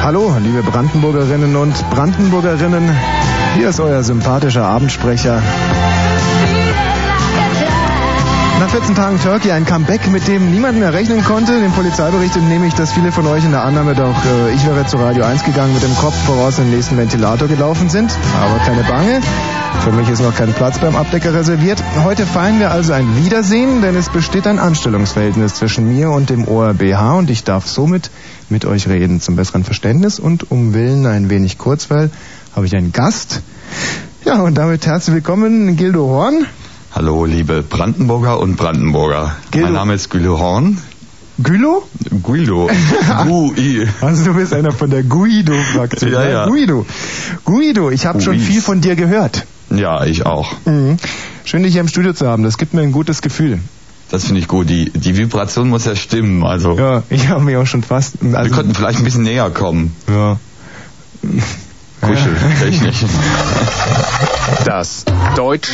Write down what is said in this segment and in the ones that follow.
Hallo, liebe Brandenburgerinnen und Brandenburgerinnen. Hier ist euer sympathischer Abendsprecher. Nach 14 Tagen Turkey ein Comeback, mit dem niemand mehr rechnen konnte. Den Polizeibericht entnehme ich, dass viele von euch in der Annahme doch, ich wäre zu Radio 1 gegangen, mit dem Kopf voraus in den nächsten Ventilator gelaufen sind. Aber keine Bange. Für mich ist noch kein Platz beim Abdecker reserviert. Heute feiern wir also ein Wiedersehen, denn es besteht ein Anstellungsverhältnis zwischen mir und dem ORBH und ich darf somit mit euch reden. Zum besseren Verständnis und um Willen ein wenig Kurzweil habe ich einen Gast. Ja, und damit herzlich willkommen, Gildo Horn. Hallo, liebe Brandenburger und Brandenburger. Gildo. Mein Name ist Gildo Horn. Guido? Guido. Gui. Also du bist einer von der Guido-Fraktion. Ja. Guido, ich habe schon viel von dir gehört. Ja, ich auch. Mhm. Schön, dich hier im Studio zu haben. Das gibt mir ein gutes Gefühl. Das finde ich gut. Die Vibration muss ja stimmen. Also. Ja, ich habe mich auch schon fast... wir könnten vielleicht ein bisschen näher kommen. Ja. Kuscheltechnisch. Das Deutsch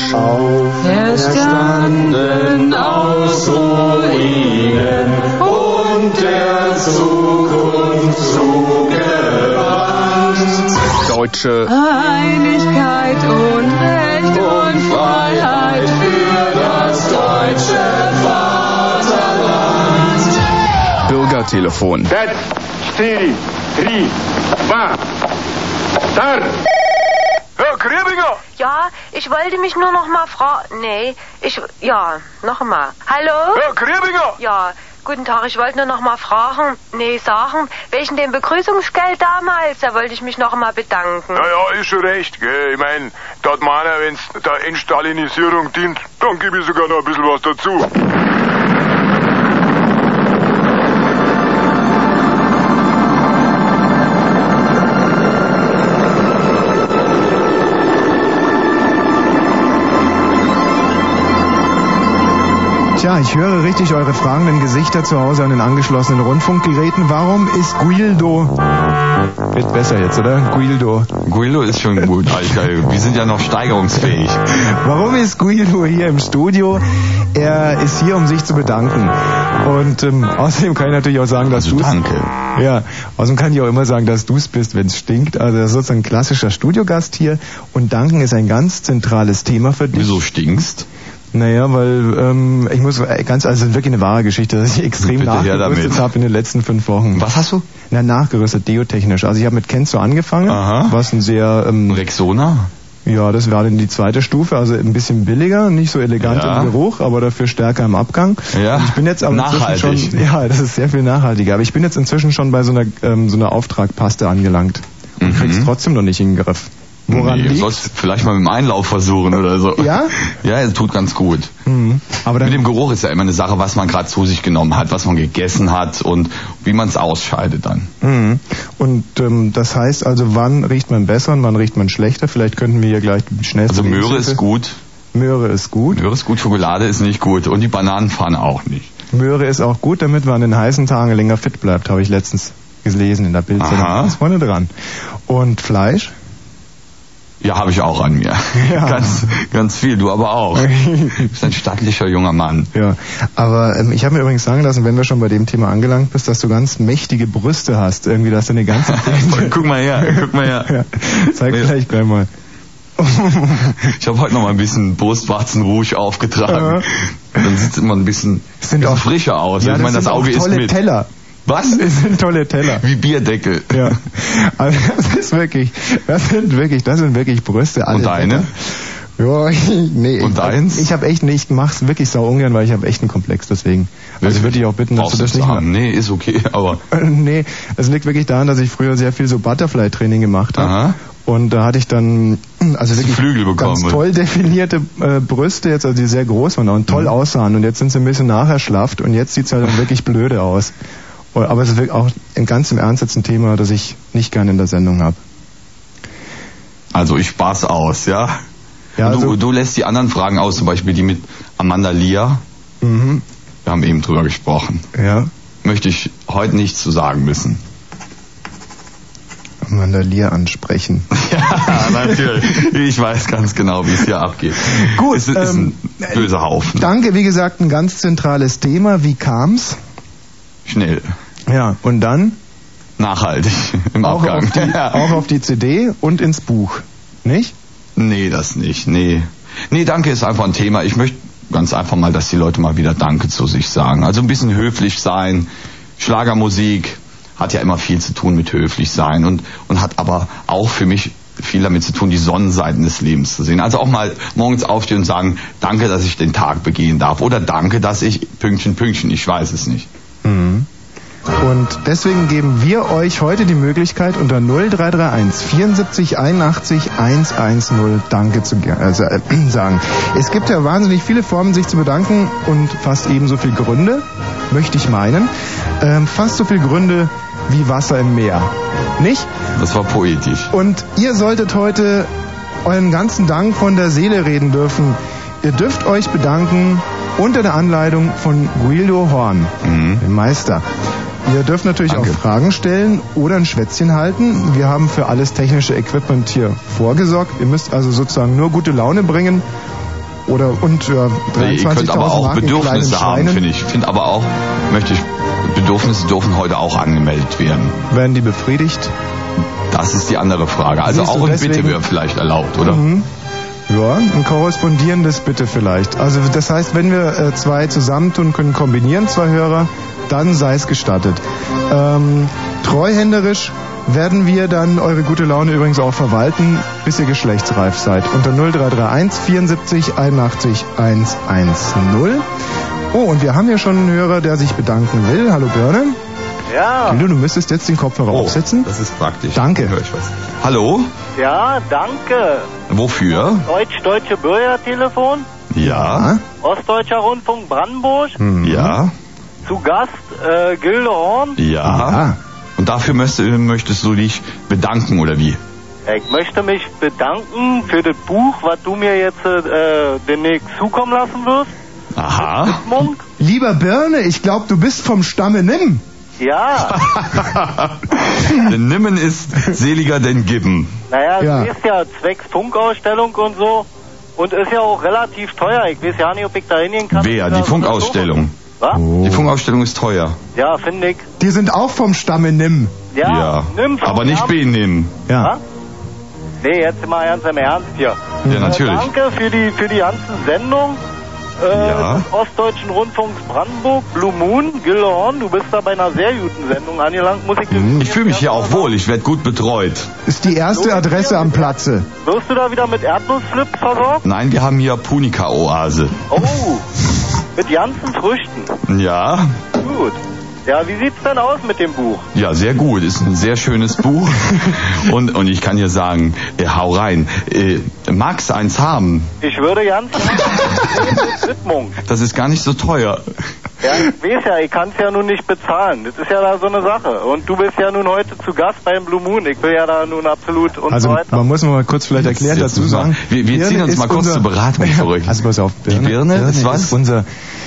Erstanden aus Ruinen und der Zukunft zugewandt. Deutsche Einigkeit und Recht und Freiheit für das deutsche Vaterland. Bürgertelefon. 5, 4, 3, 2, Start! Herr Griebinger! Ja, ich wollte mich nur noch mal fragen. Noch mal. Hallo? Herr Griebinger! Ja, guten Tag, ich wollte nur noch mal sagen, wegen dem Begrüßungsgeld damals, da wollte ich mich noch mal bedanken. Ja, ist schon recht, gell. Ich mein, das meiner, wenn's der Entstalinisierung dient, dann gebe ich sogar noch ein bisschen was dazu. Tja, ich höre richtig eure fragenden Gesichter zu Hause an den angeschlossenen Rundfunkgeräten. Warum ist Guido... Wird besser jetzt, oder? Guido ist schon gut. Wir sind ja noch steigerungsfähig. Warum ist Guido hier im Studio? Er ist hier, um sich zu bedanken. Und außerdem kann ich natürlich auch sagen, dass du's... Danke. Ja, außerdem kann ich auch immer sagen, dass du's bist, wenn es stinkt. Also das ist sozusagen ein klassischer Studiogast hier. Und Danken ist ein ganz zentrales Thema für dich. Wieso stinkst? Naja, weil ich muss also wirklich eine wahre Geschichte, dass ich extrem nachgerüstet habe in den letzten 5 Wochen. Was hast du? Na, nachgerüstet, deotechnisch. Also ich habe mit Kenzo angefangen, was ein sehr... Rexona? Ja, das war dann die zweite Stufe, also ein bisschen billiger, nicht so elegant im Geruch, aber dafür stärker im Abgang. Ja, und ich bin jetzt aber nachhaltig. Schon, ja, das ist sehr viel nachhaltiger, aber ich bin jetzt inzwischen schon bei so einer Auftragpaste angelangt und krieg's trotzdem noch nicht in den Griff. Woran liegt's? Du sollst vielleicht mal mit dem Einlauf versuchen oder so. Ja? Ja, es tut ganz gut. Aber dann, mit dem Geruch ist ja immer eine Sache, was man gerade zu sich genommen hat, was man gegessen hat und wie man es ausscheidet dann. Und das heißt also, wann riecht man besser und wann riecht man schlechter? Vielleicht könnten wir hier gleich schnell... Also Möhre ist gut. Möhre ist gut. Möhre ist gut, Schokolade ist nicht gut und die Bananenpfanne auch nicht. Möhre ist auch gut, damit man an den heißen Tagen länger fit bleibt, habe ich letztens gelesen in der Bildzeitung. Aha. Das ist vorne dran. Und Fleisch? Ja, habe ich auch an mir. Ja. Ganz viel, du aber auch. Du bist ein stattlicher junger Mann. Ja, aber ich habe mir übrigens sagen lassen, wenn du schon bei dem Thema angelangt bist, dass du ganz mächtige Brüste hast. Irgendwie, dass du eine ganze... Guck mal her. Ja. Zeig vielleicht gleich mal. Ich habe heute noch mal ein bisschen Brustwarzenrouge aufgetragen. Dann sieht es immer ein bisschen frischer aus. Ja, ich meine, das Auge ist mit. Teller. Was? Das sind tolle Teller. Wie Bierdeckel. Ja. Also das sind wirklich Brüste. Alle und deine? Ja, nee. Und deins? Ich mach's wirklich sau ungern, weil ich habe echt einen Komplex, deswegen. Also ich würde dich auch bitten, dass du das nicht machst. Nee, ist okay, aber... Nee, es liegt wirklich daran, dass ich früher sehr viel so Butterfly-Training gemacht habe. Und da hatte ich dann also wirklich Flügel bekommen, ganz toll definierte Brüste jetzt, also die sehr groß waren und toll aussahen. Und jetzt sind sie ein bisschen nacherschlafft und jetzt sieht's halt dann wirklich blöde aus. Aber es ist wirklich auch ganz im Ernst jetzt ein Thema, das ich nicht gerne in der Sendung habe. Also ich spar's aus, ja? Ja, also du lässt die anderen Fragen aus, zum Beispiel die mit Amanda Lear. Wir haben eben drüber gesprochen. Ja. Möchte ich heute nichts zu sagen müssen. Amanda Lear ansprechen. Ja, natürlich. Ich weiß ganz genau, wie es hier abgeht. Gut. Es ist ein böser Haufen. Danke, wie gesagt, ein ganz zentrales Thema. Wie kam's? Schnell. Ja, und dann? Nachhaltig im Abgang. Auch auf die CD und ins Buch, nicht? Nee, das nicht, nee. Nee, Danke ist einfach ein Thema. Ich möchte ganz einfach mal, dass die Leute mal wieder Danke zu sich sagen. Also ein bisschen höflich sein. Schlagermusik hat ja immer viel zu tun mit höflich sein und hat aber auch für mich viel damit zu tun, die Sonnenseiten des Lebens zu sehen. Also auch mal morgens aufstehen und sagen, danke, dass ich den Tag begehen darf. Oder danke, dass ich Pünktchen, ich weiß es nicht. Mhm. Und deswegen geben wir euch heute die Möglichkeit, unter 0331 74 81 110 Danke zu sagen. Es gibt ja wahnsinnig viele Formen, sich zu bedanken und fast ebenso viele Gründe, möchte ich meinen. Fast so viele Gründe wie Wasser im Meer. Nicht? Das war poetisch. Und ihr solltet heute euren ganzen Dank von der Seele reden dürfen. Ihr dürft euch bedanken unter der Anleitung von Guido Horn, dem Meister. Ihr dürft natürlich auch Fragen stellen oder ein Schwätzchen halten. Wir haben für alles technische Equipment hier vorgesorgt. Ihr müsst also sozusagen nur gute Laune bringen. Ihr könnt aber auch Bedürfnisse haben, finde ich. Bedürfnisse dürfen heute auch angemeldet werden. Werden die befriedigt? Das ist die andere Frage. Also auch ein Bitte wäre vielleicht erlaubt, oder? Mhm. Ja, ein korrespondierendes Bitte vielleicht. Also das heißt, wenn wir zwei zusammentun können, kombinieren, zwei Hörer, dann sei es gestattet. Treuhänderisch werden wir dann eure gute Laune übrigens auch verwalten, bis ihr geschlechtsreif seid. Unter 0331 74 81 110. Oh, und wir haben hier schon einen Hörer, der sich bedanken will. Hallo Birne. Ja. Guido, du müsstest jetzt den Kopfhörer aufsetzen. Das ist praktisch. Danke. Hör ich was. Hallo? Ja, danke. Wofür? Deutsche Bürgertelefon. Ja. Ostdeutscher Rundfunk Brandenburg. Ja. Zu Gast Gilde Horn. Ja. Und dafür möchtest du dich bedanken, oder wie? Ich möchte mich bedanken für das Buch, was du mir jetzt demnächst zukommen lassen wirst. Aha. Lieber Birne, ich glaube, du bist vom Stamme Nimm. Ja. Denn Nimmen ist seliger denn Gibben. Naja, du siehst ja zwecks Funkausstellung und so. Und ist ja auch relativ teuer. Ich weiß ja nicht, ob ich da hingehen kann. Wer? Die Funkausstellung? Was? Die Funkausstellung ist teuer. Ja, finde ich. Die sind auch vom Stamme Nimm. Ja. Nimm aber nicht B-Nimm. Ja. Was? Nee, jetzt mal ganz im Ernst hier. Ja, natürlich. Danke für die ganze Sendung. Ostdeutschen Rundfunks Brandenburg, Blue Moon, Gilde Horn, du bist da bei einer sehr guten Sendung angelangt, muss ich dir Ich fühle mich hier auch wohl, ich werde gut betreut. Ist die erste Adresse am Platze. Wirst du da wieder mit Erdnussflips versorgt? Nein, wir haben hier Punika-Oase. Oh, mit ganzen Früchten. Ja. Gut. Ja, wie sieht's denn aus mit dem Buch? Ja, sehr gut. Ist ein sehr schönes Buch. und ich kann dir sagen, hau rein. Magst du eins haben? Ich würde ganz gerne mit Widmung. Das ist gar nicht so teuer. Ja, ich weiß ja, ich kann es ja nun nicht bezahlen. Das ist ja da so eine Sache. Und du bist ja nun heute zu Gast beim Blue Moon. Ich will ja da nun absolut und also, so weiter. Man muss mal kurz vielleicht erklären, dazu sagen. Wir ziehen uns mal kurz zur Beratung zurück. Also pass auf, Birne ist was? Ist unser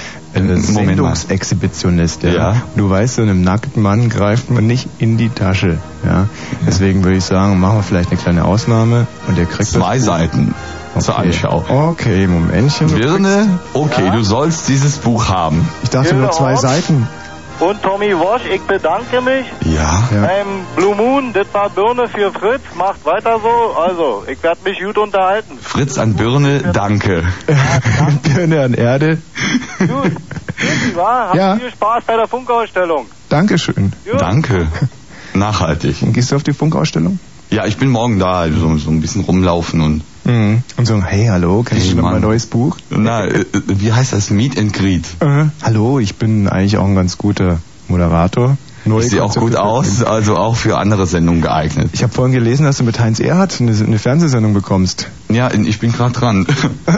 Sendungsexhibitionist, ja. Du weißt, so einem nackten Mann greift man nicht in die Tasche, ja. Deswegen würde ich sagen, machen wir vielleicht eine kleine Ausnahme und ihr kriegt 2 Seiten zur Anschau. Okay, Momentchen. Birne, okay, du sollst dieses Buch haben. Ich dachte nur 2 Seiten. Und Tommy Walsh, ich bedanke mich. Ja. Beim Blue Moon, das war Birne für Fritz, macht weiter so. Also, ich werde mich gut unterhalten. Fritz an Birne, danke. Birne an Erde. Gut. Habt viel Spaß bei der Funkausstellung. Dankeschön. Gut. Danke. Nachhaltig. Und gehst du auf die Funkausstellung? Ja, ich bin morgen da, so ein bisschen rumlaufen und so, hey, hallo, kennst du noch mein neues Buch? Na, wie heißt das? Meet and Greet. Hallo, ich bin eigentlich auch ein ganz guter Moderator. Ich sehe auch gut aus, also auch für andere Sendungen geeignet. Ich habe vorhin gelesen, dass du mit Heinz Erhardt eine Fernsehsendung bekommst. Ja, ich bin gerade dran.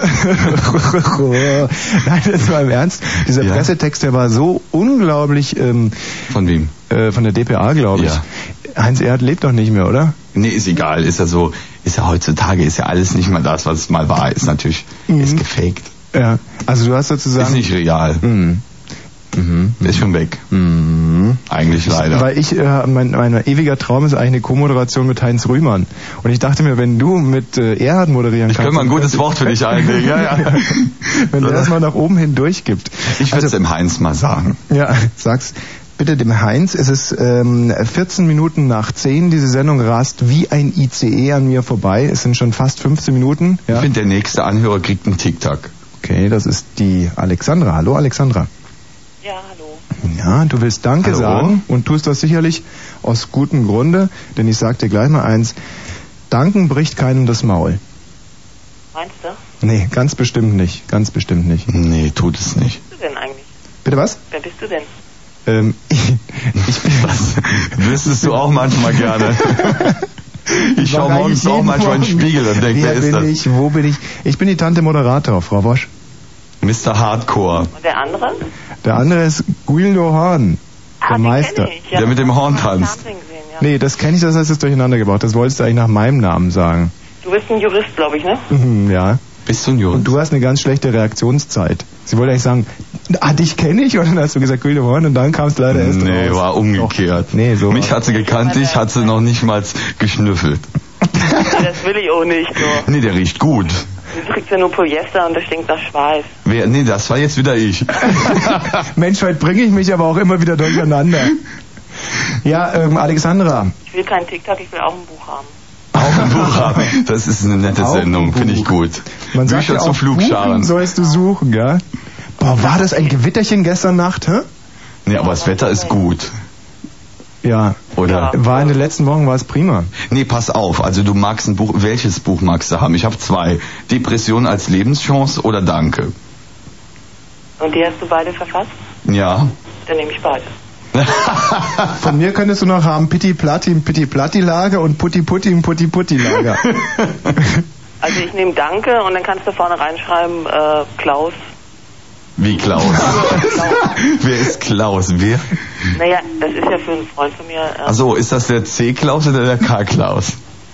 Nein, das war im Ernst. Dieser Pressetext, der war so unglaublich... Von wem? Von der DPA, glaube ich. Ja. Heinz Erhardt lebt doch nicht mehr, oder? Nee, ist egal. Ist ja heutzutage, ist ja alles nicht mehr das, was es mal war. Ist natürlich, ist gefaked. Ja, also du hast sozusagen... Ist nicht real. Ist schon weg. Eigentlich leider. Weil mein ewiger Traum ist eigentlich eine Co-Moderation mit Heinz Rühmann. Und ich dachte mir, wenn du mit Erhard moderieren kannst... Ich könnte mal ein gutes Wort für dich einlegen. Ja. Wenn der das mal nach oben hin durchgibt. Ich würde es dem Heinz mal sagen. Ja, sag's. bitte dem Heinz, es ist 14 Minuten nach 10, diese Sendung rast wie ein ICE an mir vorbei. Es sind schon fast 15 Minuten. Ja? Ich finde, der nächste Anhörer kriegt einen Tic-Tac. Okay, das ist die Alexandra. Hallo Alexandra. Ja, hallo. Ja, du willst Danke sagen und tust das sicherlich aus gutem Grunde, denn ich sag dir gleich mal eins, Danken bricht keinem das Maul. Meinst du? Nee, ganz bestimmt nicht, ganz bestimmt nicht. Nee, tut es nicht. Wer bist du denn eigentlich? Bitte was? Wer bist du denn? Ich bin was? Wüsstest du auch manchmal gerne. Ich schaue morgens auch manchmal in den Spiegel und denke, wer ist das? Wo bin ich? Ich bin die Tante Moderator, Frau Bosch. Mr. Hardcore. Und der andere? Der andere ist Guido Horn, der Meister. Kenn ich, ja. Der mit dem Horn tanzt. Gesehen, ja. Nee, das kenne ich, das hast du durcheinander gebracht. Das wolltest du eigentlich nach meinem Namen sagen. Du bist ein Jurist, glaube ich, ne? Ja. Bist du ein Jurist? Und du hast eine ganz schlechte Reaktionszeit. Sie wollte eigentlich sagen, dich kenne ich, und dann hast du gesagt, Guido Horn, und dann kam es leider erst raus. Nee, war umgekehrt. Nee, so mich hat sie gekannt, dich hat sie noch nicht mal geschnüffelt. Das will ich auch nicht, so. Nee, der riecht gut. Du kriegst ja nur Polyester und das stinkt nach Schweiß. Nee, das war jetzt wieder ich. Mensch, heute bringe ich mich aber auch immer wieder durcheinander. Ja, Alexandra. Ich will keinen TikTok, ich will auch ein Buch haben. Auch ein Buch haben. Das ist eine nette Sendung, finde ich gut. Man sagt Bücher ja zu auch, Flugscharen. Buchen sollst du suchen, ja? Boah, war das ein Gewitterchen gestern Nacht, hä? Nee, aber das Wetter ist gut. Ja. Oder? War in den letzten Wochen war es prima. Nee, pass auf. Also du magst ein Buch. Welches Buch magst du haben? Ich habe 2. Depression als Lebenschance oder Danke? Und die hast du beide verfasst? Ja. Dann nehme ich beide. Von mir könntest du noch haben Pitti Platti im Pitti Platti Lager und Putti Putti im Putti Putti Lager. Also ich nehme Danke und dann kannst du vorne reinschreiben, Klaus. Wie Klaus? Wer ist Klaus? Wer? Naja, das ist ja für einen Freund von mir. Achso, ist das der C-Klaus oder der K-Klaus?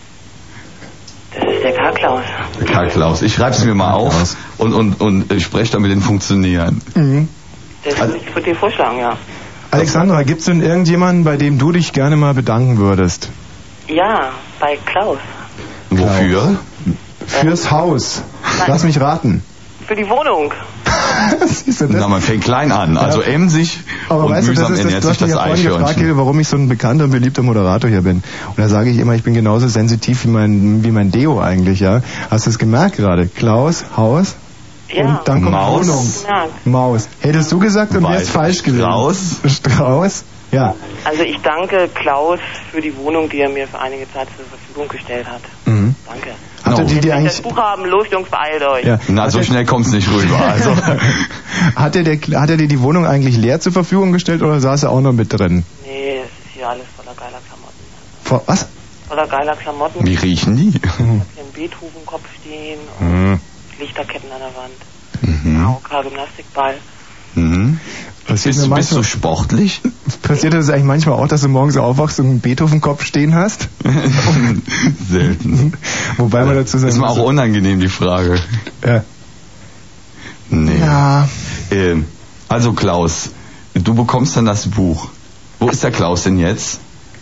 Das ist der K-Klaus. Der K-Klaus. Ich schreibe es mir mal auf und spreche dann mit den Funktionären. Mhm. Das würde ich dir vorschlagen, ja. Alexandra, gibt es denn irgendjemanden, bei dem du dich gerne mal bedanken würdest? Ja, bei Klaus. Wofür? Fürs Haus. Lass mich raten. Für die Wohnung. Siehst du das? Na, man fängt klein an. Also emsig aber und weißt mühsam du, ernährt du sich hast mich das ja vorhin gefragt, Eichhörnchen. warum ich so ein bekannter und beliebter Moderator hier bin. Und da sage ich immer, ich bin genauso sensitiv wie mein Deo eigentlich, ja. Hast du es gemerkt gerade? Klaus, Haus. Ja. Und dann kommt Maus. Wohnung. Ja. Maus. Hättest du gesagt und wär's falsch gewesen. Strauß. Ja. Also ich danke Klaus für die Wohnung, die er mir für einige Zeit zur Verfügung gestellt hat. Mhm. Danke. Hatte die dir Wenn eigentlich... das Buch haben, los Jungs, beeilt euch. Ja. Na, so schnell kommt's nicht rüber. Also. Hat er dir die Wohnung eigentlich leer zur Verfügung gestellt oder saß er auch noch mit drin? Nee, es ist hier alles voller geiler Klamotten. Was? Voller geiler Klamotten. Wie riechen die? Ich hab hier einen Beethoven-Kopf stehen und Lichterketten an der Wand. Mhm. AOK-Gymnastikball. Mhm. Passiert Bist mir du manchmal, sportlich? passiert das eigentlich manchmal auch, dass du morgens aufwachst und einen Beethoven-Kopf stehen hast? Selten. Wobei man dazu sagen Ist mir auch unangenehm, die Frage. Ja. Nee. Ja. Also Klaus, du bekommst dann das Buch. Wo ist der Klaus denn jetzt?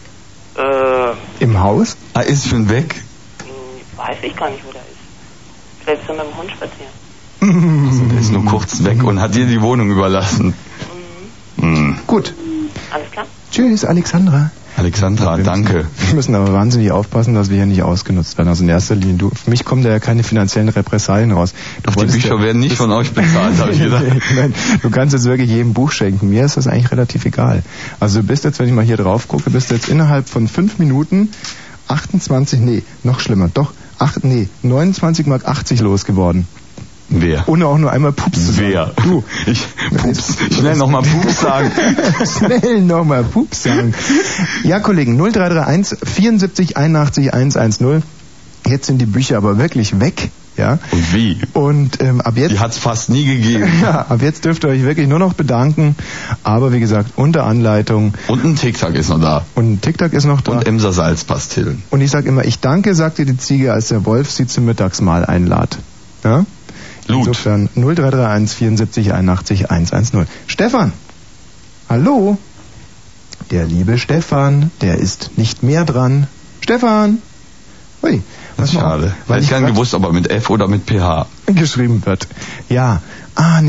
Im Haus? Ah, ist schon weg? Weiß ich gar nicht, wo der ist. Vielleicht ist er mit dem Hund spazieren. Also, der ist nur kurz weg und hat dir die Wohnung überlassen. Mhm. Gut. Alles klar? Tschüss, Alexandra. Alexandra, danke. Wir müssen aber wahnsinnig aufpassen, dass wir hier nicht ausgenutzt werden. Also in erster Linie, für mich kommen da ja keine finanziellen Repressalien raus. Ach, die Bücher werden nicht von euch bezahlt, habe ich gedacht. Nein, du kannst jetzt wirklich jedem Buch schenken. Mir ist das eigentlich relativ egal. Also du bist jetzt, wenn ich mal hier drauf gucke, bist du jetzt innerhalb von 5 Minuten 29 Mark 80 losgeworden. Wer? Ohne auch nur einmal Pups zu sagen. Wer? Du. Pups. Schnell nochmal Pups sagen. Schnell nochmal Pups sagen. Ja, Kollegen, 0331 74 81 110. Jetzt sind die Bücher aber wirklich weg. Ja. Und wie? Und ab jetzt... Die hat's fast nie gegeben. Ja, ab jetzt dürft ihr euch wirklich nur noch bedanken. Aber wie gesagt, unter Anleitung. Und ein Tic-Tac ist noch da. Und ein Tic-Tac ist noch da. Und Emser Salzpastillen. Und ich sag immer, ich danke, sagte die Ziege, als der Wolf sie zum Mittagsmahl einlad. Ja? Gut. Insofern 0331 74 81 110. Stefan! Hallo! Der liebe Stefan, der ist nicht mehr dran. Stefan! Ui, Das ist schade. Weil Hätte ich gern gewusst, ob er mit F oder mit PH geschrieben wird. Ja. Nee.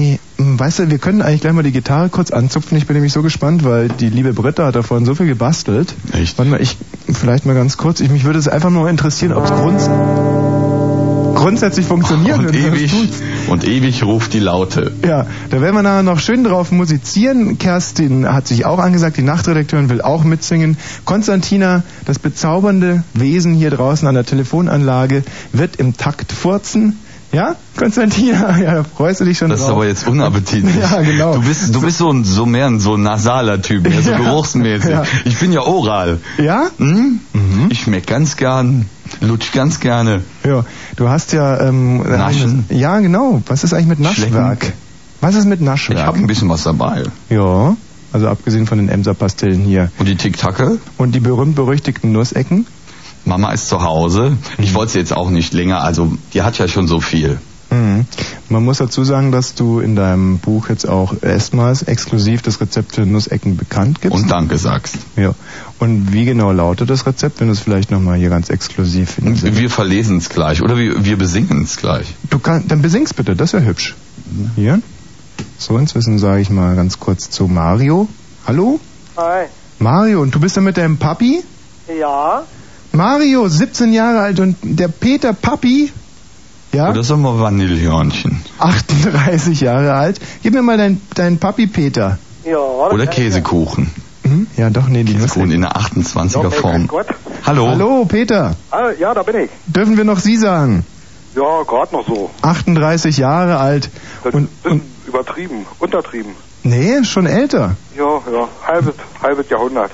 weißt du, wir können eigentlich gleich mal die Gitarre kurz anzupfen. Ich bin nämlich so gespannt, weil die liebe Britta hat da vorhin so viel gebastelt. Echt? Warte mal, vielleicht mal ganz kurz. Mich würde es einfach nur interessieren, ob es grundsätzlich funktioniert. Und ewig ruft die Laute. Ja, da werden wir nachher noch schön drauf musizieren. Kerstin hat sich auch angesagt, die Nachtredakteurin will auch mitsingen. Konstantina, das bezaubernde Wesen hier draußen an der Telefonanlage, wird im Takt furzen. Ja, Konstantina, ja, da freust du dich schon drauf. Das ist aber jetzt unappetitlich. Ja, genau. Du bist so mehr ein so nasaler Typ, mehr so geruchsmäßig. Ja. Ich bin ja oral. Ja? Ich schmeck ganz gern, lutsch ganz gerne. Ja, du hast ja... Naschen. Ja, genau. Was ist eigentlich mit Naschwerk? Schlecken. Was ist mit Naschwerk? Ich habe ein bisschen was dabei. Ja, also abgesehen von den Emser-Pastillen hier. Und die Tic-Tacke? Und die berühmt-berüchtigten Nussecken? Mama ist zu Hause. Ich wollte sie jetzt auch nicht länger, also die hat ja schon so viel. Man muss dazu sagen, dass du in deinem Buch jetzt auch erstmals exklusiv das Rezept für Nussecken bekannt gibst. Und Danke sagst. Ja. Und wie genau lautet das Rezept, wenn du es vielleicht nochmal hier ganz exklusiv findest? Wir verlesen es gleich oder wir besingen es gleich. Dann besing's bitte, das wäre hübsch. Hier. So, inzwischen sage ich mal ganz kurz zu Mario. Hallo? Hi. Mario, und du bist ja mit deinem Papi? Ja. Mario, 17 Jahre alt und der Peter Papi, ja? Oder sagen wir Vanillehörnchen. 38 Jahre alt. Gib mir mal deinen Papi Peter. Ja. Oder Käsekuchen. Ja, doch, nee, die Käsekuchen in der 28er Form. Hallo. Hallo, Peter. Ja, da bin ich. Dürfen wir noch Sie sagen? Ja, gerade noch so. 38 Jahre alt. Das ist übertrieben, untertrieben. Nee, schon älter. Ja, halbes Jahrhundert.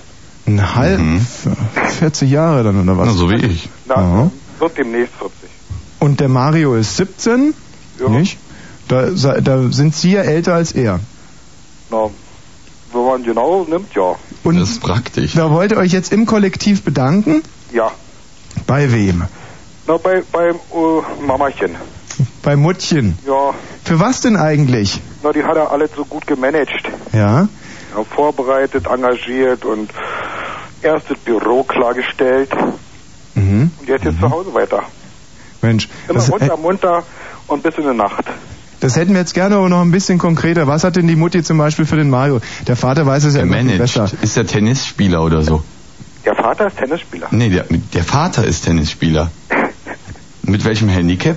40 Jahre dann, oder was? Na, so wie ich. Na, wird demnächst 40. Und der Mario ist 17? Ja. Nicht? Da sind Sie ja älter als er. Na, wenn man genau nimmt, ja. Und das ist praktisch. Da wollt ihr euch jetzt im Kollektiv bedanken? Ja. Bei wem? Na, bei Mamachen. Bei Muttchen? Ja. Für was denn eigentlich? Na, die hat er alles so gut gemanagt. Ja? Ja, vorbereitet, engagiert und erst das Büro klargestellt. Und jetzt zu Hause weiter. Mensch. Immer munter und bis in die Nacht. Das hätten wir jetzt gerne aber noch ein bisschen konkreter. Was hat denn die Mutti zum Beispiel für den Mario? Der Vater weiß es ja immer viel besser. Ist der Tennisspieler oder so? Der Vater ist Tennisspieler. Nee, der Vater ist Tennisspieler. Mit welchem Handicap?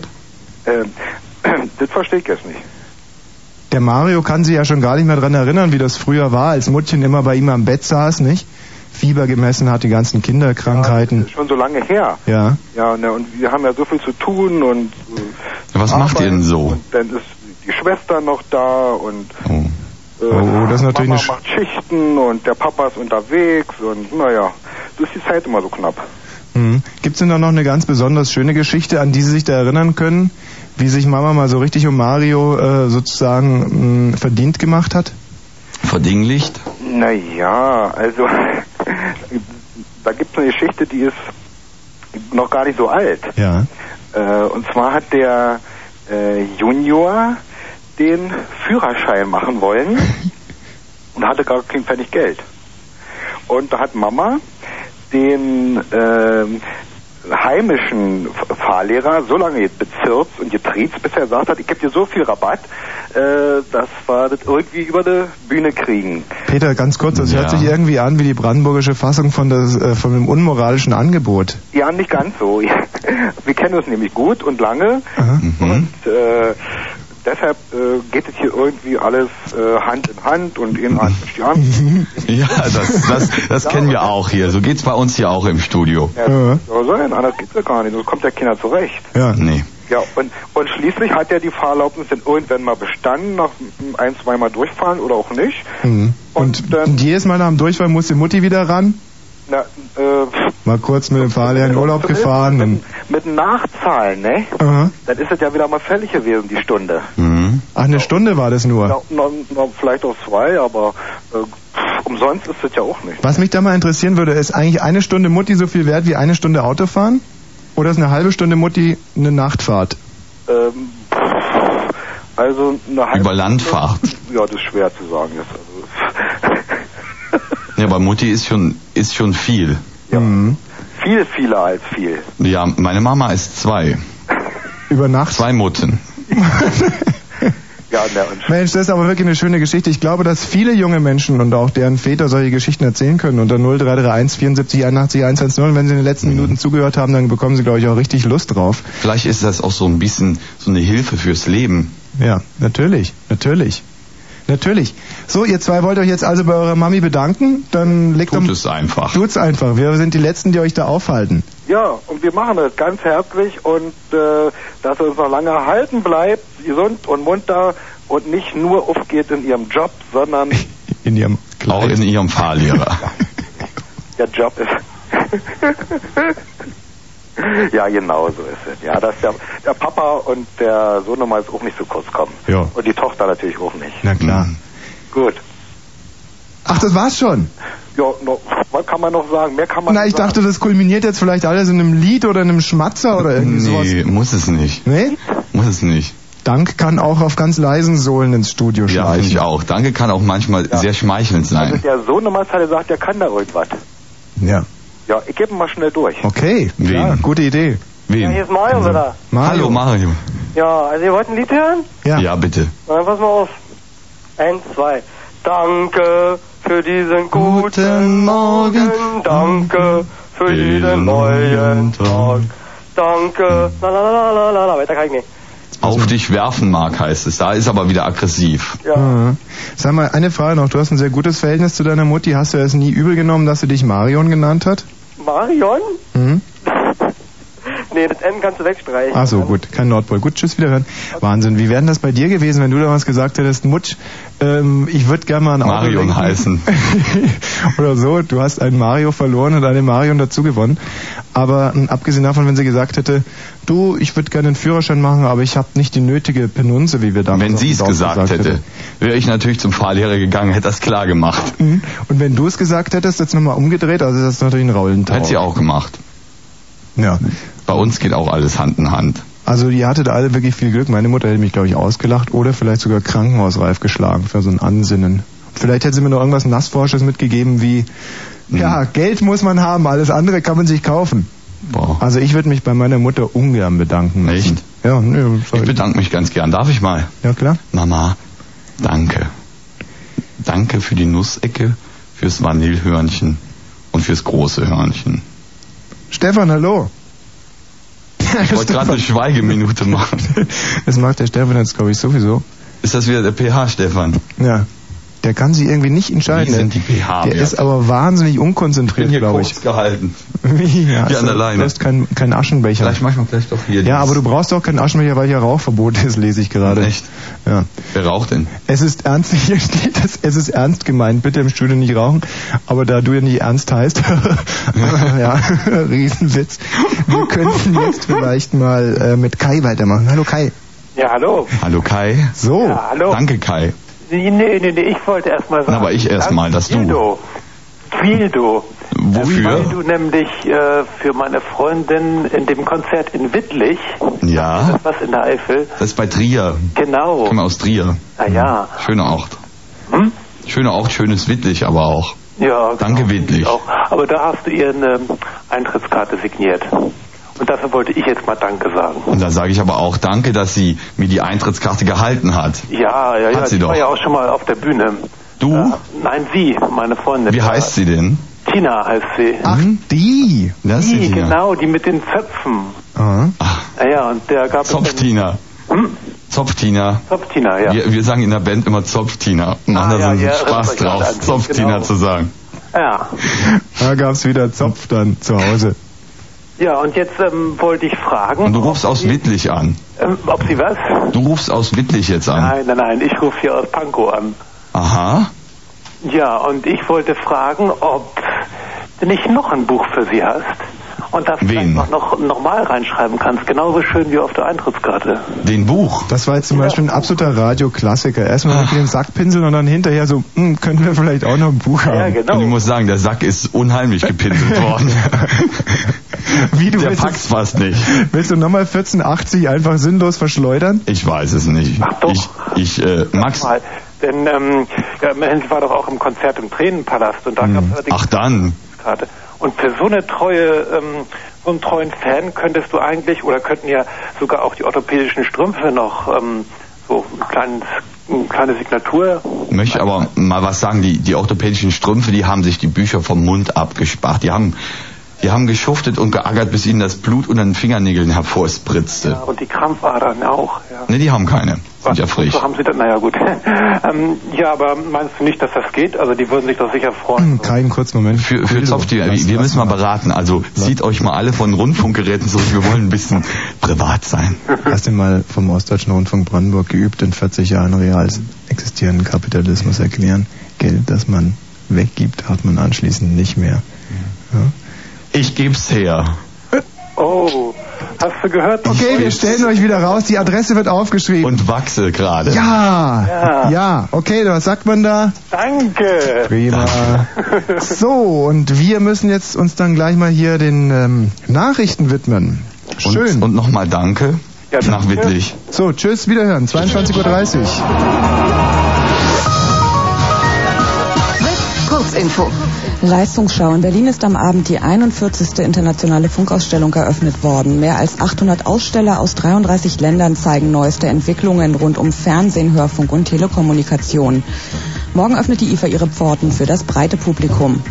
Das verstehe ich jetzt nicht. Der Mario kann sich ja schon gar nicht mehr dran erinnern, wie das früher war, als Muttchen immer bei ihm am Bett saß, nicht? Fieber gemessen hat, die ganzen Kinderkrankheiten. Ja, das ist schon so lange her. Ja. Ja, ne, und wir haben ja so viel zu tun und... Was macht ihr denn so? Und dann ist die Schwester noch da und... das ist natürlich Mama macht Schichten und der Papa ist unterwegs und naja, so ist die Zeit immer so knapp. Gibt's denn da noch eine ganz besonders schöne Geschichte, an die Sie sich da erinnern können, wie sich Mama mal so richtig um Mario sozusagen verdient gemacht hat? Verdinglicht? Naja, also da gibt's eine Geschichte, die ist noch gar nicht so alt. Ja. Und zwar hat der Junior den Führerschein machen wollen und hatte gar kein Pfennig Geld. Und da hat Mama den heimischen Fahrlehrer so lange bezirzt und getriezt, bis er gesagt hat, ich gebe dir so viel Rabatt, dass wir das irgendwie über die Bühne kriegen. Peter, ganz kurz, das hört sich irgendwie an wie die brandenburgische Fassung von dem unmoralischen Angebot. Ja, nicht ganz so. Wir kennen uns nämlich gut und lange. Und deshalb geht es hier irgendwie alles Hand in Hand und in Hand. Ja, das kennen wir auch hier. So geht's bei uns hier auch im Studio. Ja, soll sein, anders geht's ja gar nicht. So kommt der Kinder zurecht. Ja, nee. Ja, und schließlich hat er die Fahrerlaubnis dann irgendwann mal bestanden, nach 1-2 Mal durchfahren oder auch nicht. Und jedes Mal nach dem Durchfall muss die Mutti wieder ran? Na, mal kurz mit dem Fahrlehrer in Urlaub gefahren. Mit Nachzahlen, ne? Dann ist es ja wieder mal fällig gewesen, die Stunde. Ach, eine Stunde war das nur? Na, vielleicht auch 2, aber umsonst ist es ja auch nicht. Was mich da mal interessieren würde, ist eigentlich eine Stunde Mutti so viel wert wie eine Stunde Autofahren? Oder ist eine halbe Stunde Mutti eine Nachtfahrt? Also eine halbe Über Landfahrt? Ja, das ist schwer zu sagen jetzt. Also. Ja, aber Mutti ist schon viel. Ja. Viel als viel. Ja, meine Mama ist 2. Über Nacht? 2 Mutten. Ja, Mensch, das ist aber wirklich eine schöne Geschichte. Ich glaube, dass viele junge Menschen und auch deren Väter solche Geschichten erzählen können. Unter 0331 74 81 110. Wenn Sie in den letzten Minuten zugehört haben, dann bekommen Sie, glaube ich, auch richtig Lust drauf. Vielleicht ist das auch so ein bisschen so eine Hilfe fürs Leben. Ja, natürlich. So, ihr zwei wollt euch jetzt also bei eurer Mami bedanken, dann legt Tut es einfach. Tut's einfach. Wir sind die Letzten, die euch da aufhalten. Ja, und wir machen das ganz herzlich und dass er uns noch lange erhalten bleibt, gesund und munter und nicht nur aufgeht in ihrem Job, sondern in ihrem Kleid. Auch in ihrem Fahrlehrer. Der Job ist... Ja, genau so ist es. Ja, dass der Papa und der Sohn nochmals auch nicht so kurz kommen. Ja. Und die Tochter natürlich auch nicht. Na klar. Gut. Ach, das war's schon? Ja, was kann man noch sagen? Mehr kann man Na, ich dachte, das kulminiert jetzt vielleicht alles in einem Lied oder in einem Schmatzer oder irgendwie sowas. Nee, muss es nicht. Nee? Muss es nicht. Dank kann auch auf ganz leisen Sohlen ins Studio schleichen. Ja, finde ich auch. Danke kann auch manchmal sehr schmeichelnd sein. Also der Sohn nochmals hat gesagt, der kann da irgendwas. Ja. Ja, ich gebe ihn mal schnell durch. Okay, ja, gute Idee. Ja, hier ist Mario wieder. Hallo Mario. Ja, also ihr wollt ein Lied hören? Ja, bitte. Na, dann pass mal auf. 1, 2. Danke für diesen guten Morgen. Danke für jeden neuen Tag. Danke. La, weiter kann ich nicht. Auf dich werfen mag, heißt es. Da ist aber wieder aggressiv. Ja. Sag mal, eine Frage noch. Du hast ein sehr gutes Verhältnis zu deiner Mutti. Hast du es nie übel genommen, dass sie dich Marion genannt hat? Marion? Mhm. Nee, das N kannst du wegstreichen. Ach so, gut. Kein Nordpol. Gut, tschüss, wiederhören. Wahnsinn. Wie wäre denn das bei dir gewesen, wenn du damals gesagt hättest, Mutsch, ich würde gerne mal ein Auto Marion lenken. heißen. Oder so. Du hast einen Mario verloren und eine Marion dazu gewonnen. Aber abgesehen davon, wenn sie gesagt hätte, du, ich würde gerne einen Führerschein machen, aber ich habe nicht die nötige Penunze, wie wir damals Wenn sie es gesagt hätte, wäre ich natürlich zum Fahrlehrer gegangen, hätte das klar gemacht. Und wenn du es gesagt hättest, jetzt nochmal umgedreht, also das ist natürlich ein Raulentau. Hätte sie auch gemacht. Ja. Bei uns geht auch alles Hand in Hand. Also ihr hattet alle wirklich viel Glück. Meine Mutter hätte mich, glaube ich, ausgelacht oder vielleicht sogar krankenhausreif geschlagen für so ein Ansinnen. Vielleicht hätte sie mir noch irgendwas Nassforsches mitgegeben wie, ja, Geld muss man haben, alles andere kann man sich kaufen. Boah. Also ich würde mich bei meiner Mutter ungern bedanken müssen. Echt? Ja, nee, ich bedanke mich ganz gern. Darf ich mal? Ja, klar. Mama, danke. Danke für die Nussecke, fürs Vanillehörnchen und fürs große Hörnchen. Stefan, hallo. Ich wollte gerade eine Schweigeminute machen. Das macht der Stefan jetzt, glaube ich, sowieso. Ist das wieder der PH, Stefan? Ja. Der kann sich irgendwie nicht entscheiden. Wie sind die pH-Werte? Der ist aber wahnsinnig unkonzentriert, glaube ich. Ich bin hier kurz gehalten. Wie? Ja, hier an der Leine. Du hast kein Aschenbecher. Vielleicht machen wir gleich doch hier. Ja, aber du brauchst doch keinen Aschenbecher, weil hier Rauchverbot ist, lese ich gerade. Echt? Ja. Wer raucht denn? Es ist ernst, hier steht es, es ist ernst gemeint, bitte im Studio nicht rauchen, aber da du ja nicht ernst heißt, ja, Riesenwitz. Wir könnten jetzt vielleicht mal mit Kai weitermachen. Hallo Kai. Ja, hallo. Hallo Kai. So. Ja, hallo. Danke Kai. Nee, ich wollte erst mal sagen. Aber ich erst mal, dass du. Quildo. Wofür? Weil du nämlich für meine Freundin in dem Konzert in Wittlich. Ja. Das ist was in der Eifel. Das ist bei Trier. Genau. Ich komme aus Trier. Na ja. Schöner Ort. Schöner Ort, schönes Wittlich aber auch. Ja. Danke genau, Wittlich. auch. Aber da hast du ihr eine Eintrittskarte signiert. Und dafür wollte ich jetzt mal Danke sagen. Und da sage ich aber auch Danke, dass sie mir die Eintrittskarte gehalten hat. Ja. Hat sie ich doch. war ja auch schon mal auf der Bühne. Du? Nein, sie, meine Freundin. Wie heißt sie denn? Tina heißt sie. Ach, die. Das ist Die, Tina. genau, die mit den Zöpfen. Aha. Ja, und der gab Zopftina. Zopftina. Zopftina, ja. Wir sagen in der Band immer Zopftina. Machen da so einen Spaß drauf, Zopftina zu sagen. Ja. Da gab's wieder Zopf dann zu Hause. Ja, und jetzt wollte ich fragen... Und du rufst aus Wittlich an. Ob sie was? Du rufst aus Wittlich jetzt an. Nein, ich rufe hier aus Pankow an. Aha. Ja, und ich wollte fragen, ob du nicht noch ein Buch für sie hast und da vielleicht noch mal reinschreiben kannst, genauso schön wie auf der Eintrittskarte. Den Buch? Das war jetzt zum Beispiel ein absoluter Radioklassiker. Erstmal mit dem Sackpinsel und dann hinterher so, könnten wir vielleicht auch noch ein Buch haben. Ja, genau. Und ich muss sagen, der Sack ist unheimlich gepinselt worden. Wie, der packt's fast nicht. Willst du nochmal 1480 einfach sinnlos verschleudern? Ich weiß es nicht. Ach doch. Max... Mal. Denn, immerhin, sie war doch auch im Konzert im Tränenpalast und da gab es Ach dann. Karte. Und für so einen treuen Fan könntest du eigentlich, oder könnten ja sogar auch die orthopädischen Strümpfe noch so So eine kleine Signatur. Ich möchte aber mal was sagen, die orthopädischen Strümpfe, die haben sich die Bücher vom Mund abgespart. Die haben geschuftet und geackert, bis ihnen das Blut unter den Fingernägeln hervorspritzte. Ja, und die Krampfadern auch. Ja. Ne, die haben keine. Sind ja frisch. So haben sie das, naja gut. Ja, aber meinst du nicht, dass das geht? Also die würden sich doch sicher freuen. Keinen kurzen Moment. Für Zopf, wir müssen mal beraten. Also zieht euch mal alle von Rundfunkgeräten zurück. Wir wollen ein bisschen privat sein. Hast du mal vom Ostdeutschen Rundfunk Brandenburg geübt, in 40 Jahren real existierenden Kapitalismus erklären? Geld, das man weggibt, hat man anschließend nicht mehr. Ja? Ich geb's her. Oh, hast du gehört? Okay, wir stellen euch wieder raus. Die Adresse wird aufgeschrieben. Und wachse gerade. Ja. Okay, was sagt man da? Danke. Prima. So, und wir müssen jetzt uns dann gleich mal hier den Nachrichten widmen. Schön. Und nochmal danke. Ja, nach Wittlich. So, tschüss, wiederhören. 22:30 Uhr. Kurzinfo. Leistungsschau. In Berlin ist am Abend die 41. internationale Funkausstellung eröffnet worden. Mehr als 800 Aussteller aus 33 Ländern zeigen neueste Entwicklungen rund um Fernsehen, Hörfunk und Telekommunikation. Morgen öffnet die IFA ihre Pforten für das breite Publikum.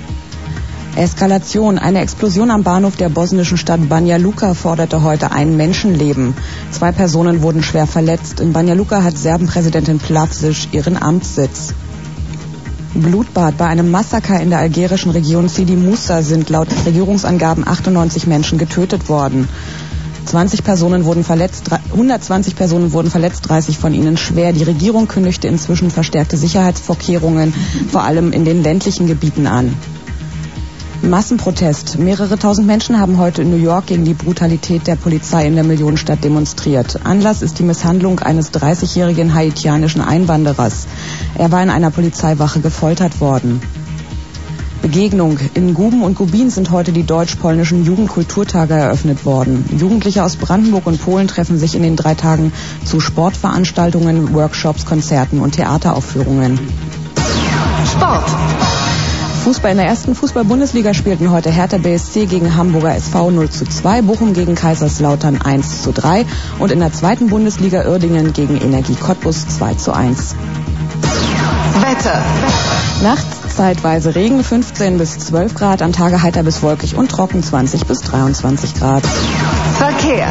Eskalation. Eine Explosion am Bahnhof der bosnischen Stadt Banja Luka forderte heute ein Menschenleben. 2 Personen wurden schwer verletzt. In Banja Luka hat Serbenpräsidentin Plavšić ihren Amtssitz. Blutbad. Bei einem Massaker in der algerischen Region Sidi Moussa sind laut Regierungsangaben 98 Menschen getötet worden. 120 Personen wurden verletzt, 30 von ihnen schwer. Die Regierung kündigte inzwischen verstärkte Sicherheitsvorkehrungen, vor allem in den ländlichen Gebieten an. Massenprotest. Mehrere tausend Menschen haben heute in New York gegen die Brutalität der Polizei in der Millionenstadt demonstriert. Anlass ist die Misshandlung eines 30-jährigen haitianischen Einwanderers. Er war in einer Polizeiwache gefoltert worden. Begegnung. In Guben und Gubin sind heute die deutsch-polnischen Jugendkulturtage eröffnet worden. Jugendliche aus Brandenburg und Polen treffen sich in den 3 Tagen zu Sportveranstaltungen, Workshops, Konzerten und Theateraufführungen. Sport. Fußball. In der ersten Fußball-Bundesliga spielten heute Hertha BSC gegen Hamburger SV 0:2, Bochum gegen Kaiserslautern 1:3 und in der zweiten Bundesliga Uerdingen gegen Energie Cottbus 2:1. Wetter. Nachts zeitweise Regen, 15 bis 12 Grad, am Tage heiter bis wolkig und trocken, 20 bis 23 Grad. Verkehr.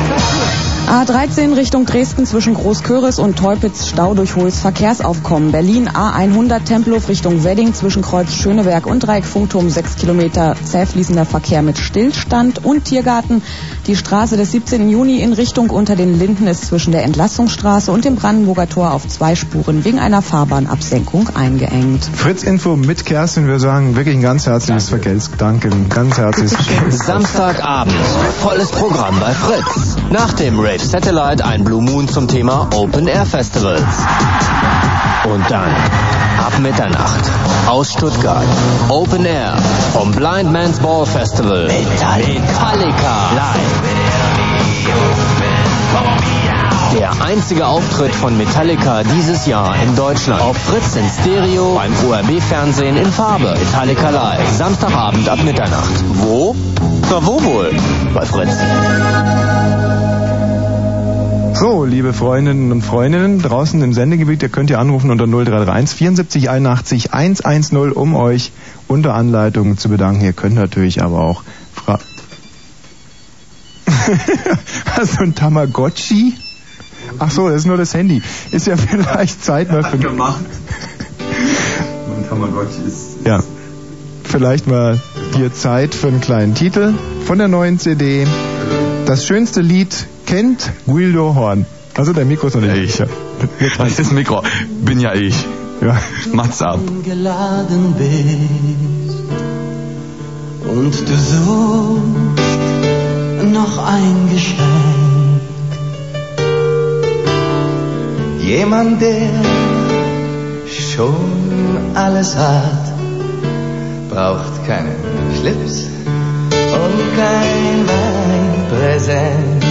A13 Richtung Dresden zwischen Großköris und Teupitz, Stau durch hohes Verkehrsaufkommen. Berlin A100 Tempelhof Richtung Wedding zwischen Kreuz Schöneberg und Dreieck Funkturm 6 Kilometer zäh fließender Verkehr mit Stillstand und Tiergarten. Die Straße des 17. Juni in Richtung Unter den Linden ist zwischen der Entlassungsstraße und dem Brandenburger Tor auf 2 Spuren wegen einer Fahrbahnabsenkung eingeengt. Fritz Info mit Kerstin, wir sagen wirklich ein ganz herzliches Danke, ein ganz herzliches Samstagabend, volles Programm bei Fritz. Nach dem Rave Satellite ein Blue Moon zum Thema Open Air Festivals. Und dann ab Mitternacht aus Stuttgart Open Air vom Blind Man's Ball Festival. Metallica live. Der einzige Auftritt von Metallica dieses Jahr in Deutschland. Auf Fritz in Stereo, beim ORB-Fernsehen in Farbe. Metallica live. Samstagabend ab Mitternacht. Wo? Na wo wohl? Bei Fritz. So, liebe Freundinnen und Freundinnen draußen im Sendegebiet, ihr könnt ja anrufen unter 0331 74 81 110, um euch unter Anleitung zu bedanken. Ihr könnt natürlich aber auch Hast du ein Tamagotchi? Ach so, das ist nur das Handy. Ist ja vielleicht Zeit mal für... gemacht. Mein Tamagotchi ist... Ja, vielleicht mal dir Zeit für einen kleinen Titel von der neuen CD. Das schönste Lied kennt Guido Horn. Also der Mikro ist noch nicht ich. Ja. Das ist das Mikro. Bin ja ich. Ja. Mach's ab. Geladen bist und du suchst noch ein Geschenk. Jemand, der schon alles hat, braucht keinen Schlips und kein Weinpräsent.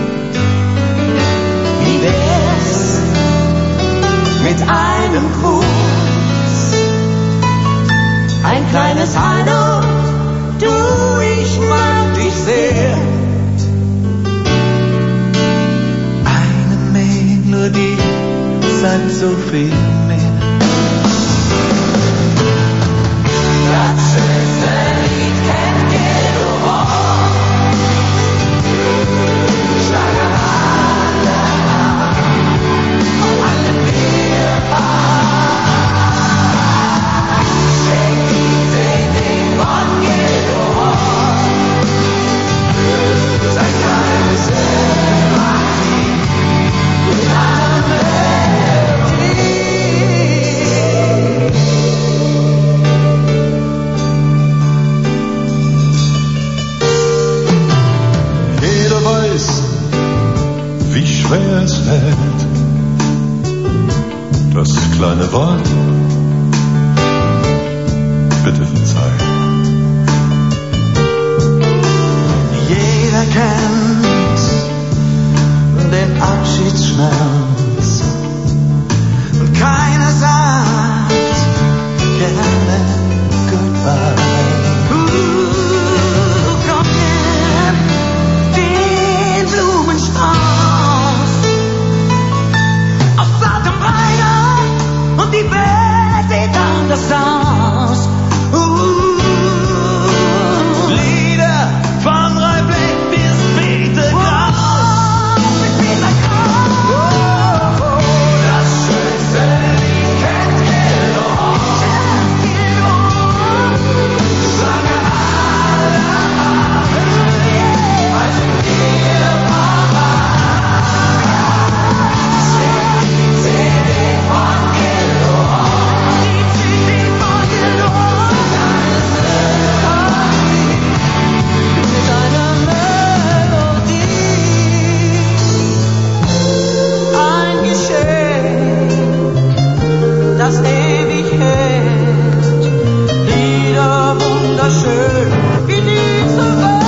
Wie wär's mit einem Gruß? Ein kleines Hallo, du, ich mag dich sehr. Eine Melodie bleibt so viel mehr. Das schönste Lied kennt jeder Ort. Schlage alle Bier an. Schenk die CD von jeder Ort. Sein kleines Sympathie mit einer Jeder weiß, wie schwer es fällt, das kleine Wort, bitte verzeih. Jeder kennt den Abschiedsschmerz und keiner sagt gerne Goodbye. Komm her, den Blumenstrauß aus zartem Weiher und die Welt sieht anders aus. Lieder von Rheinblick bis Peter Kraus. Das schönste Lied kennt jeder Ort. Solange alle halten wir parat. Schenk die CD von jeder Ort. Die CD von jeder Ort. Mit einer Melodie. Ein Geschenk, das ewig hält. Lieder wunderschön wie diese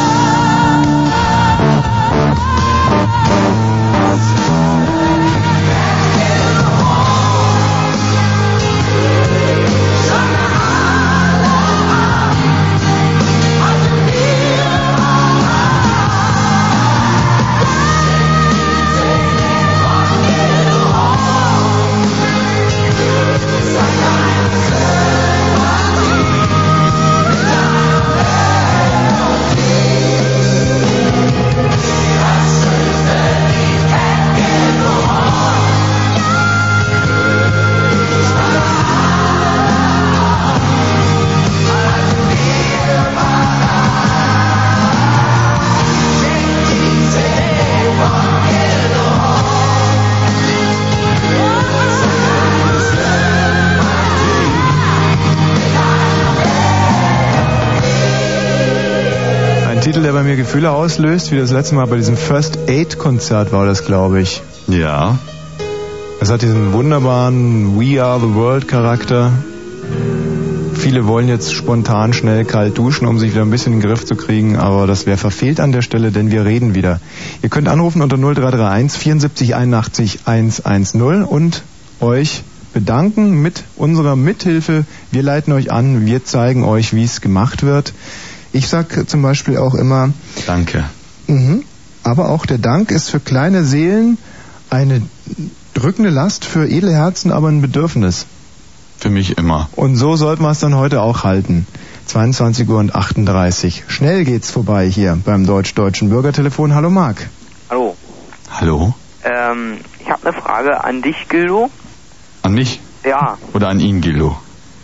Titel, der bei mir Gefühle auslöst, wie das letzte Mal bei diesem First Aid Konzert war das, glaube ich. Ja. Es hat diesen wunderbaren We Are the World Charakter. Viele wollen jetzt spontan schnell kalt duschen, um sich wieder ein bisschen in den Griff zu kriegen, aber das wäre verfehlt an der Stelle, denn wir reden wieder. Ihr könnt anrufen unter 0331 74 81 110 und euch bedanken mit unserer Mithilfe. Wir leiten euch an, wir zeigen euch, wie es gemacht wird. Ich sag zum Beispiel auch immer... Danke. Aber auch der Dank ist für kleine Seelen eine drückende Last, für edle Herzen aber ein Bedürfnis. Für mich immer. Und so sollten wir es dann heute auch halten. 22:38 Uhr. Schnell geht's vorbei hier beim Deutsch-Deutschen Bürgertelefon. Hallo Marc. Hallo. Hallo. Ich habe eine Frage an dich, Gildo. An mich? Ja. Oder an ihn, Gildo?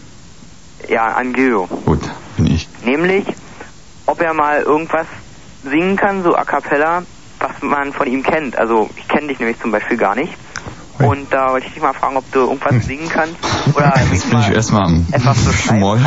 Ja, an Gildo. Gut, bin ich. Nämlich, ob er mal irgendwas singen kann, so a cappella, was man von ihm kennt. Also, ich kenne dich nämlich zum Beispiel gar nicht. Und da wollte ich dich mal fragen, ob du irgendwas singen kannst. Oder jetzt bin ich erstmal am etwas so Schmoll.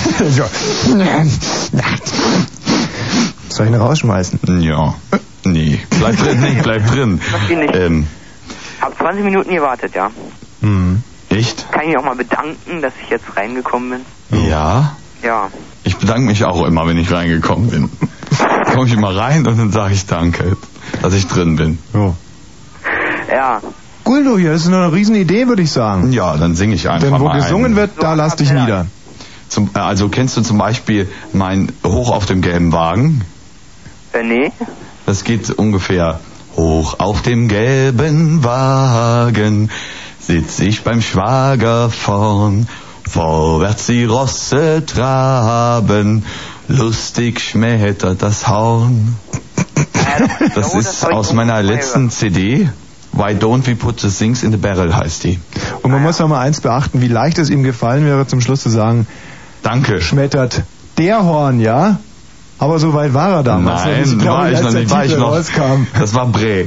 Soll ich ihn rausschmeißen? Ja. Nee, bleib drin, bleib drin. Hab 20 Minuten gewartet, ja. Echt? Kann ich mich auch mal bedanken, dass ich jetzt reingekommen bin? Ja? Ja. Ich bedanke mich auch immer, wenn ich reingekommen bin. Komme ich immer rein und dann sage ich danke, dass ich drin bin. Ja. Guldo hier, das ist eine riesen Idee, würde ich sagen. Ja, dann singe ich einfach mal. Denn wo gesungen wird, da lass dich nieder. Also kennst du zum Beispiel mein Hoch auf dem gelben Wagen? Nee. Das geht ungefähr: Hoch auf dem gelben Wagen sitz ich beim Schwager vorn, vorwärts die Rosse traben, lustig schmettert das Horn. Das ist aus meiner letzten CD. Why don't we put the things in the barrel heißt die. Und man muss noch mal eins beachten, wie leicht es ihm gefallen wäre, zum Schluss zu sagen, danke. Schmettert der Horn, ja? Aber so weit war er damals. Nein, war ich noch nicht. Rauskam. Das war Bre.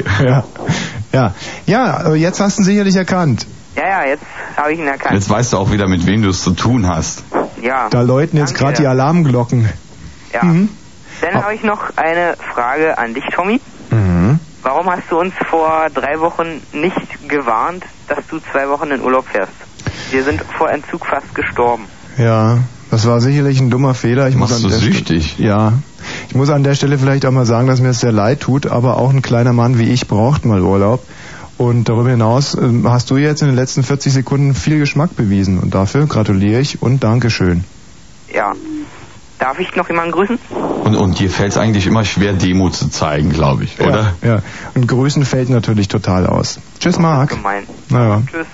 Ja, jetzt hast du ihn sicherlich erkannt. Ja, jetzt habe ich ihn erkannt. Jetzt weißt du auch wieder, mit wem du es zu tun hast. Ja. Da läuten jetzt gerade die Alarmglocken. Ja. Dann habe ich noch eine Frage an dich, Tommy. Warum hast du uns vor 3 Wochen nicht gewarnt, dass du 2 Wochen in Urlaub fährst? Wir sind vor Entzug fast gestorben. Ja, das war sicherlich ein dummer Fehler. Machst du süchtig? Ja. Ich muss an der Stelle vielleicht auch mal sagen, dass mir es sehr leid tut, aber auch ein kleiner Mann wie ich braucht mal Urlaub. Und darüber hinaus hast du jetzt in den letzten 40 Sekunden viel Geschmack bewiesen. Und dafür gratuliere ich und Dankeschön. Ja. Darf ich noch jemanden grüßen? Und dir fällt es eigentlich immer schwer, Demut zu zeigen, glaube ich, oder? Ja. Und grüßen fällt natürlich total aus. Tschüss, Marc. Gemein. Naja. Tschüss.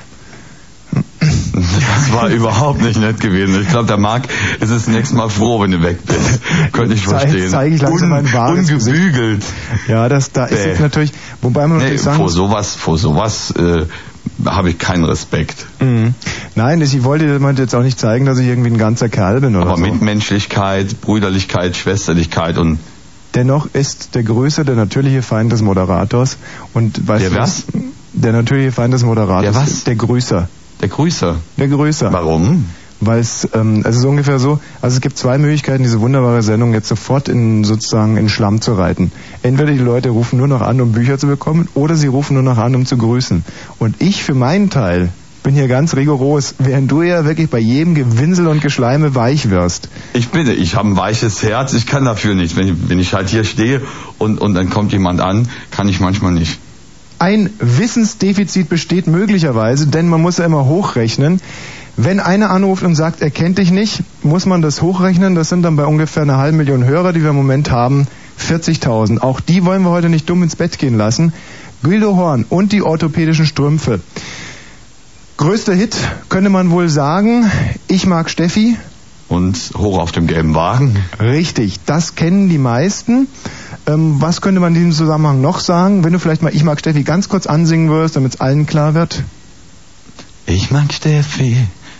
Das war überhaupt nicht nett gewesen. Ich glaube, der Marc ist das nächste Mal froh, wenn du weg bist. Könnte ich verstehen. Zeige ich langsam mein wahres ungebügelt. Gesicht. Ja, da ist jetzt natürlich, wobei man natürlich sagen muss, vor sowas habe ich keinen Respekt. Nein, ich wollte jetzt auch nicht zeigen, dass ich irgendwie ein ganzer Kerl bin oder aber so. Mitmenschlichkeit, Brüderlichkeit, Schwesterlichkeit und... Dennoch ist der Größe der natürliche Feind des Moderators. Und weißt der was? Der natürliche Feind des Moderators. Der was? Der Grüßer. Der Grüßer? Der Grüßer. Warum? Weil es ist ungefähr so, also es gibt 2 Möglichkeiten, diese wunderbare Sendung jetzt sofort in Schlamm zu reiten. Entweder die Leute rufen nur noch an, um Bücher zu bekommen, oder sie rufen nur noch an, um zu grüßen. Und ich für meinen Teil bin hier ganz rigoros, während du ja wirklich bei jedem Gewinsel und Geschleime weich wirst. Ich habe ein weiches Herz, ich kann dafür nicht. Wenn ich halt hier stehe und dann kommt jemand an, kann ich manchmal nicht. Ein Wissensdefizit besteht möglicherweise, denn man muss ja immer hochrechnen. Wenn einer anruft und sagt, er kennt dich nicht, muss man das hochrechnen. Das sind dann bei ungefähr 500.000 Hörer, die wir im Moment haben, 40.000. Auch die wollen wir heute nicht dumm ins Bett gehen lassen. Guido Horn und die orthopädischen Strümpfe. Größter Hit, könnte man wohl sagen, Ich mag Steffi. Und Hoch auf dem gelben Wagen. Richtig, das kennen die meisten. Was könnte man in diesem Zusammenhang noch sagen? Wenn du vielleicht mal Ich mag Steffi ganz kurz ansingen würdest, damit es allen klar wird. Ich mag Steffi,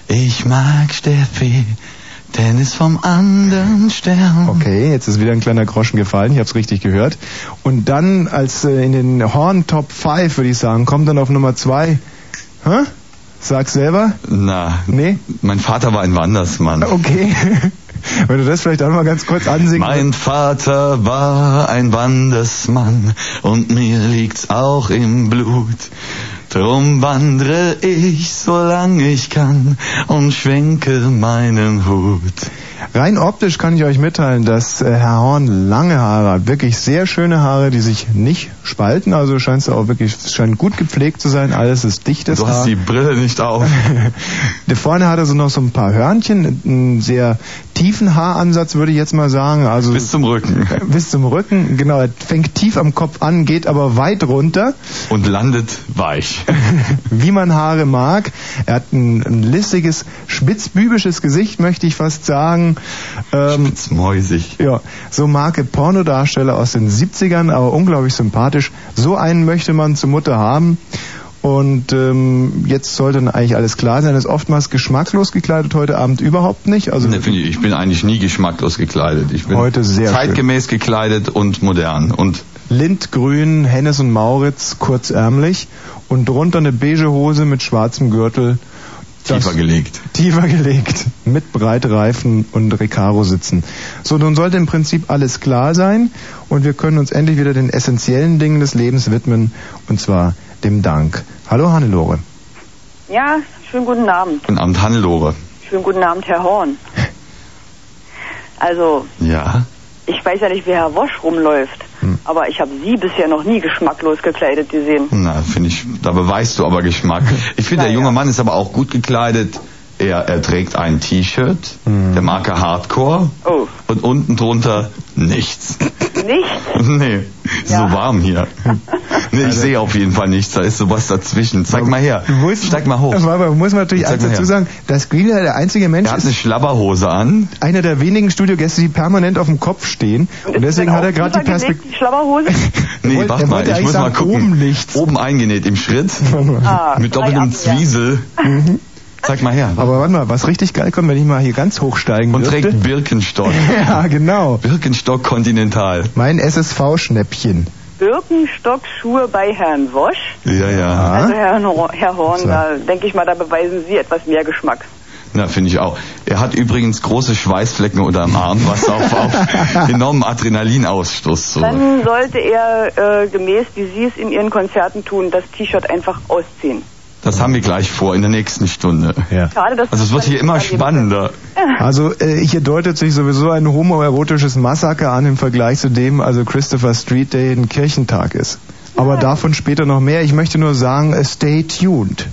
Tennis vom anderen Stern. Okay, jetzt ist wieder ein kleiner Groschen gefallen, ich hab's richtig gehört. Und dann als in den Horn Top 5, würde ich sagen, kommt dann auf Nummer 2. Hä? Sag's selber? Na, nee? Mein Vater war ein Wandersmann. Okay. Wenn du das vielleicht auch mal ganz kurz ansingen. Mein Vater war ein Wandersmann und mir liegt's auch im Blut. Drum wandre ich, solange ich kann und schwenke meinen Hut. Rein optisch kann ich euch mitteilen, dass Herr Horn lange Haare hat. Wirklich sehr schöne Haare, die sich nicht spalten. Also scheint gut gepflegt zu sein. Alles ist dichtes Haar. Du hast die Brille nicht auf. Vorne hat er so noch so ein paar Hörnchen. Einen sehr tiefen Haaransatz, würde ich jetzt mal sagen. Also bis zum Rücken. Bis zum Rücken, genau. Er fängt tief am Kopf an, geht aber weit runter. Und landet weich. Wie man Haare mag. Er hat ein listiges, spitzbübisches Gesicht, möchte ich fast sagen. Spitzmäusig. Ja, so Marke Pornodarsteller aus den 70ern, aber unglaublich sympathisch. So einen möchte man zur Mutter haben. Und jetzt sollte dann eigentlich alles klar sein. Er ist oftmals geschmacklos gekleidet, heute Abend überhaupt nicht. Also ich bin eigentlich nie geschmacklos gekleidet. Ich bin heute sehr zeitgemäß gekleidet und modern. Und Lindgrün, Hennes und Mauritz, kurzärmlich und drunter eine beige Hose mit schwarzem Gürtel. Tiefer gelegt, mit Breitreifen und Recaro sitzen. So, nun sollte im Prinzip alles klar sein und wir können uns endlich wieder den essentiellen Dingen des Lebens widmen, und zwar dem Dank. Hallo Hannelore. Ja, schönen guten Abend. Guten Abend, Hannelore. Schönen guten Abend, Herr Horn. Also, ja. Ich weiß ja nicht, wie Herr Wosch rumläuft, aber ich habe Sie bisher noch nie geschmacklos gekleidet gesehen. Na, finde ich, da beweist du aber Geschmack. Ich finde, der junge Mann ist aber auch gut gekleidet. Er trägt ein T-Shirt, der Marke Hardcore, und unten drunter nichts. Nichts? Nee, so warm hier. Nee, ich sehe auf jeden Fall nichts, da ist sowas dazwischen. Zeig mal her. Steig mal hoch. Aber muss man natürlich eins dazu sagen, dass Guido der einzige Mensch ist. Er hat eine Schlabberhose an. Einer der wenigen Studiogäste, die permanent auf dem Kopf stehen. Und deswegen hat er gerade die Perspektive. Die Schlabberhose? Nee, warte mal, ich muss mal gucken. Oben eingenäht im Schritt. Mit doppeltem Zwiesel. Zeig mal her. Aber warte mal, was richtig geil kommt, wenn ich mal hier ganz hochsteigen würde. Und dürfte. trägt Birkenstock. Ja, genau. Birkenstock Continental. Mein SSV-Schnäppchen. Birkenstock-Schuhe bei Herrn Wosch? Ja. Also Herr Horn, da denke ich mal, da beweisen Sie etwas mehr Geschmack. Na, finde ich auch. Er hat übrigens große Schweißflecken unter dem Arm, was auf enormen Adrenalinausstoß zurück. Dann sollte er gemäß, wie Sie es in Ihren Konzerten tun, das T-Shirt einfach ausziehen. Das haben wir gleich vor, in der nächsten Stunde. Ja. Schade, dass also es wird hier immer spannender. Also hier deutet sich sowieso ein homoerotisches Massaker an im Vergleich zu dem, also Christopher Street Day ein Kirchentag ist. Aber davon später noch mehr. Ich möchte nur sagen, stay tuned.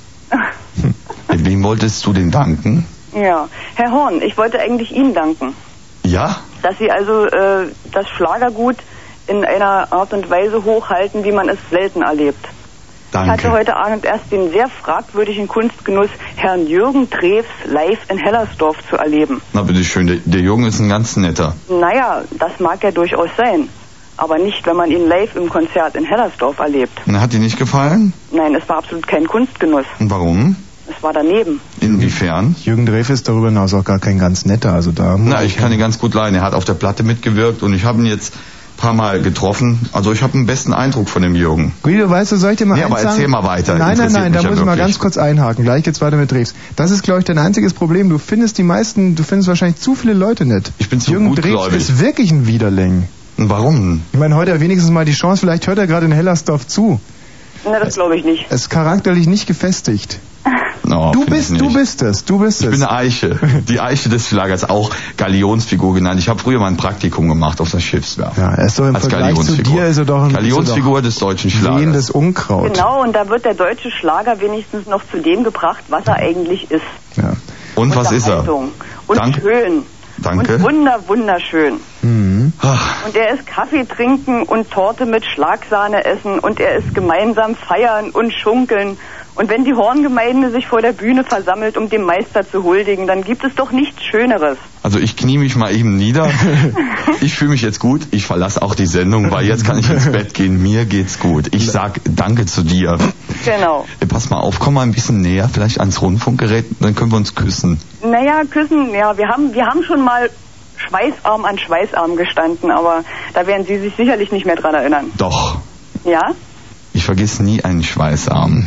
Wem wolltest du denn danken? Ja, Herr Horn, ich wollte eigentlich Ihnen danken. Ja? Dass Sie also das Schlagergut in einer Art und Weise hochhalten, wie man es selten erlebt. Danke. Ich hatte heute Abend erst den sehr fragwürdigen Kunstgenuss, Herrn Jürgen Drews live in Hellersdorf zu erleben. Na bitteschön, der Jürgen ist ein ganz netter. Naja, das mag ja durchaus sein. Aber nicht, wenn man ihn live im Konzert in Hellersdorf erlebt. Und hat dir nicht gefallen? Nein, es war absolut kein Kunstgenuss. Und warum? Es war daneben. Inwiefern? Jürgen Drews ist darüber hinaus auch gar kein ganz netter. Also da. Na, ich kann ihn ganz gut leiden. Er hat auf der Platte mitgewirkt und ich habe ihn jetzt paar Mal getroffen. Also ich habe einen besten Eindruck von dem Jürgen. Guido, weißt du, soll ich dir mal eins sagen? Aber erzähl mal weiter. Nein, da muss ich mal ganz kurz einhaken. Gleich geht's weiter mit Drews. Das ist, glaube ich, dein einziges Problem. Du findest wahrscheinlich zu viele Leute nett. Ich bin zu Jürgen gutgläubig. Drews ist wirklich ein Widerling. Und warum? Ich meine, heute wenigstens mal die Chance, vielleicht hört er gerade in Hellersdorf zu. Na, das glaube ich nicht. Er ist charakterlich nicht gefestigt. No, du bist es. Ich bin eine Eiche. Die Eiche des Schlagers, auch Galionsfigur genannt. Ich habe früher mal ein Praktikum gemacht auf das Schiffswerk. Ja, er ist so im Vergleich zu dir ist er doch ein Galionsfigur des deutschen Schlagers. Wehendes Unkraut. Genau, und da wird der deutsche Schlager wenigstens noch zu dem gebracht, was er eigentlich ist. Ja. Und was ist er? Und Danke. schön. Danke. Und wunderschön. Mhm. Und er ist Kaffee trinken und Torte mit Schlagsahne essen und er ist gemeinsam feiern und schunkeln. Und wenn die Horngemeinde sich vor der Bühne versammelt, um dem Meister zu huldigen, dann gibt es doch nichts Schöneres. Also ich knie mich mal eben nieder. Ich fühle mich jetzt gut. Ich verlasse auch die Sendung, weil jetzt kann ich ins Bett gehen. Mir geht's gut. Ich sag Danke zu dir. Genau. Pass mal auf, komm mal ein bisschen näher, vielleicht ans Rundfunkgerät, dann können wir uns küssen. Naja, küssen, ja, wir haben schon mal Schweißarm an Schweißarm gestanden, aber da werden Sie sich sicherlich nicht mehr dran erinnern. Doch. Ja? Ich vergiss nie einen Schweißarm.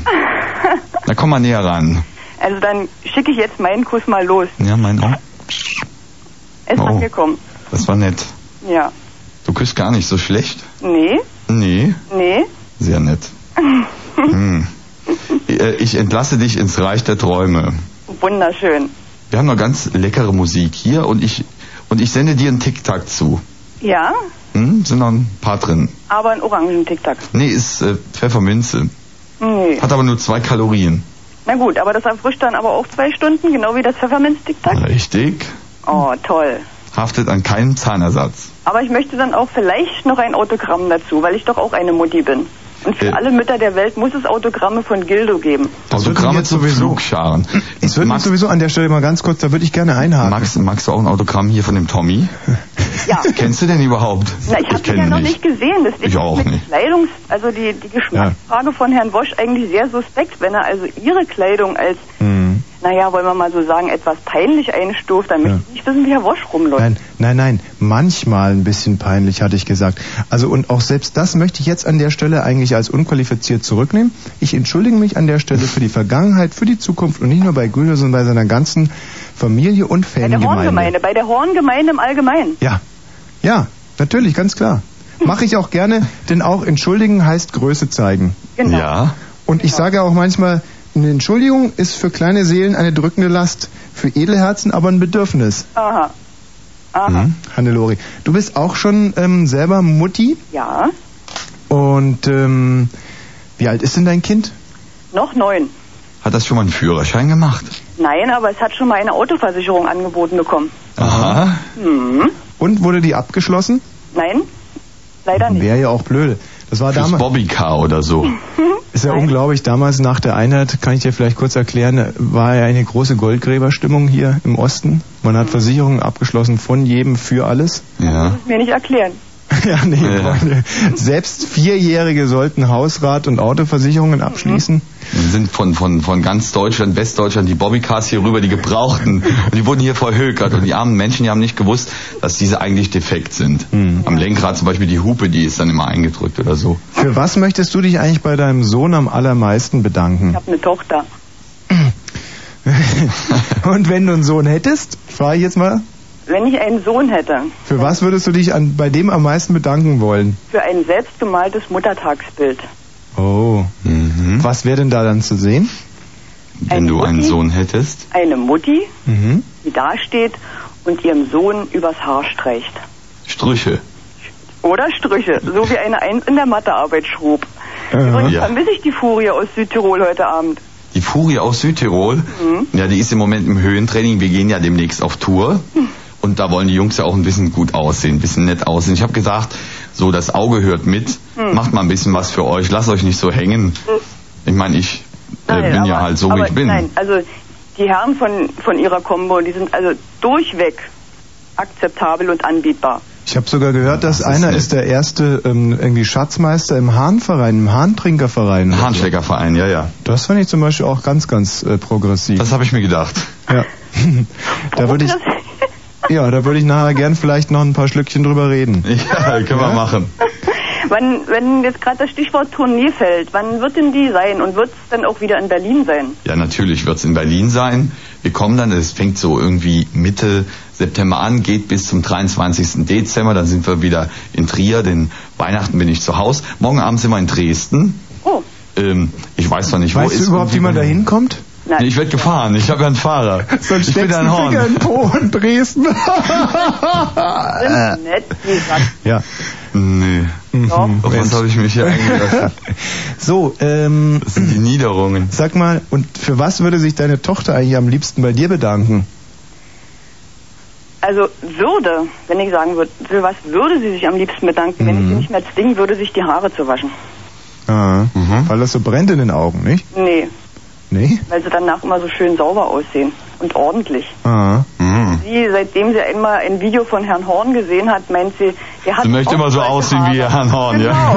Na komm mal näher ran. Also dann schicke ich jetzt meinen Kuss mal los. Ja, mein auch. Ist angekommen. Das war nett. Ja. Du küsst gar nicht so schlecht? Nee. Nee? Nee. Sehr nett. Ich entlasse dich ins Reich der Träume. Wunderschön. Wir haben noch ganz leckere Musik hier und ich sende dir einen Tic-Tac zu. Ja? Sind noch ein paar drin. Aber ein Orangen-Tic-Tac. Nee, ist Pfefferminze. Nee. Hat aber nur 2 Kalorien. Na gut, aber das erfrischt dann aber auch 2 Stunden, genau wie das Pfefferminz-Tic-Tac. Richtig. Oh, toll. Haftet an keinen Zahnersatz. Aber ich möchte dann auch vielleicht noch ein Autogramm dazu, weil ich doch auch eine Mutti bin. Und für alle Mütter der Welt muss es Autogramme von Gildo geben. Autogramme zu Flugscharen. Das würde mich sowieso an der Stelle mal ganz kurz, da würde ich gerne einhaken. Magst du auch ein Autogramm hier von dem Tommy? Ja. Kennst du den überhaupt? Na, ich habe ihn ja noch nicht gesehen. Deswegen ich auch ist nicht. Also die Geschmacksfrage von Herrn Wosch eigentlich sehr suspekt, wenn er also Ihre Kleidung als, naja, wollen wir mal so sagen, etwas peinlich einstuft, dann möchte ich nicht wissen, wie Herr Wosch rumläuft. Nein, manchmal ein bisschen peinlich, hatte ich gesagt. Also und auch selbst das möchte ich jetzt an der Stelle eigentlich als unqualifiziert zurücknehmen. Ich entschuldige mich an der Stelle für die Vergangenheit, für die Zukunft und nicht nur bei Guido, sondern bei seiner ganzen Familie und Fangemeinde. Bei der Horngemeinde im Allgemeinen. Ja, natürlich, ganz klar. Mache ich auch gerne, denn auch entschuldigen heißt Größe zeigen. Genau. Ja. Und ich sage auch manchmal, eine Entschuldigung ist für kleine Seelen eine drückende Last, für Edelherzen aber ein Bedürfnis. Aha. Hannelore, du bist auch schon selber Mutti? Ja. Und wie alt ist denn dein Kind? Noch 9. Hat das schon mal einen Führerschein gemacht? Nein, aber es hat schon mal eine Autoversicherung angeboten bekommen. Aha. Und wurde die abgeschlossen? Nein, leider nicht. Wäre ja auch blöde. Das war Fürs damals. Bobbycar oder so. Ist ja unglaublich. Damals nach der Einheit, kann ich dir vielleicht kurz erklären, war ja eine große Goldgräberstimmung hier im Osten. Man hat Versicherungen abgeschlossen von jedem für alles. Ja. Mir nicht erklären. Ja, nee, Freunde. Selbst Vierjährige sollten Hausrat- und Autoversicherungen abschließen. Sind von ganz Deutschland, Westdeutschland, die Bobbycars hier rüber, die gebrauchten. Und die wurden hier verhökert. Und die armen Menschen, die haben nicht gewusst, dass diese eigentlich defekt sind. Am Lenkrad zum Beispiel die Hupe, die ist dann immer eingedrückt oder so. Für was möchtest du dich eigentlich bei deinem Sohn am allermeisten bedanken? Ich habe eine Tochter. Und wenn du einen Sohn hättest, frage ich jetzt mal, Wenn ich einen Sohn hätte, für was würdest du dich bei dem am meisten bedanken wollen? für ein selbstgemaltes Muttertagsbild. Oh. Was wäre denn da dann zu sehen? Wenn du einen Sohn hättest? Eine Mutti, Mhm. die dasteht und ihrem Sohn übers Haar streicht. Strüche. Oder Strüche, so wie eine Eins in der Mathearbeit schrub. Übrigens Ja. vermisse ich die Furie aus Südtirol heute Abend. Die Furie aus Südtirol, ja, die ist im Moment im Höhentraining. Wir gehen ja demnächst auf Tour. Und da wollen die Jungs ja auch ein bisschen gut aussehen, ein bisschen nett aussehen. Ich habe gesagt, so das Auge hört mit, macht mal ein bisschen was für euch, lasst euch nicht so hängen. Ich meine, ich bin ja halt so, wie ich bin. Nein, also die Herren von ihrer Combo, die sind also durchweg akzeptabel und anbietbar. Ich habe sogar gehört, dass einer ist der erste irgendwie Schatzmeister im Hahnverein, im Hahntrinkerverein. Hahnschlägerverein, ja, ja. Das fand ich zum Beispiel auch ganz, ganz progressiv. Das habe ich mir gedacht. Ja. Da würde ich nachher gern vielleicht noch ein paar Schlückchen drüber reden. Ja, können wir machen. Wenn jetzt gerade das Stichwort Tournee fällt, wann wird denn die sein und wird es dann auch wieder in Berlin sein? Ja, natürlich wird's in Berlin sein. Wir kommen dann, es fängt so irgendwie Mitte September an, geht bis zum 23. Dezember, dann sind wir wieder in Trier, denn Weihnachten bin ich zu Hause. Morgen Abend sind wir in Dresden. Oh. Ich weiß noch nicht, wo Weißt du überhaupt, wie man da hinkommt? Nein. Nee, ich werde gefahren, ich habe ja einen Fahrer. Sonst Ich bin steckst ein du Horn. Finger in Po und Dresden. Sind nett, wie gesagt. Ja. Nee. Doch. Auf was habe ich mich hier eingelassen? So, Das sind die Niederungen. sag mal, und für was würde sich deine Tochter eigentlich am liebsten bei dir bedanken? Also würde, wenn ich sagen würde, für was würde sie sich am liebsten bedanken, wenn ich sie nicht mehr zwingen würde, sich die Haare zu waschen? Ah, weil das so brennt in den Augen, nicht? Nee, Nee? weil sie danach immer so schön sauber aussehen und ordentlich. Ah. Sie, seitdem sie einmal ein Video von Herrn Horn gesehen hat, meint sie, er hat Sie möchte immer so auch aussehen wie Haare. Herrn Horn, ja.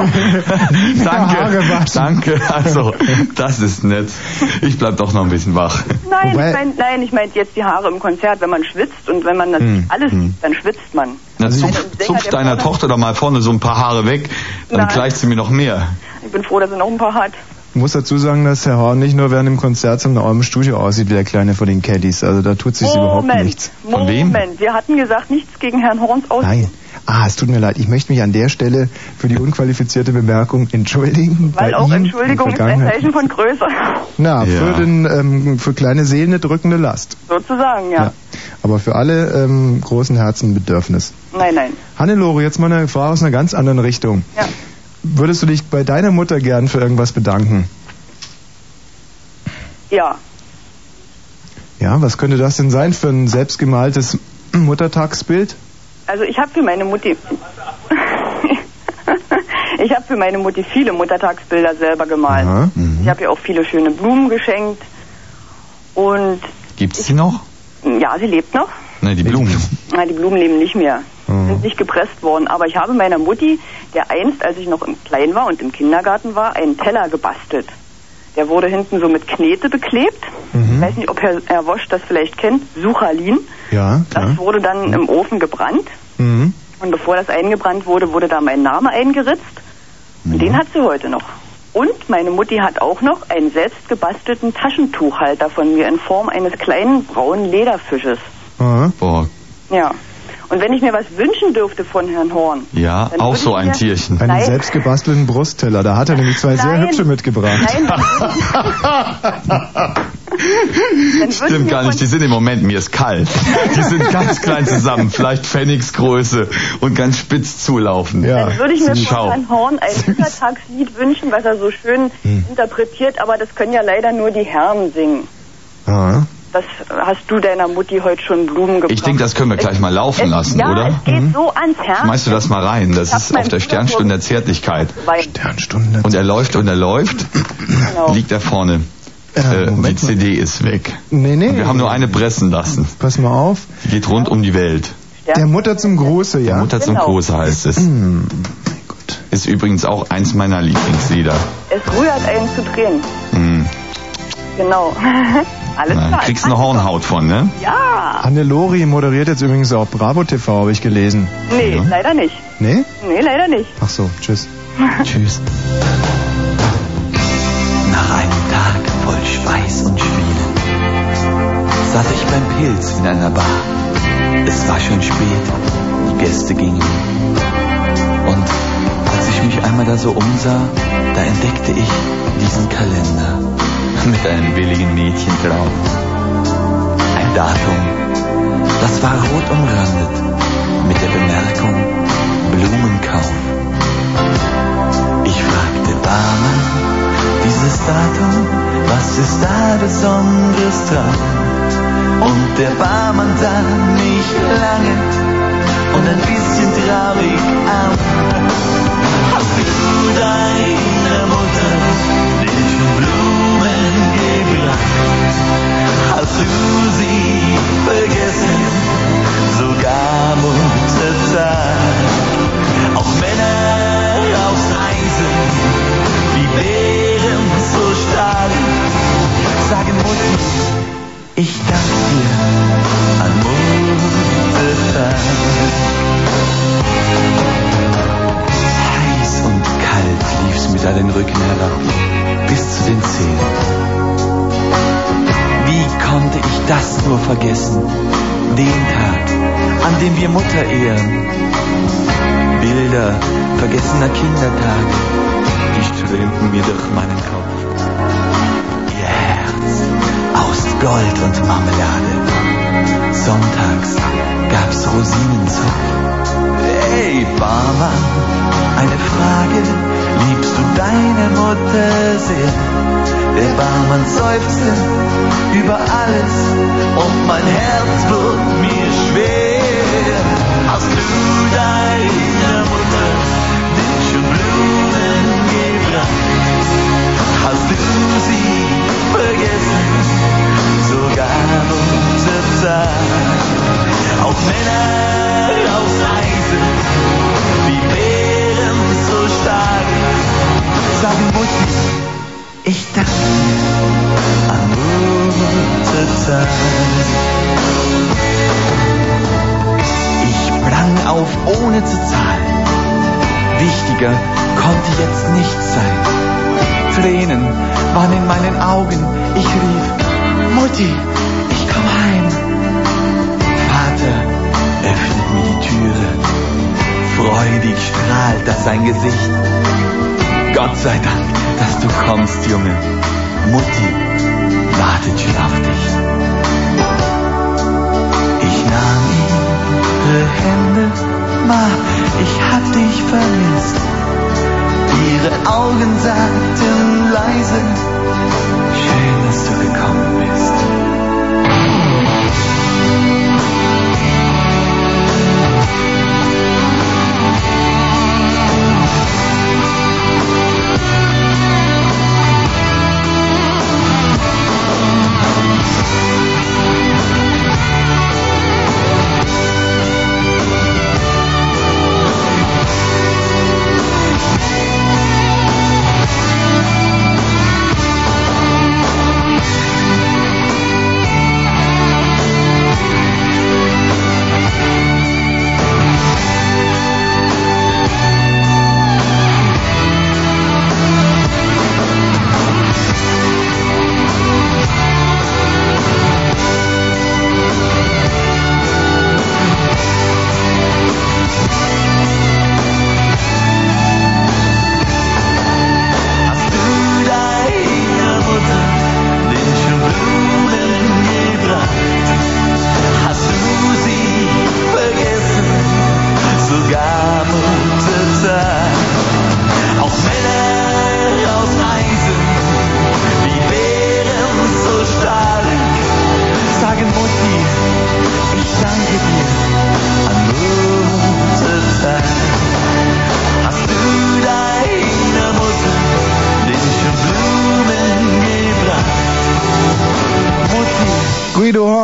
Danke, also, das ist nett. Ich bleib doch noch ein bisschen wach. Nein, ich meine jetzt die Haare im Konzert, wenn man schwitzt und wenn man natürlich alles sieht, dann schwitzt man. Na, zupf deiner Tochter doch mal vorne so ein paar Haare weg, dann Nein. gleicht sie mir noch mehr. Ich bin froh, dass sie noch ein paar hat. Ich muss dazu sagen, dass Herr Horn nicht nur während dem Konzert, sondern auch im Studio aussieht wie der Kleine von den Caddies. Also da tut sich überhaupt nichts. Moment, wir hatten gesagt, nichts gegen Herrn Horns Aussehen. Nein. Es tut mir leid. Ich möchte mich an der Stelle für die unqualifizierte Bemerkung entschuldigen. Weil bei auch ihm Entschuldigung in ist ein Vergangenheit. Zeichen von Größe. Na, Ja. für kleine Seelen eine drückende Last. Sozusagen, ja. Aber für alle großen Herzen Bedürfnis. Nein. Hannelore, jetzt mal eine Frage aus einer ganz anderen Richtung. Ja. Würdest du dich bei deiner Mutter gern für irgendwas bedanken? Ja. Ja, was könnte das denn sein für ein selbstgemaltes Muttertagsbild? Also ich habe für meine Mutti viele Muttertagsbilder selber gemalt. Aha. Ich habe ihr auch viele schöne Blumen geschenkt. Und Gibt's sie noch? ja, sie lebt noch. Ne, die Blumen. Na, die Blumen leben nicht mehr. Sind nicht gepresst worden. Aber ich habe meiner Mutti, der einst, als ich noch klein war und im Kindergarten war, einen Teller gebastelt. Der wurde hinten so mit Knete beklebt. Ich weiß nicht, ob Herr Wosch das vielleicht kennt. Suchalin. Ja, Das klar. wurde dann im Ofen gebrannt. Mhm. Und bevor das eingebrannt wurde, wurde da mein Name eingeritzt. Und den hat sie heute noch. Und meine Mutti hat auch noch einen selbst gebastelten Taschentuchhalter von mir in Form eines kleinen braunen Lederfisches. Aha. Boah, Ja. Und wenn ich mir was wünschen dürfte von Herrn Horn. ja, Dann auch würde so ich ein mir- Tierchen. Einen Nein. selbst gebastelten Brustteller. Da hat er nämlich zwei sehr Nein. hübsche mitgebracht. Nein, dann Stimmt gar nicht, die sind im Moment, mir ist kalt. Die sind ganz klein zusammen, vielleicht Pfennigsgröße und ganz spitz zulaufen. Dann würde ich mir von Schau. Herrn Horn ein Muttertagslied wünschen, was er so schön interpretiert, aber das können ja leider nur die Herren singen. Aha. Das hast du deiner Mutti heute schon Blumen gebracht. Ich denke, das können wir gleich mal laufen lassen, ja, oder? Es geht so ans Herz. Schmeißt du das mal rein? Das ist auf der Sternstunde der Zärtlichkeit. Sternstunde. Und er läuft, genau. Liegt da vorne. Die CD ist weg. Nee. Und wir haben nur eine pressen lassen. Pass mal auf. Die geht rund um die Welt. Der Mutter zum Gruße, ja? Der Mutter zum Gruße heißt es. Ist übrigens auch eins meiner Lieblingslieder. Es rührt einen zu Tränen. Genau. Alles klar. Kriegst eine Hornhaut von, ne? Ja. Hannelore moderiert jetzt übrigens auch Bravo TV, habe ich gelesen. Nee, leider nicht. Nee? Nee, leider nicht. Ach so, tschüss. Tschüss. Nach einem Tag voll Schweiß und Spielen saß ich beim Pilz in einer Bar. Es war schon spät, die Gäste gingen. Und als ich mich einmal da so umsah, da entdeckte ich diesen Kalender mit einem willigen Mädchen drauf. Ein Datum, das war rot umrandet mit der Bemerkung Blumenkauf. Ich fragte Barmann, dieses Datum, was ist da Besonderes dran? Und der Barmann sah mich lange und ein bisschen traurig an. Hast du deiner Mutter nicht Blumen gebracht? Hast du sie vergessen, sogar Muttertag? Auch Männer aus Eisen, wie Bären so stark, sagen Mutter, ich danke dir an Muttertag. Heiß und kalt lief's mir da den Rücken herab, bis zu den Zehen. Wie konnte ich das nur vergessen? Den Tag, an dem wir Mutter ehren. Bilder vergessener Kindertage, die strömten mir durch meinen Kopf. Ihr Herz aus Gold und Marmelade. Sonntags gab's Rosinenzopf. Hey Barmann, eine Frage, liebst du deine Mutter sehr? Der Barmann seufzte über alles und mein Herz wird mir schwer. Hast du deiner Mutter denn schon Blumen gebracht? Hast du sie vergessen, sogar Muttertag? Auch Männer aus Eisen, wie Bären so stark, sagen Mutti, ich danke an Muttertag. Ich sprang auf, ohne zu zahlen. Wichtiger konnte jetzt nichts sein. Tränen waren in meinen Augen. Ich rief, Mutti, ich komm heim. Vater öffnet mir die Türe. Freudig strahlt das sein Gesicht. Gott sei Dank, dass du kommst, Junge. Mutti wartet schon auf dich. Ich nahm ihre Hände, Ma, ich hab dich vermisst. Ihre Augen sagten leise, schön, dass du gekommen bist.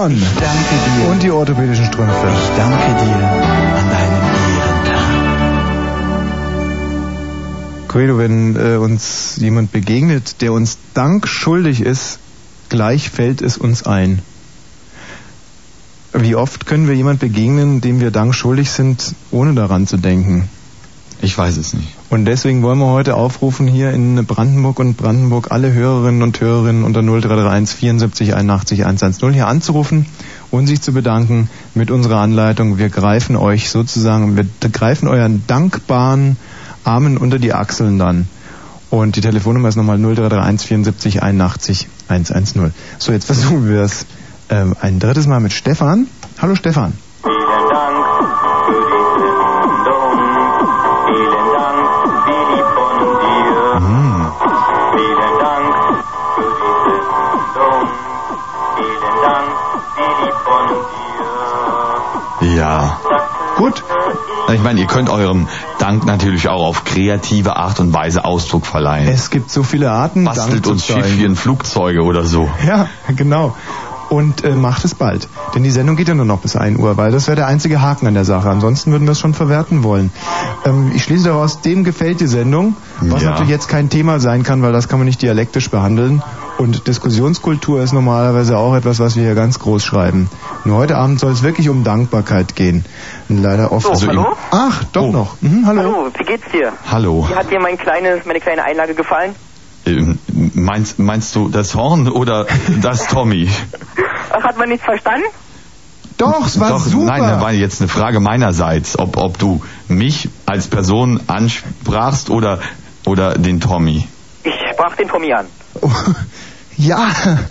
Stefan. Ich danke dir. Und die orthopädischen Strümpfe. Ich danke dir an deinem Ehrentag. Guido, wenn uns jemand begegnet, der uns Dank schuldig ist, gleich fällt es uns ein. Wie oft können wir jemand begegnen, dem wir Dank schuldig sind, ohne daran zu denken? Ich weiß es nicht. Und deswegen wollen wir heute aufrufen, hier in Brandenburg und Brandenburg alle Hörerinnen und Hörerinnen unter 0331 74 81 110 hier anzurufen und sich zu bedanken mit unserer Anleitung. Wir greifen euch sozusagen, wir greifen euren dankbaren Armen unter die Achseln dann. Und die Telefonnummer ist nochmal 0331 74 81 110. So, jetzt versuchen wir es ein drittes Mal mit Stefan. Hallo Stefan. Vielen Dank für diese Sendung. Vielen Dank, wie lieb von dir. Vielen Dank für diese Sendung. Vielen Dank, wie lieb von dir. Ja. Gut. Ich meine, ihr könnt eurem Dank natürlich auch auf kreative Art und Weise Ausdruck verleihen. Es gibt so viele Arten, Bastelt Dank uns zu zeigen. Schiffchen-Flugzeuge oder so. Ja, genau. Und macht es bald. Denn die Sendung geht ja nur noch bis 1 Uhr, weil das wäre der einzige Haken an der Sache. Ansonsten würden wir es schon verwerten wollen. Ich schließe daraus, dem gefällt die Sendung, was natürlich jetzt kein Thema sein kann, weil das kann man nicht dialektisch behandeln. Und Diskussionskultur ist normalerweise auch etwas, was wir hier ganz groß schreiben. Nur heute Abend soll es wirklich um Dankbarkeit gehen. Und leider oft... So, hallo? Ach, doch noch. Hallo. Hallo, wie geht's dir? Hallo. Wie hat dir meine kleine Einlage gefallen? Meinst du das Horn oder das Tommy? Ach, hat man nichts verstanden? Doch, es war super. Nein, da war jetzt eine Frage meinerseits, ob du mich als Person ansprachst oder den Tommy. Ich sprach den Tommy an. Ja,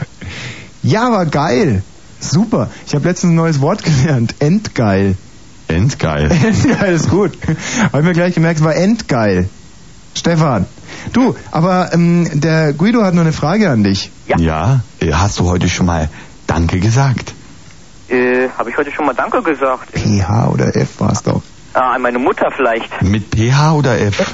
war geil. Super. Ich habe letztens ein neues Wort gelernt. Endgeil. Endgeil. Endgeil ist gut. Habe ich mir gleich gemerkt, es war endgeil. Stefan. Du, aber der Guido hat noch eine Frage an dich. Ja. Hast du heute schon mal Danke gesagt? Habe ich heute schon mal Danke gesagt? PH oder F war es doch. Ah, an meine Mutter vielleicht. Mit PH oder F?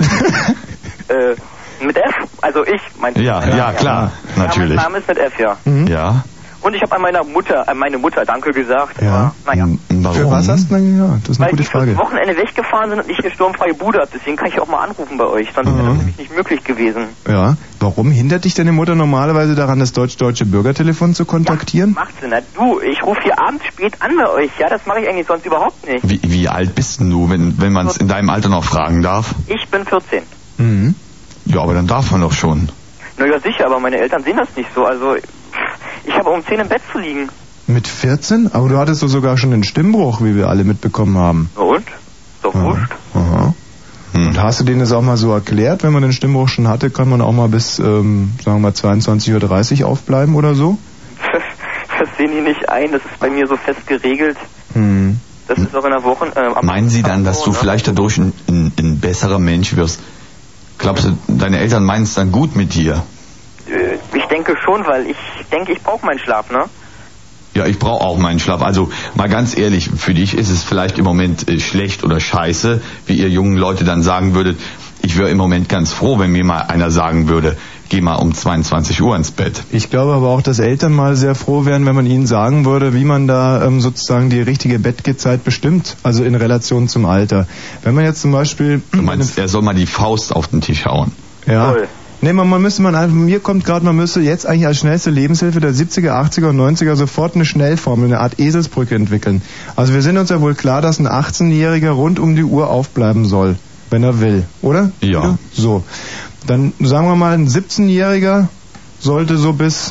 Mit F? Also ich, Ja, klar, natürlich. Ja, mein Name ist mit F, ja. Ja. Und ich habe an meine Mutter Danke gesagt. Ja. Naja. Warum? Für was hast du denn? Ja, das ist eine Weil gute die Frage. fürs Wochenende weggefahren sind und ich eine sturmfreie Bude habe. Deswegen kann ich auch mal anrufen bei euch. Sonst wäre das nämlich nicht möglich gewesen. Ja. Warum hindert dich deine Mutter normalerweise daran, das deutsche Bürgertelefon zu kontaktieren? Macht sie nicht. Du, ich rufe hier abends spät an bei euch. Ja, das mache ich eigentlich sonst überhaupt nicht. Wie alt bist denn du, wenn man es in deinem Alter noch fragen darf? Ich bin 14. Mhm. Ja, aber dann darf man doch schon. Naja, sicher, aber meine Eltern sehen das nicht so. Also, ich habe um 10 im Bett zu liegen. Mit 14? Aber du hattest doch sogar schon einen Stimmbruch, wie wir alle mitbekommen haben. Na und? Ist doch wurscht. Aha. Und hast du denen das auch mal so erklärt? Wenn man den Stimmbruch schon hatte, kann man auch mal bis, sagen wir mal, 22:30 Uhr aufbleiben oder so? Das sehen die nicht ein. Das ist bei mir so fest geregelt. Das ist auch in der Woche... Meinen Sie dann, dass du vielleicht dadurch ein besserer Mensch wirst? Glaubst du, deine Eltern meinen es dann gut mit dir? Ich denke schon, weil ich denke, ich brauche meinen Schlaf, ne? Ja, ich brauche auch meinen Schlaf. Also mal ganz ehrlich, für dich ist es vielleicht im Moment schlecht oder scheiße, wie ihr jungen Leute dann sagen würdet. Ich wäre im Moment ganz froh, wenn mir mal einer sagen würde, geh mal um 22 Uhr ins Bett. Ich glaube aber auch, dass Eltern mal sehr froh wären, wenn man ihnen sagen würde, wie man da sozusagen die richtige Bettgehzeit bestimmt, also in Relation zum Alter. Wenn man jetzt zum Beispiel... Du meinst, er soll mal die Faust auf den Tisch hauen? Ja. Toll. Nee, man müsste jetzt eigentlich als schnellste Lebenshilfe der 70er, 80er und 90er sofort eine Schnellformel, eine Art Eselsbrücke entwickeln. Also wir sind uns ja wohl klar, dass ein 18-Jähriger rund um die Uhr aufbleiben soll, wenn er will, oder? Ja. So. Dann sagen wir mal, ein 17-Jähriger sollte so bis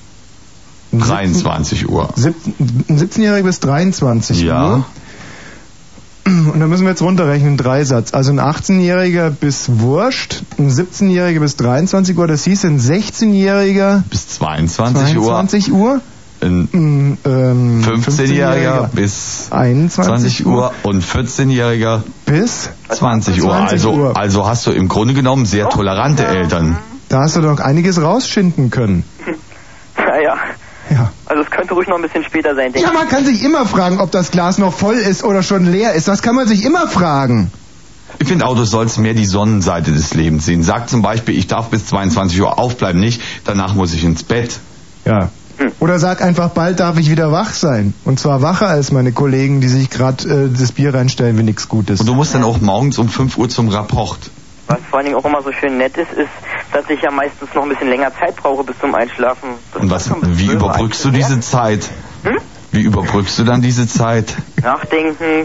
23 Uhr. Ein 17-Jähriger bis 23 Uhr. Und dann müssen wir jetzt runterrechnen, Dreisatz. Also ein 18-Jähriger bis Wurscht, ein 17-Jähriger bis 23 Uhr, das hieß ein 16-Jähriger bis 22 Uhr. Ein 15-Jähriger bis 21 Uhr und 14-Jähriger bis 20 Uhr. Also hast du im Grunde genommen sehr tolerante Eltern. Da hast du doch einiges rausschinden können. Ja. Also es könnte ruhig noch ein bisschen später sein, denke ich. Ja, man kann sich immer fragen, ob das Glas noch voll ist oder schon leer ist. Das kann man sich immer fragen. Ich finde auch, du sollst mehr die Sonnenseite des Lebens sehen. Sag zum Beispiel, ich darf bis 22 Uhr aufbleiben, nicht, danach muss ich ins Bett. Ja. Oder sag einfach, bald darf ich wieder wach sein. Und zwar wacher als meine Kollegen, die sich gerade das Bier reinstellen wie nichts Gutes. Und du musst dann auch morgens um 5 Uhr zum Rapport. Was vor allen Dingen auch immer so schön nett ist, dass ich ja meistens noch ein bisschen länger Zeit brauche bis zum Einschlafen. Und wie überbrückst du diese Zeit? Wie überbrückst du dann diese Zeit? Nachdenken,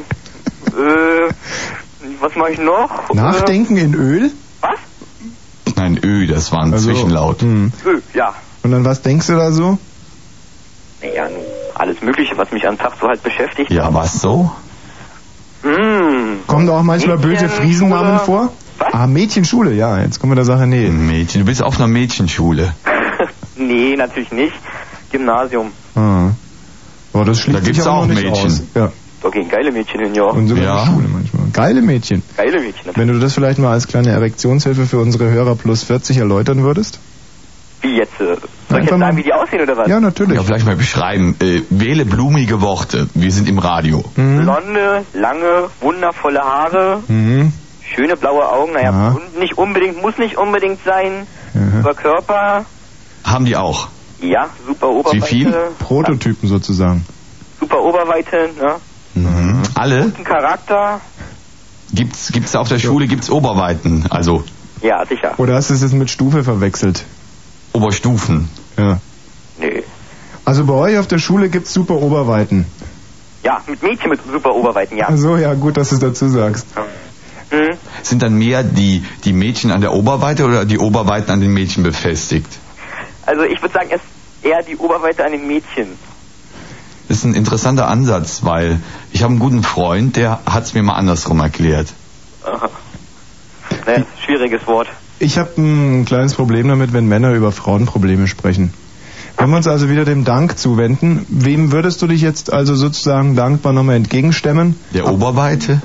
was mache ich noch? Nachdenken in Öl? Was? Nein, das war ein Zwischenlaut. Ja. Und an was denkst du da so? Naja, alles Mögliche, was mich am Tag so halt beschäftigt. Ja, was so? Kommen da auch manchmal böse Friesennamen vor? Was? Ah, Mädchenschule, ja, jetzt kommen wir der Sache näher. Mädchen, du bist auf einer Mädchenschule. Nee, natürlich nicht. Gymnasium. Ah. Oh, das schließt Da gibt's sich aber auch noch nicht Mädchen. aus. Ja. Da gehen geile Mädchen hin, ja. Und sogar in die Schule manchmal. Geile Mädchen. Geile Mädchen. Wenn du das vielleicht mal als kleine Erektionshilfe für unsere Hörer plus 40 erläutern würdest? Wie jetzt? Soll ich jetzt sagen, wie die aussehen oder was? Ja, natürlich. Ja, vielleicht mal beschreiben. Wähle blumige Worte. Wir sind im Radio. Blonde, lange, wundervolle Haare, schöne blaue Augen, naja, und nicht unbedingt, muss nicht unbedingt sein. Super Körper. Haben die auch? Ja, super Oberweite. Wie viel? Prototypen sozusagen. Super Oberweite, ne? Alle? Guten Charakter. Gibt's auf der Schule, gibt's Oberweiten? Also. Ja, sicher. Oder hast du es jetzt mit Stufe verwechselt? Oberstufen. Ja. Nee. Also bei euch auf der Schule gibt's super Oberweiten. Ja, mit Mädchen mit super Oberweiten, ja. Ach so, ja, gut, dass du es dazu sagst. Sind dann mehr die Mädchen an der Oberweite oder die Oberweiten an den Mädchen befestigt? Also ich würde sagen, es ist eher die Oberweite an den Mädchen. Das ist ein interessanter Ansatz, weil ich habe einen guten Freund, der hat's mir mal andersrum erklärt. Aha. Naja, schwieriges Wort. Ich habe ein kleines Problem damit, wenn Männer über Frauenprobleme sprechen. Wenn wir uns also wieder dem Dank zuwenden, wem würdest du dich jetzt also sozusagen dankbar nochmal entgegenstemmen? Der Oberweite?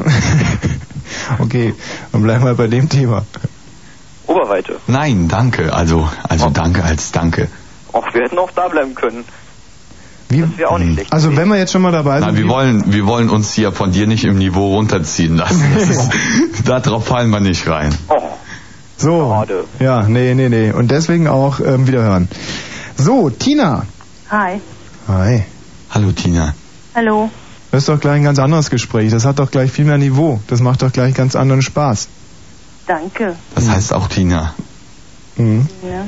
Okay, dann bleiben wir bei dem Thema. Oberweite? Nein, danke. Also danke als Danke. Ach, wir hätten auch da bleiben können. Wie? Das wäre auch nicht schlecht. Also wenn wir jetzt schon mal dabei sind... Nein, wir wollen uns hier von dir nicht im Niveau runterziehen lassen. Darauf fallen wir nicht rein. Oh. So, schade. Ja, nee. Und deswegen auch wieder hören. So, Tina. Hi. Hi. Hallo, Tina. Hallo. Das ist doch gleich ein ganz anderes Gespräch. Das hat doch gleich viel mehr Niveau. Das macht doch gleich ganz anderen Spaß. Danke. Das heißt auch Tina. Mhm. Ja.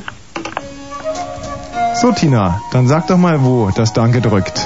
So, Tina, dann sag doch mal, wo das Danke drückt.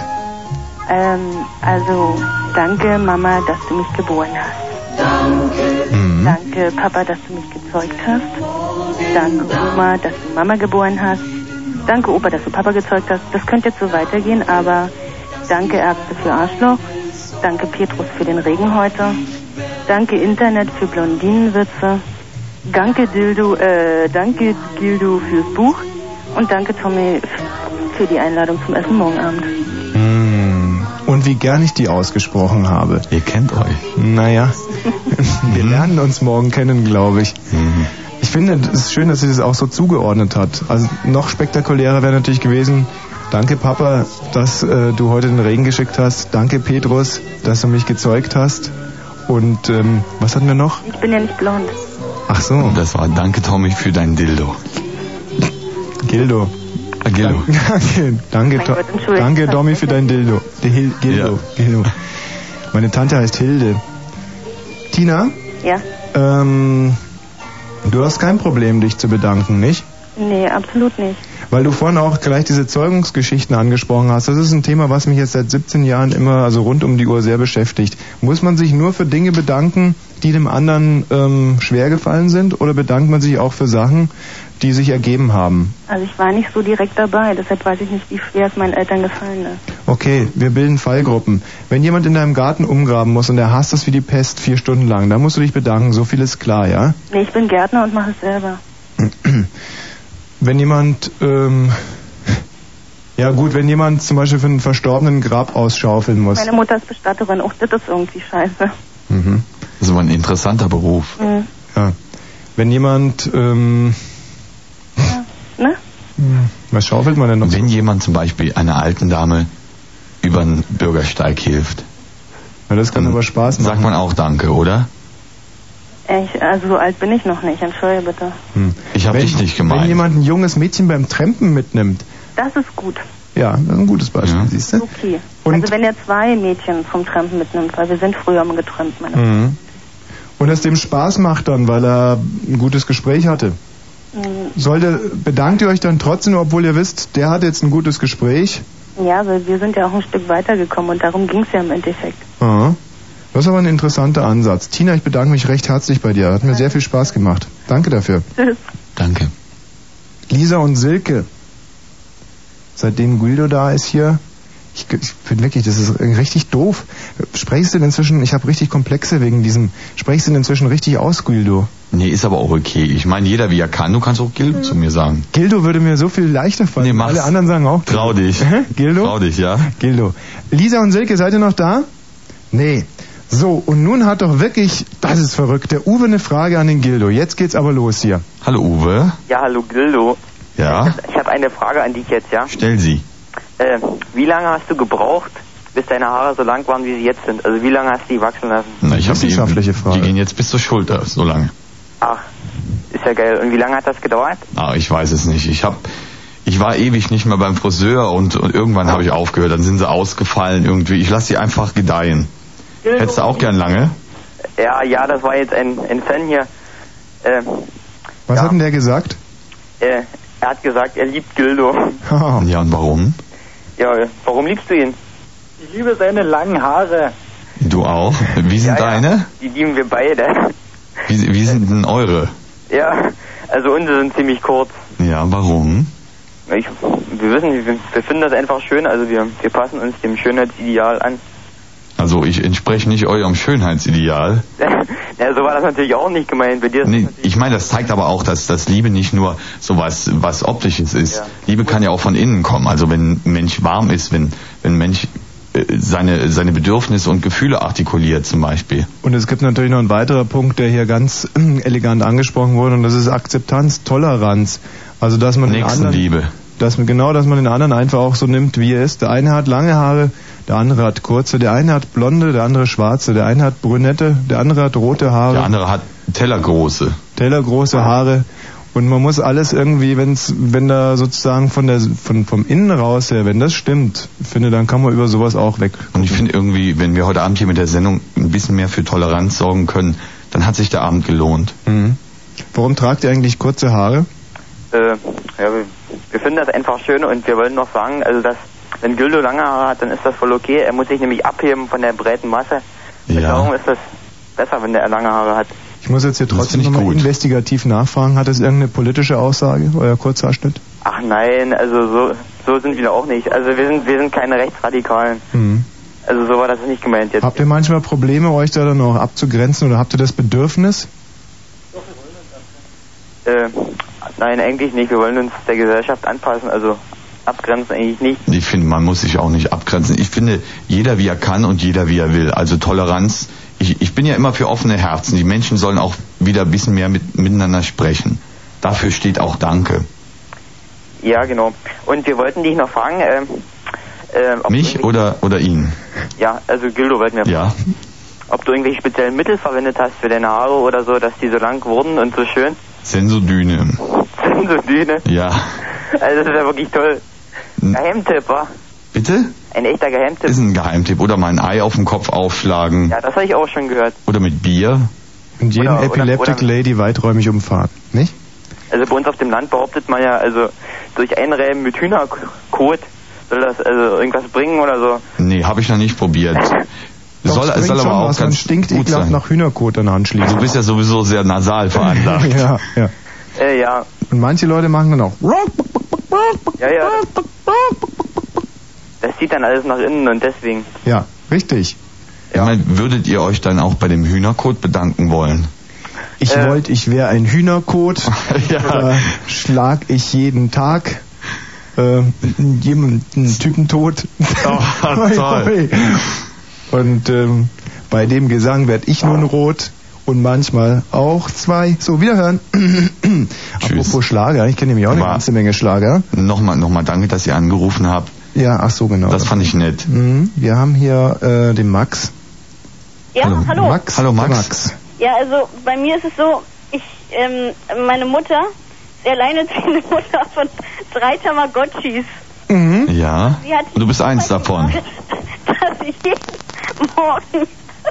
Also, danke Mama, dass du mich geboren hast. Danke Papa, dass du mich gezeugt hast. Danke Oma, dass du Mama geboren hast. Danke Opa, dass du Papa gezeugt hast. Das könnte jetzt so weitergehen, aber danke Ärzte für Arschloch. Danke Petrus für den Regen heute. Danke Internet für Blondinenwitze. Danke danke Gildo fürs Buch. Und danke Tommy für die Einladung zum Essen morgen Abend. Und wie gern ich die ausgesprochen habe. Ihr kennt euch. Naja, wir lernen uns morgen kennen, glaube ich. Ich finde, es ist schön, dass sie das auch so zugeordnet hat. Also noch spektakulärer wäre natürlich gewesen, danke Papa, dass du heute den Regen geschickt hast. Danke Petrus, dass du mich gezeugt hast. Und was hatten wir noch? Ich bin ja nicht blond. Ach so. Das war danke Tommy für dein Dildo. Gildo. Gildo. Danke, danke Tommy für dein Dildo. Gildo. Meine Tante heißt Hilde. Tina? Ja? Du hast kein Problem, dich zu bedanken, nicht? Nee, absolut nicht. Weil du vorhin auch gleich diese Zeugungsgeschichten angesprochen hast. Das ist ein Thema, was mich jetzt seit 17 Jahren immer, also rund um die Uhr sehr beschäftigt. Muss man sich nur für Dinge bedanken, die dem anderen schwer gefallen sind? Oder bedankt man sich auch für Sachen, die sich ergeben haben? Also ich war nicht so direkt dabei, deshalb weiß ich nicht, wie schwer es meinen Eltern gefallen ist. Okay, wir bilden Fallgruppen. Wenn jemand in deinem Garten umgraben muss und er hasst das wie die Pest 4 Stunden lang, dann musst du dich bedanken, so viel ist klar, ja? Nee, ich bin Gärtner und mache es selber. Wenn jemand, ja gut, wenn jemand zum Beispiel für einen Verstorbenen ein Grab ausschaufeln muss. Meine Mutter ist Bestatterin, auch das ist irgendwie scheiße. Das ist aber ein interessanter Beruf. Ja. Wenn jemand, ne? Was schaufelt man denn noch? Wenn jemand zum Beispiel einer alten Dame über den Bürgersteig hilft. Ja, das kann aber Spaß machen. Sagt man auch Danke, oder? Also so alt bin ich noch nicht, entschuldige bitte. Ich habe dich nicht gemeint. Wenn jemand ein junges Mädchen beim Trampen mitnimmt. Das ist gut. Ja, das ist ein gutes Beispiel, siehst du? Okay. Und- also wenn er 2 Mädchen vom Trampen mitnimmt, weil wir sind früher mal getrampt, meine Mhm. Und es dem Spaß macht dann, weil er ein gutes Gespräch hatte. Bedankt ihr euch dann trotzdem, obwohl ihr wisst, der hatte jetzt ein gutes Gespräch? Ja, weil wir sind ja auch ein Stück weitergekommen und darum ging es ja im Endeffekt. Aha. Das ist aber ein interessanter Ansatz. Tina, ich bedanke mich recht herzlich bei dir. Hat mir sehr viel Spaß gemacht. Danke dafür. Tschüss. Danke. Lisa und Silke. Seitdem Guido da ist hier, ich bin wirklich, das ist richtig doof. Sprichst du denn inzwischen, ich habe richtig Komplexe wegen diesem, sprichst du denn inzwischen richtig aus, Guido? Nee, ist aber auch okay. Ich meine, jeder wie er kann. Du kannst auch Gildo zu mir sagen. Gildo würde mir so viel leichter fallen. Nee, mach's. Alle anderen sagen auch. Trau dich. Gildo? Trau dich, ja. Gildo. Lisa und Silke, seid ihr noch da? Nee. So, und nun hat doch wirklich, das ist verrückt, der Uwe eine Frage an den Gildo. Jetzt geht's aber los hier. Hallo Uwe. Ja, hallo Gildo. Ja? Ich habe eine Frage an dich jetzt, ja? Stell sie. Wie lange hast du gebraucht, bis deine Haare so lang waren, wie sie jetzt sind? Also wie lange hast du die wachsen lassen? Na, ich habe Wissenschaftliche Frage. Die gehen jetzt bis zur Schulter, so lange. Ach, ist ja geil. Und wie lange hat das gedauert? Ah, ich weiß es nicht. Ich war ewig nicht mehr beim Friseur und irgendwann habe ich aufgehört. Dann sind sie ausgefallen irgendwie. Ich lasse sie einfach gedeihen. Hättest du auch gern lange? Ja, das war jetzt ein Fan hier. Was hat denn der gesagt? Er hat gesagt, er liebt Gildo. Ja, und warum? Ja, warum liebst du ihn? Ich liebe seine langen Haare. Du auch? Wie sind deine? Die lieben wir beide. Wie sind denn eure? Ja, also unsere sind ziemlich kurz. Ja, warum? Wir wissen nicht, wir finden das einfach schön, also wir passen uns dem Schönheitsideal an. Also ich entspreche nicht eurem Schönheitsideal. Ja, so war das natürlich auch nicht gemeint. Bei dir ist Nee, ich meine, das zeigt aber auch, dass Liebe nicht nur sowas was Optisches ist. Ja. Liebe kann ja auch von innen kommen. Also wenn ein Mensch warm ist, wenn ein Mensch seine Bedürfnisse und Gefühle artikuliert zum Beispiel. Und es gibt natürlich noch einen weiteren Punkt, der hier ganz elegant angesprochen wurde, und das ist Akzeptanz, Toleranz. Also dass man Nächstenliebe. Dass man den anderen einfach auch so nimmt, wie er ist. Der eine hat lange Haare, der andere hat kurze, der eine hat blonde, der andere schwarze, der eine hat brünette, der andere hat rote Haare. Der andere hat tellergroße Haare. Und man muss alles irgendwie, wenn da sozusagen vom Innen raus her, wenn das stimmt, finde, dann kann man über sowas auch weg. Und ich finde irgendwie, wenn wir heute Abend hier mit der Sendung ein bisschen mehr für Toleranz sorgen können, dann hat sich der Abend gelohnt. Mhm. Warum tragt ihr eigentlich kurze Haare? Wir finden das einfach schön und wir wollen noch sagen, also dass, wenn Gildo lange Haare hat, dann ist das voll okay. Er muss sich nämlich abheben von der breiten Masse. Darum ist das besser, wenn er lange Haare hat. Ich muss jetzt hier trotzdem nochmal investigativ nachfragen. Hat das irgendeine politische Aussage, euer Kurzhaarschnitt? Ach nein, also so sind wir auch nicht. Also wir sind keine Rechtsradikalen. Mhm. Also so war das nicht gemeint jetzt. Habt ihr manchmal Probleme, euch da dann auch abzugrenzen, oder habt ihr das Bedürfnis? Nein, eigentlich nicht. Wir wollen uns der Gesellschaft anpassen, also abgrenzen eigentlich nicht. Ich finde, man muss sich auch nicht abgrenzen. Ich finde, jeder wie er kann und jeder wie er will. Also Toleranz. Ich bin ja immer für offene Herzen. Die Menschen sollen auch wieder ein bisschen mehr miteinander sprechen. Dafür steht auch Danke. Ja, genau. Und wir wollten dich noch fragen, ob mich oder ihn? Ja, also Gildo wollten wir fragen. Ob du irgendwelche speziellen Mittel verwendet hast für deine Haare oder so, dass die so lang wurden und so schön? Sensodyne. Sensodyne? Ja. Also das ist ja wirklich toll. Geheimtipp, wa? Bitte? Ein echter Geheimtipp. Ist ein Geheimtipp. Oder mal ein Ei auf den Kopf aufschlagen. Ja, das habe ich auch schon gehört. Oder mit Bier. Und jeden Epileptic Lady weiträumig umfahren, nicht? Also bei uns auf dem Land behauptet man ja, also durch Einreiben mit Hühnerkot soll das also irgendwas bringen oder so. Nee, habe ich noch nicht probiert. Soll aber auch was, ganz man stinkt gut sein. nach Hühnerkot dann anschließend. Du bist ja sowieso sehr nasal veranlagt. Ja. Ja. Und manche Leute machen dann auch. Ja. Das zieht dann alles nach innen und deswegen. Ja, richtig. Ich meine, würdet ihr euch dann auch bei dem Hühnerkot bedanken wollen? Ich wäre ein Hühnerkot. Oder schlag ich jeden Tag jemanden Typen tot. Oh, toll. Und bei dem Gesang werde ich nun rot und manchmal auch 2. So, wiederhören. Apropos Schlager, ich kenne nämlich auch eine ganze Menge Schlager. Nochmal danke, dass ihr angerufen habt. Ja, ach so, genau. Das fand ich nett. Wir haben hier den Max. Ja, hallo. Max. Hallo Max. Ja, also bei mir ist es so, meine Mutter ist alleinerziehende Mutter von 3 Tamagotchis. Ja. Sie hat Und du bist eins davon. dass ich jeden Morgen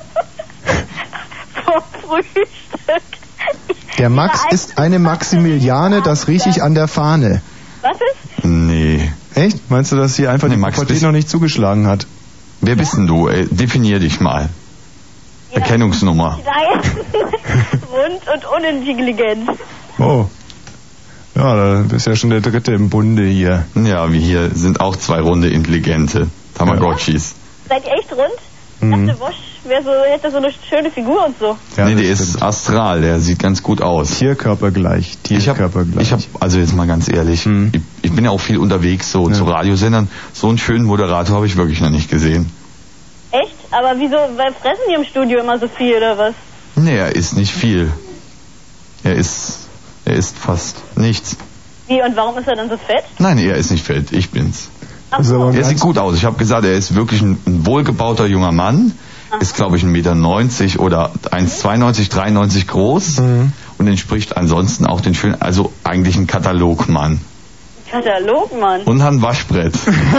vor Frühstück... Der Max ist eine Maximiliane, das rieche ich an der Fahne. Was ist? Nee. Echt? Meinst du, dass sie einfach die Max, Pubertät noch nicht zugeschlagen hat? Wer bist denn du? Definier dich mal. Ja. Erkennungsnummer. Klein, rund und unintelligent. Oh. Ja, da bist ja schon der Dritte im Bunde hier. Ja, wir hier sind auch 2 runde Intelligente. Tamagotchis. Seid ihr echt rund? Ich dachte, Wosch hätte so eine schöne Figur und so. Ja, nee, der ist astral, der sieht ganz gut aus. Tierkörpergleich. Ich hab, also jetzt mal ganz ehrlich, ich bin ja auch viel unterwegs so zu Radiosendern. So einen schönen Moderator habe ich wirklich noch nicht gesehen. Echt? Aber wieso, weil fressen die im Studio immer so viel oder was? Nee, er isst nicht viel. Er isst fast nichts. Wie, und warum ist er dann so fett? Nein, er ist nicht fett, ich bin's. Ach so. Er sieht gut aus. Ich habe gesagt, er ist wirklich ein wohlgebauter junger Mann. Aha. Ist, glaube ich, 1,90 Meter oder 1,92, 93 groß. Und entspricht ansonsten auch den schönen, also eigentlich ein Katalogmann. Katalogmann? Und hat ein Waschbrett.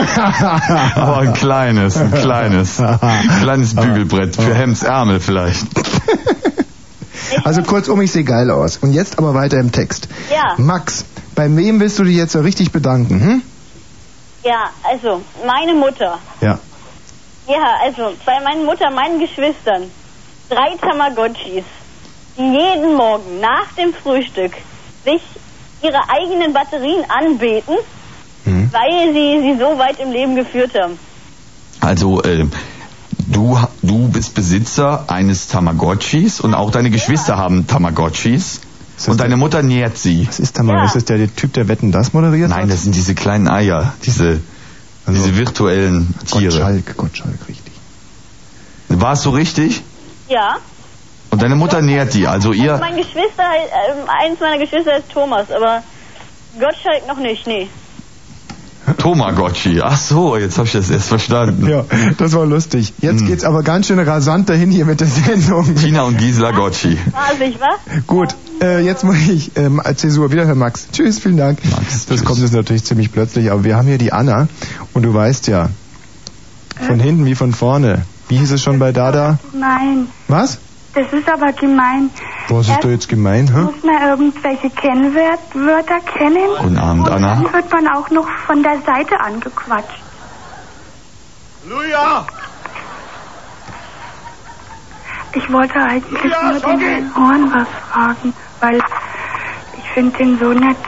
Aber ein kleines Bügelbrett für Hemdsärmel vielleicht. Also kurzum, ich sehe geil aus. Und jetzt aber weiter im Text. Ja. Max, bei wem willst du dich jetzt so richtig bedanken, hm? Ja, also, meine Mutter. Ja. Ja, also, bei meiner Mutter, meinen Geschwistern. 3 Tamagotchis, die jeden Morgen nach dem Frühstück sich ihre eigenen Batterien anbeten, weil sie so weit im Leben geführt haben. Also, du bist Besitzer eines Tamagotchis und auch deine Geschwister haben Tamagotchis. Und deine Mutter nährt sie. Was ist Tamagotchi? Ist das der Typ, der Wetten, das moderiert hat? Nein, das sind diese kleinen Eier, diese virtuellen Tiere. Gottschalk, richtig. War es so richtig? Ja. Und deine Mutter nährt die, also ihr... Also mein Geschwister, eins meiner Geschwister ist Thomas, aber Gottschalk noch nicht, nee. Tamagotchi, ach so, jetzt habe ich das erst verstanden. Ja, das war lustig. Jetzt geht's aber ganz schön rasant dahin hier mit der Sendung. Tina und Gisela Gotchi. Weiß was? Gut, jetzt muss ich Zäsur. Wiederhören, Max. Tschüss, vielen Dank. Max, das kommt jetzt natürlich ziemlich plötzlich, aber wir haben hier die Anna und du weißt ja, von hinten wie von vorne. Wie hieß es schon bei Dada? Nein. Was? Das ist aber gemein. Was ist da jetzt gemein, hä? Muss man irgendwelche Kennwörter kennen? Guten Abend, Anna. Dann wird man auch noch von der Seite angequatscht. Halleluja! Ich wollte eigentlich nur den Herrn Horn was fragen, weil ich finde den so nett.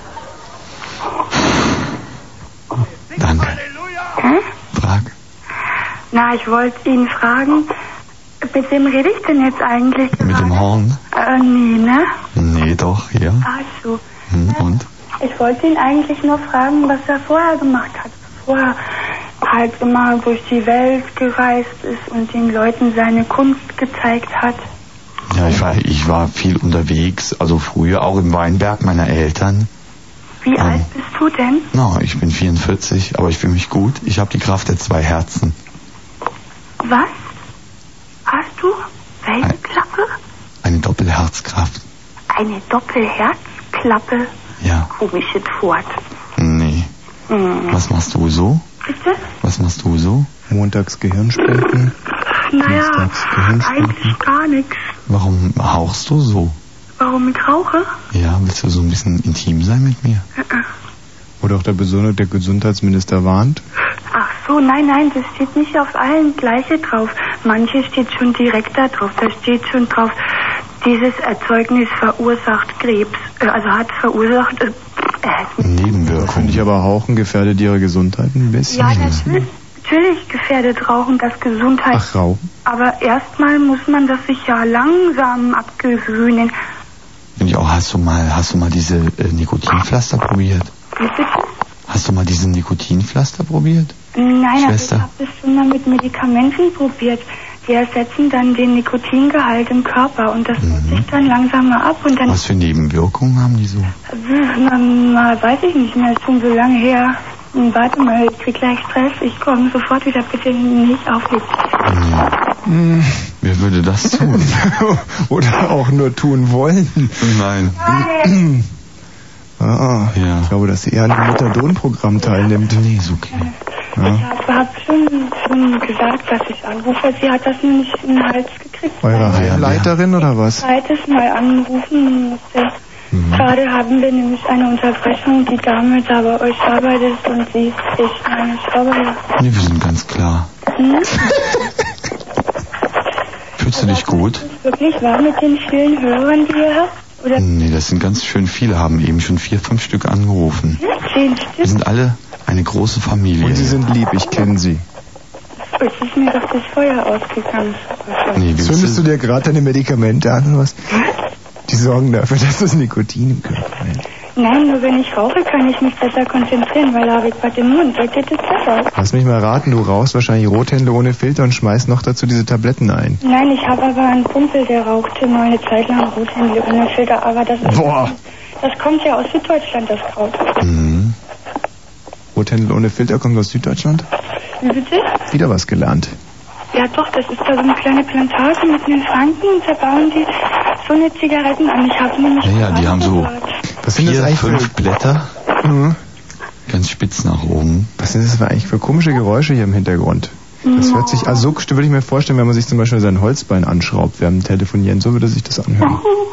Danke. Hä? Frag. Na, ich wollte ihn fragen, mit wem rede ich denn jetzt eigentlich gerade? Mit dem Horn? Nee, ne? Nee, doch, ja. Ach so. Und? Ich wollte ihn eigentlich nur fragen, was er vorher gemacht hat, bevor er halt immer durch die Welt gereist ist und den Leuten seine Kunst gezeigt hat. Ja, ich war viel unterwegs, also früher auch im Weinberg meiner Eltern. Wie alt bist du denn? Na, ich bin 44, aber ich fühle mich gut. Ich habe die Kraft der 2 Herzen. Was? Hast du? Welche Klappe? Eine Doppelherzkraft. Eine Doppelherzklappe? Ja. Komisches Wort. Nee. Was machst du so? Bitte? Was machst du so? Montags Gehirnspenden. Naja, Gehirnspenden. eigentlich gar nichts. Warum hauchst du so? Warum ich rauche? Ja, willst du so ein bisschen intim sein mit mir? Oder auch der Gesundheitsminister warnt. Ach so, nein, das steht nicht auf allen gleiche drauf. Manche steht schon direkt da drauf. Da steht schon drauf, dieses Erzeugnis verursacht Krebs. Also hat verursacht... Nebenwirkungen. Finde ich aber Rauchen gefährdet ihre Gesundheit ein bisschen. Ja, natürlich gefährdet Rauchen das Gesundheit. Ach, Rauchen? Aber erstmal muss man das sich ja langsam abgewöhnen. Finde ich auch. Hast du mal diese Nikotinpflaster probiert? Bitte? Hast du mal diese Nikotinpflaster probiert? Nein, Schwester? aber ich habe das schon mal mit Medikamenten probiert. Die ersetzen dann den Nikotingehalt im Körper und das baut sich dann langsam mal ab und dann... Was für Nebenwirkungen haben die so? Weiß ich nicht mehr, ist schon so lange her. Warte mal, ich krieg gleich Stress. Ich komme sofort wieder, bitte nicht auflegen. Nee. Wer würde das tun? Oder auch nur tun wollen. Nein. Ja. Ich glaube, dass sie eher an dem Methadon-Programm teilnimmt. Nee, ist okay. Ja. Ich habe schon gesagt, dass ich anrufe. Sie hat das nur nicht in den Hals gekriegt. Eure Heimleiterin oder was? Zweites Mal anrufen musste. Gerade haben wir nämlich eine Unterbrechung. Die Dame da bei euch arbeitet und sie ist ich meine Schauer. Nee, wir sind ganz klar. Fühlst du dich gut? Wirklich wahr mit den vielen Hörern, die ihr habt? Oder? Nee, das sind ganz schön viele, haben eben schon 4, 5 Stück angerufen. 10 Stück? Wir sind alle eine große Familie. Und sie sind lieb, ich kenne sie. Es ist mir doch das Feuer ausgegangen. Nee, zündest du dir gerade deine Medikamente an oder was? Die sorgen dafür, dass das Nikotin im Körper ist. Nein, nur wenn ich rauche, kann ich mich besser konzentrieren, weil da habe ich was im Mund. Geht das besser? Lass mich mal raten, du rauchst wahrscheinlich Rothändler ohne Filter und schmeißt noch dazu diese Tabletten ein. Nein, ich habe aber einen Kumpel, der rauchte mal eine Zeit lang Rothändler ohne Filter, aber das ist... Boah! Das kommt ja aus Süddeutschland, das Kraut. Mhm. Rothändler ohne Filter kommt aus Süddeutschland? Wie bitte? Wieder was gelernt. Ja doch, das ist da so eine kleine Plantage mitten in Franken und da bauen die so eine Zigaretten an. Ich habe nämlich... Ja, die haben so Was sind 4, das eigentlich 5 Blätter. Mhm. Ganz spitz nach oben. Was sind das eigentlich für komische Geräusche hier im Hintergrund? Das hört sich, also so würde ich mir vorstellen, wenn man sich zum Beispiel sein Holzbein anschraubt während Telefonieren, so würde sich das anhören.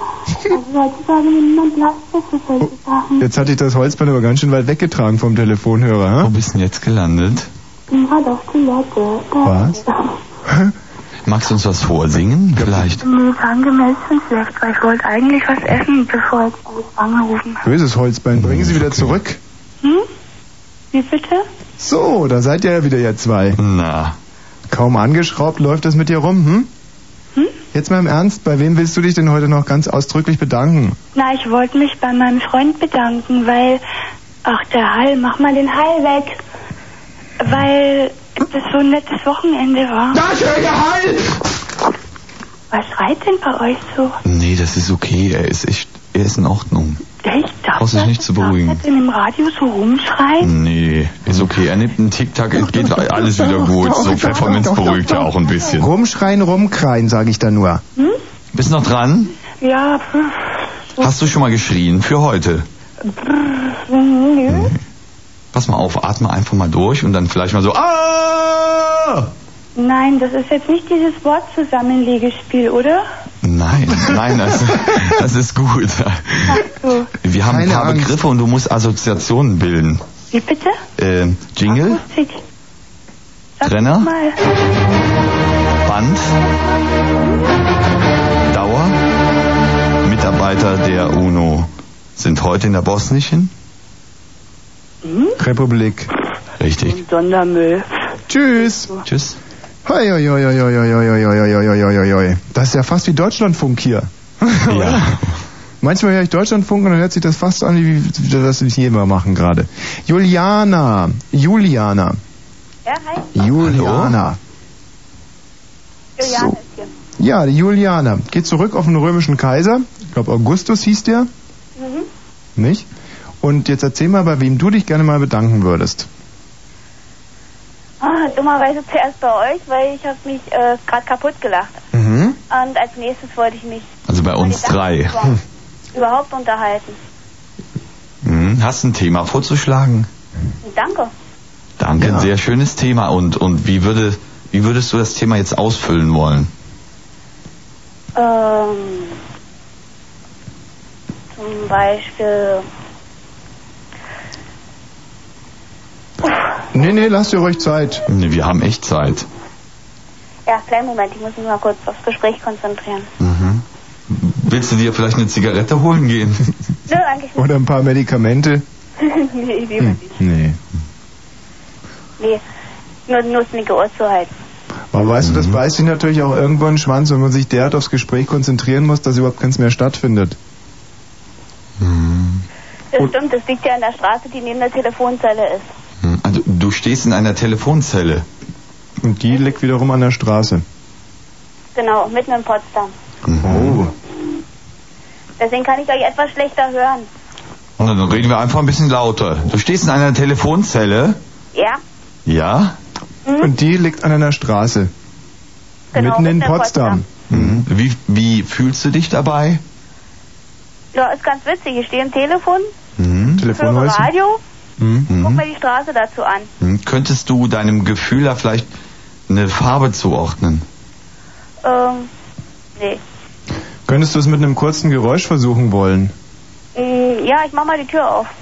Jetzt hatte ich das Holzbein aber ganz schön weit weggetragen vom Telefonhörer. Wo bist du denn jetzt gelandet? bin gerade auf Toilette. Was? Magst du uns was vorsingen, vielleicht? Nee, danke, mir ist schon schlecht, weil ich wollte eigentlich was essen, bevor ich alles angerufen habe. Böses Holzbein, bringen Sie wieder zurück. Hm? Wie bitte? So, da seid ihr ja wieder, ihr zwei. Na. Kaum angeschraubt läuft das mit dir rum, hm? Jetzt mal im Ernst, bei wem willst du dich denn heute noch ganz ausdrücklich bedanken? Na, ich wollte mich bei meinem Freund bedanken, weil... Ach, der Hall, mach mal den Hall weg. Weil das so ein nettes Wochenende war. Da ist der Hall! Was schreit denn bei euch so? Nee, das ist okay, er ist in Ordnung. Echt? Brauchst dich nicht zu beruhigen. Darf er denn im Radio so rumschreien? Nee, ist okay. Er nimmt einen Tic-Tac, es geht alles wieder gut. So Pfefferminz beruhigt ja auch ein bisschen. Rumschreien, rumkreien, sage ich da nur. Hm? Bist noch dran? Ja. Hast du schon mal geschrien für heute? Nö. Pass mal auf, atme einfach mal durch und dann vielleicht mal so. Ah! Nein, das ist jetzt nicht dieses Wortzusammenlegespiel, oder? Nein, das ist gut. So. Wir haben ein paar Begriffe und du musst Assoziationen bilden. Wie bitte? Jingle? Akustik. Sag Trenner? mal. Band? Dauer? Mitarbeiter der UNO sind heute in der bosnischen Republik. Richtig. Sondermüll. Tschüss. Tschüss. Hoi, hoi, hoi, hoi, hoi, hoi, hoi, hoi, hoi. Das ist ja fast wie Deutschlandfunk hier. Ja. Manchmal höre ich Deutschlandfunk und dann hört sich das fast an, wie das wir hier immer machen gerade. Juliana. Ja, hi. Juliana. Juliane So. ist hier. Ja, die Juliana. Geht zurück auf den römischen Kaiser. Ich glaube, Augustus hieß der. Mhm. Nicht? Und jetzt erzähl mal, bei wem du dich gerne mal bedanken würdest. Ah, dummerweise zuerst bei euch, weil ich habe mich gerade kaputt gelacht. Mhm. Und als nächstes wollte ich mich Also bei uns drei. überhaupt unterhalten. Hast ein Thema vorzuschlagen? Danke. Danke, Ja. ein sehr schönes Thema. Und wie würdest du das Thema jetzt ausfüllen wollen? Zum Beispiel... Nee, lasst ihr ruhig Zeit. Nee, wir haben echt Zeit. Ja, kleinen Moment, ich muss mich mal kurz aufs Gespräch konzentrieren. Willst du dir vielleicht eine Zigarette holen gehen? Nö, eigentlich nicht. Oder ein paar Medikamente. Nee, lieber nicht. Nee. Nee, nur das linke Ohr zu halten. Aber weißt du, das beißt sich natürlich auch irgendwo in den Schwanz, wenn man sich derart aufs Gespräch konzentrieren muss, dass überhaupt keins mehr stattfindet. Das stimmt, das liegt ja an der Straße, die neben der Telefonzelle ist. Also du stehst in einer Telefonzelle. Und die liegt wiederum an der Straße. Genau, mitten in Potsdam. Oh. Deswegen kann ich euch etwas schlechter hören. Und dann reden wir einfach ein bisschen lauter. Du stehst in einer Telefonzelle. Ja? Ja? Und die liegt an einer Straße. Genau, mitten in mitten in Potsdam. Wie fühlst du dich dabei? Ja, ist ganz witzig. Ich stehe am Telefon Telefonhäuschen? Radio, guck Mhm. mir die Straße dazu an. Könntest du deinem Gefühl da vielleicht eine Farbe zuordnen? Nee. Könntest du es mit einem kurzen Geräusch versuchen wollen? Ja, ich mach mal die Tür auf.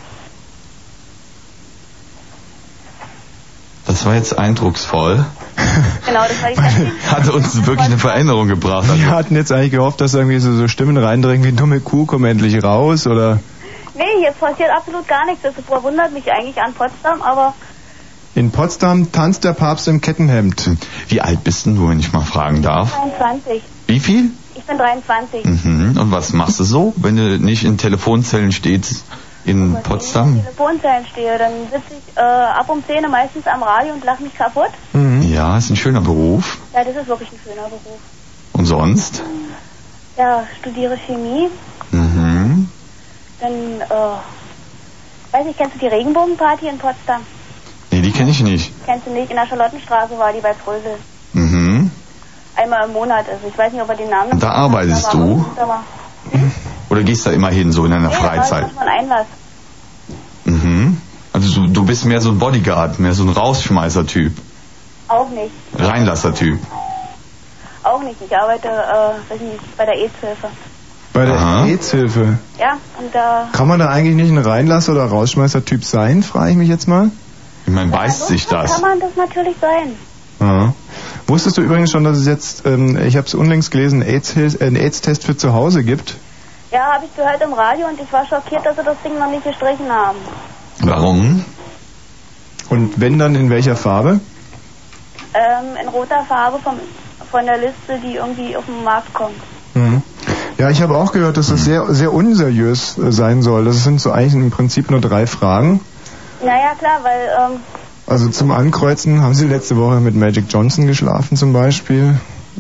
Das war jetzt eindrucksvoll. Genau, das war die Taxi. Hat uns wirklich eine Veränderung gebracht. Wir hatten jetzt eigentlich gehofft, dass irgendwie so Stimmen reindringen wie dumme Kuh, komm endlich raus, oder? Nee, hier passiert absolut gar nichts. Das verwundert mich eigentlich an Potsdam, aber In Potsdam tanzt der Papst im Kettenhemd. Wie alt bist denn du, wenn ich mal fragen darf? 23. Wie viel? Ich bin 23. Mhm. Und was machst du so, wenn du nicht in Telefonzellen stehst in Potsdam? Wenn ich in Telefonzellen stehe, dann sitze ich ab um 10 Uhr meistens am Radio und lache mich kaputt. Ja, ist ein schöner Beruf. Ja, das ist wirklich ein schöner Beruf. Und sonst? Ja, studiere Chemie. Mhm. Dann, weiß nicht, kennst du die Regenbogenparty in Potsdam? Nee, die kenne ich nicht. Kennst du nicht? In der Charlottenstraße war die bei Frösel. Mhm. Einmal im Monat. Also ich weiß nicht, ob er den Namen noch Und da kennt, arbeitest aber- du? aber- Oder gehst da immer hin, so in deiner Nee, da war Freizeit? manchmal ein Einlass. Mhm. Also du bist mehr so ein Bodyguard, mehr so ein Rausschmeißer-Typ, Auch nicht. Reinlasser-Typ. Auch nicht. Ich arbeite, weiß nicht, bei der AIDS-Hilfe. Bei der AIDS-Hilfe. Ja, und da... Kann man da eigentlich nicht ein Reinlasser- oder Rausschmeißer-Typ sein, frage ich mich jetzt mal. Ich meine, beißt sich das? Kann man das natürlich sein. Ja. Wusstest du übrigens schon, dass es jetzt, ich habe es unlängst gelesen, einen AIDS-Test für zu Hause gibt? Ja, habe ich gehört im Radio und ich war schockiert, dass sie das Ding noch nicht gestrichen haben. Warum? Und wenn, dann in welcher Farbe? In roter Farbe von der Liste, die irgendwie auf den Markt kommt. Mhm. Ja, ich habe auch gehört, dass das sehr, sehr unseriös sein soll. Das sind so eigentlich im Prinzip nur 3 Fragen. Naja, klar, weil, Also zum Ankreuzen, haben Sie letzte Woche mit Magic Johnson geschlafen zum Beispiel?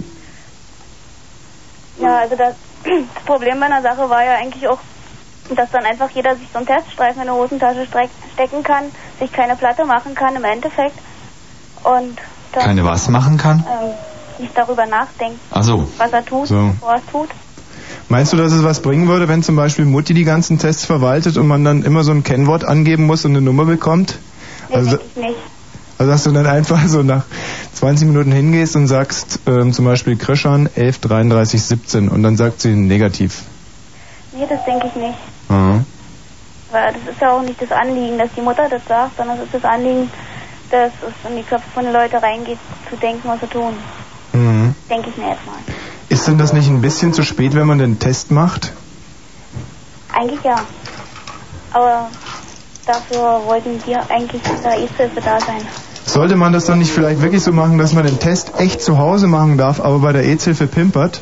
ja, also das Problem bei einer Sache war ja eigentlich auch, dass dann einfach jeder sich so einen Teststreifen in eine Hosentasche stecken kann, sich keine Platte machen kann im Endeffekt und dann, Keine was machen kann? nicht darüber nachdenkt, Ach so. was er tut, So. bevor er es tut. Meinst du, dass es was bringen würde, wenn zum Beispiel Mutti die ganzen Tests verwaltet und man dann immer so ein Kennwort angeben muss und eine Nummer bekommt? Nee, Also, denke ich nicht. also dass du dann einfach so nach 20 Minuten hingehst und sagst zum Beispiel Krischan 11 33 17 und dann sagt sie negativ. Nee, das denke ich nicht. Mhm. Weil das ist ja auch nicht das Anliegen, dass die Mutter das sagt, sondern es ist das Anliegen, dass es in die Köpfe von den Leuten reingeht, zu denken, was sie tun. Mhm. Denke ich mir jetzt mal. Ist denn das nicht ein bisschen zu spät, wenn man den Test macht? Eigentlich ja. Aber dafür wollten wir eigentlich in der AIDS-Hilfe da sein. Sollte man das dann nicht vielleicht wirklich so machen, dass man den Test echt zu Hause machen darf, aber bei der AIDS-Hilfe pimpert?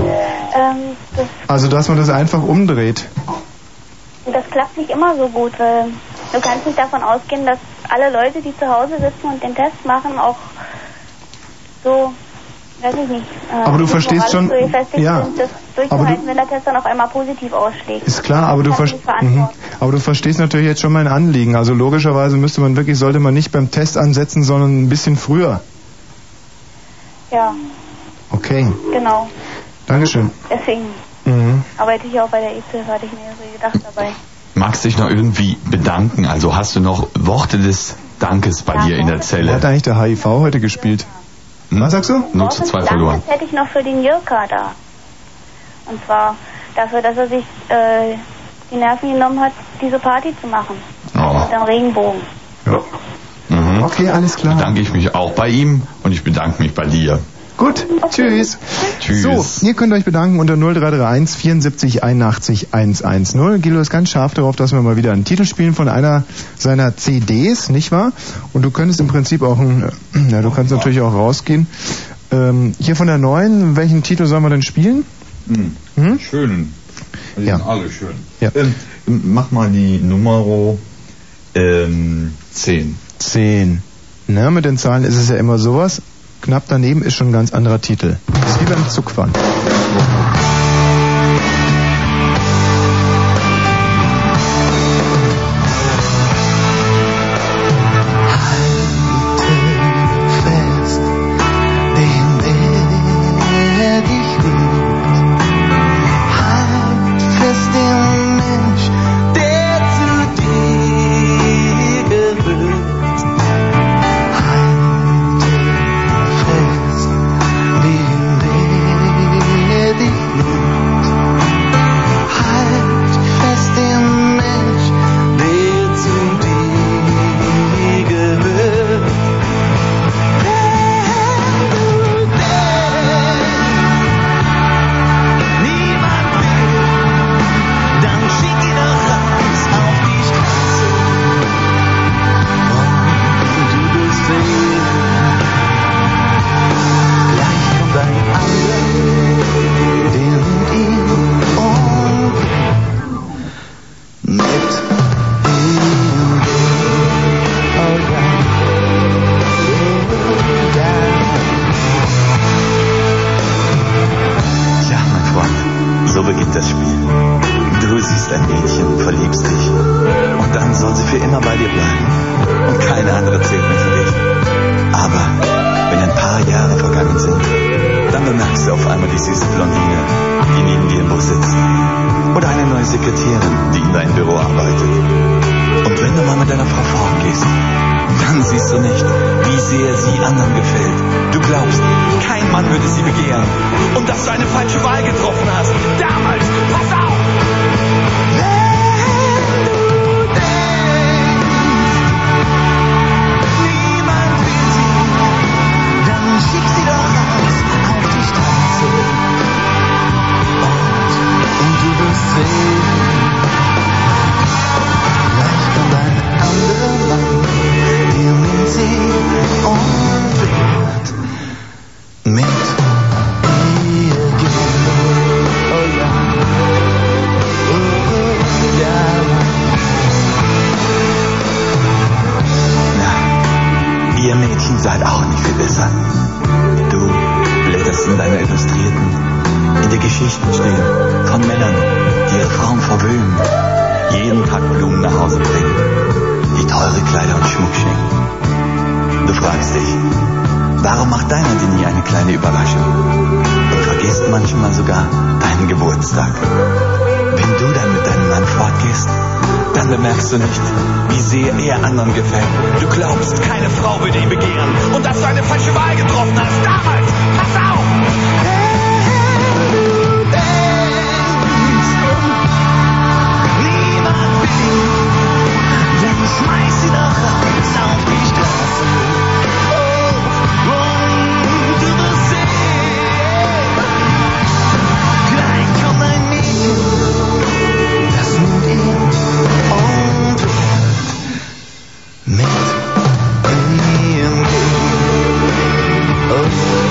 Das Also dass man das einfach umdreht. Das klappt nicht immer so gut, weil du kannst nicht davon ausgehen, dass alle Leute, die zu Hause sitzen und den Test machen, auch so, weiß ich nicht, Aber du verstehst schon- so gefestigt ja. sind, das Aber durchzuhalten, wenn der Test dann auf einmal positiv ausschlägt. Ist klar, aber du, Das kannst du nicht verantworten. aber du verstehst natürlich jetzt schon mein Anliegen. Also logischerweise sollte man nicht beim Test ansetzen, sondern ein bisschen früher. Ja, Okay, genau. Dankeschön. Deswegen Mhm. arbeite ich auch bei der AIDS-Hilfe, hatte ich mir so gedacht dabei. Magst dich noch irgendwie bedanken? Also hast du noch Worte des Dankes bei dir in der Zelle? Hat eigentlich der HIV heute gespielt? Was sagst du? 0:2 verloren. Das hätte ich noch für den Jirka da. Und zwar dafür, dass er sich die Nerven genommen hat, diese Party zu machen. Oh. Mit dem Regenbogen. Mhm. Okay, alles klar. Bedanke ich mich auch bei ihm und ich bedanke mich bei dir. Gut, tschüss. Tschüss. So, ihr könnt euch bedanken unter 0331 74 81 110. Gilo ist ganz scharf darauf, dass wir mal wieder einen Titel spielen von einer seiner CDs, nicht wahr? Und du könntest im Prinzip auch, du kannst natürlich auch rausgehen. Hier von der neuen, welchen Titel sollen wir denn spielen? Schön. Die Ja. sind alle schön. Ja. Mach mal die Nummer 10. 10. Na, mit den Zahlen ist es ja immer sowas. Knapp daneben ist schon ein ganz anderer Titel. Das ist wie beim Zugfahren. fest, den der dich liebt. Halt fest den Mensch, der zu dir beginnt das Spiel. Du siehst ein Mädchen, verliebst dich. Und dann soll sie für immer bei dir bleiben. Und keine andere zählt mehr für dich. Aber wenn ein paar Jahre vergangen sind, dann bemerkst du auf einmal die süße Blondine, die neben dir im Bus sitzt. Oder eine neue Sekretärin, die in deinem Büro arbeitet. Und wenn du mal mit deiner Frau fortgehst, dann siehst du nicht, wie sehr sie anderen gefällt. Du glaubst, kein Mann würde sie begehren. Und dass du eine falsche Wahl getroffen hast. Damals, pass auf! Schick sie doch raus auf die Straße und du wirst sehen, gleich kommt ein anderer Mann, der nimmt sie und wird mit ihr gehen. Oh ja, oh ja. Na, ihr Mädchen seid auch nicht viel besser. Du blätterst in deiner Illustrierten, in der Geschichten stehen von Männern, die ihre Frauen verwöhnen, jeden Tag Blumen nach Hause bringen, die teure Kleider und Schmuck schenken. Du fragst dich, warum macht deiner dir nie eine kleine Überraschung und vergisst manchmal sogar deinen Geburtstag? Wenn du dann mit deinem Mann fortgehst, dann bemerkst du nicht, wie sehr er anderen gefällt. Du glaubst, keine Frau würde ihn begehren und dass du eine falsche Wahl getroffen hast. Damals, pass auf! Niemand will ihn, dann schmeiß sie doch raus auf die Straße. Oh, und du wirst sehen, gleich kommt ein Mädchen, das nimmt ihn und wird mit ihm gehen. Oh,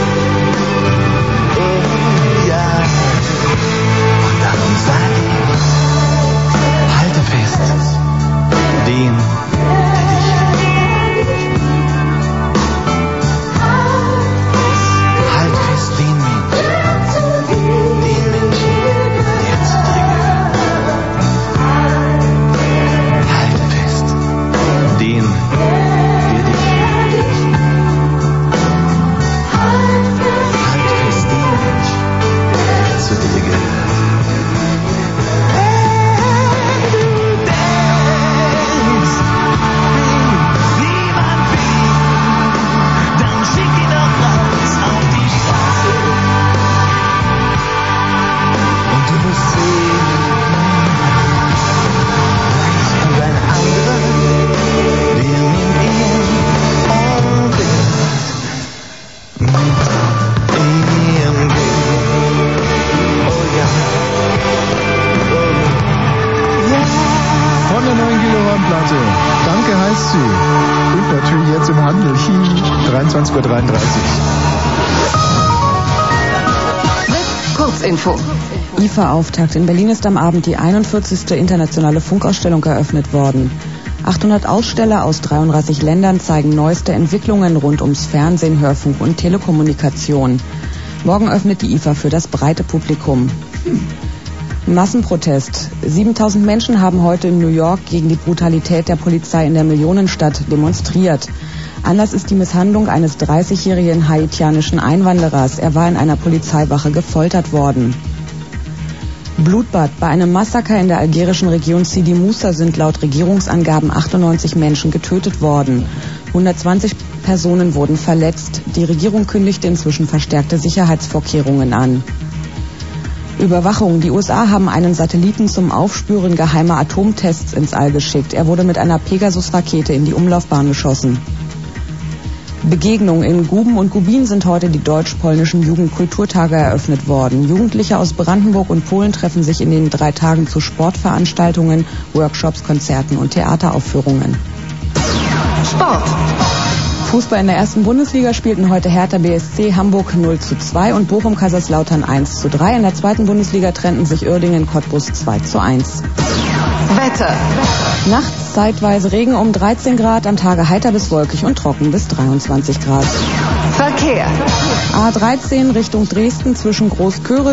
ja. Und darum sag ich, halte fest, den, der dich liebt. Halt fest den Menschen, der zu dir gehört. Halte fest den, der dich liebt. Halt fest den Menschen, der zu dir gehört. Dann schick ihn doch raus auf die Straße und du wirst sehen, gleich kommt ein anderer, der nimmt ihn und wird mit ihm gehen. Oh ja, oh ja. Von der neuen Kilogrammplatte. Danke heißt sie. Und natürlich jetzt im Handel. 23:33 Uhr. Kurzinfo. IFA-Auftakt. In Berlin ist am Abend die 41. internationale Funkausstellung eröffnet worden. 800 Aussteller aus 33 Ländern zeigen neueste Entwicklungen rund ums Fernsehen, Hörfunk und Telekommunikation. Morgen öffnet die IFA für das breite Publikum. Massenprotest. 7000 Menschen haben heute in New York gegen die Brutalität der Polizei in der Millionenstadt demonstriert. Anlass ist die Misshandlung eines 30-jährigen haitianischen Einwanderers. Er war in einer Polizeiwache gefoltert worden. Blutbad. Bei einem Massaker in der algerischen Region Sidi Moussa sind laut Regierungsangaben 98 Menschen getötet worden. 120 Personen wurden verletzt. Die Regierung kündigte inzwischen verstärkte Sicherheitsvorkehrungen an. Überwachung. Die USA haben einen Satelliten zum Aufspüren geheimer Atomtests ins All geschickt. Er wurde mit einer Pegasus-Rakete in die Umlaufbahn geschossen. Begegnung. In Guben und Gubin sind heute die deutsch-polnischen Jugendkulturtage eröffnet worden. Jugendliche aus Brandenburg und Polen treffen sich in den 3 Tagen zu Sportveranstaltungen, Workshops, Konzerten und Theateraufführungen. Sport. Fußball in der ersten Bundesliga spielten heute Hertha BSC Hamburg 0:2 und Bochum Kaiserslautern 1:3. In der zweiten Bundesliga trennten sich Uerdingen Cottbus 2:1. Wetter. Nachts zeitweise Regen um 13 Grad, am Tage heiter bis wolkig und trocken bis 23 Grad. Verkehr. A13 Richtung Dresden zwischen Großköre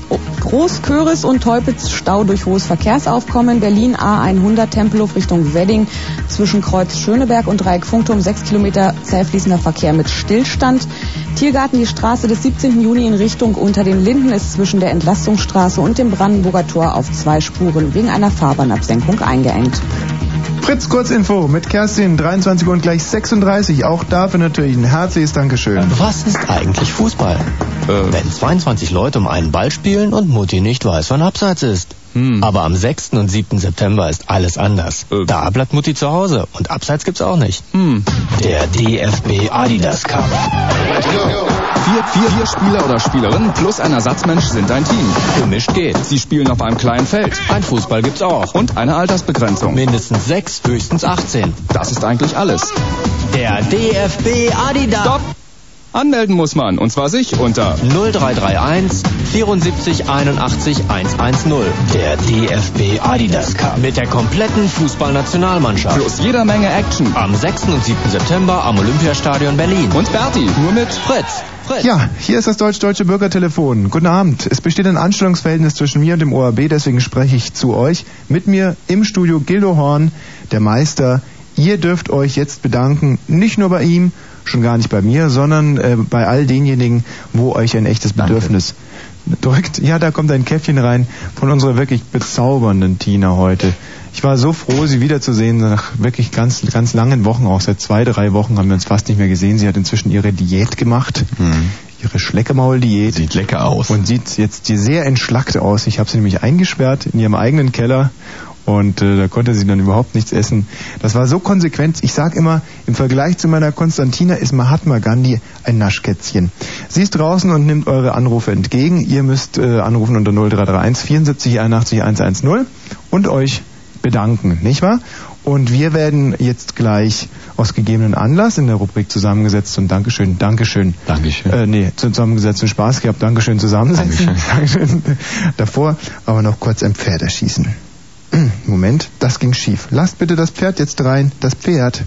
Großköris und Teupitz Stau durch hohes Verkehrsaufkommen. Berlin A100 Tempelhof Richtung Wedding zwischen Kreuz Schöneberg und Dreieck Funkturm 6 Kilometer zäh fließender Verkehr mit Stillstand. Tiergarten, die Straße des 17. Juni in Richtung Unter den Linden ist zwischen der Entlastungsstraße und dem Brandenburger Tor auf 2 Spuren wegen einer Fahrbahnabsenkung eingeengt. Fritz, Kurzinfo mit Kerstin, 23 und gleich 36. Auch dafür natürlich ein herzliches Dankeschön. Was ist eigentlich Fußball? Wenn 22 Leute um einen Ball spielen und Mutti nicht weiß, wann Abseits ist. Aber am 6. und 7. September ist alles anders. Da bleibt Mutti zu Hause und Abseits gibt's auch nicht. Der DFB Adidas Cup. Vier Spieler oder Spielerinnen plus ein Ersatzmensch sind ein Team. Gemischt geht. Sie spielen auf einem kleinen Feld. Ein Fußball gibt's auch. Und eine Altersbegrenzung. Mindestens 6, höchstens 18. Das ist eigentlich alles. Der DFB Adidas. Stopp! Anmelden muss man, und zwar sich unter 0331 74 81 110. Der DFB Adidas Cup. Mit der kompletten Fußballnationalmannschaft. Plus jeder Menge Action. Am 6. und 7. September am Olympiastadion Berlin. Und Berti, nur mit Fritz. Ja, hier ist das deutsch-deutsche Bürgertelefon. Guten Abend. Es besteht ein Anstellungsverhältnis zwischen mir und dem ORB, deswegen spreche ich zu euch. Mit mir im Studio Gildo Horn, der Meister. Ihr dürft euch jetzt bedanken, nicht nur bei ihm, schon gar nicht bei mir, sondern bei all denjenigen, wo euch ein echtes Bedürfnis drückt. Ja, da kommt ein Käffchen rein von unserer wirklich bezaubernden Tina heute. Ich war so froh, sie wiederzusehen, nach wirklich ganz, ganz langen Wochen, auch seit 2-3 Wochen haben wir uns fast nicht mehr gesehen. Sie hat inzwischen ihre Diät gemacht, ihre Schleckemaul-Diät. Sieht lecker aus. Und sieht jetzt sehr entschlackt aus. Ich habe sie nämlich eingesperrt in ihrem eigenen Keller. Und da konnte sie dann überhaupt nichts essen. Das war so konsequent. Ich sag immer, im Vergleich zu meiner Konstantina ist Mahatma Gandhi ein Naschkätzchen. Sie ist draußen und nimmt eure Anrufe entgegen. Ihr müsst anrufen unter 0331 74 81 110 und euch bedanken, nicht wahr? Und wir werden jetzt gleich aus gegebenen Anlass in der Rubrik zusammengesetzt und Dankeschön. Zusammengesetzt und Spaß gehabt, Dankeschön zusammensetzen. Dankeschön. Davor aber noch kurz ein Pferd erschießen. Moment, das ging schief. Lasst bitte das Pferd jetzt rein. Das Pferd.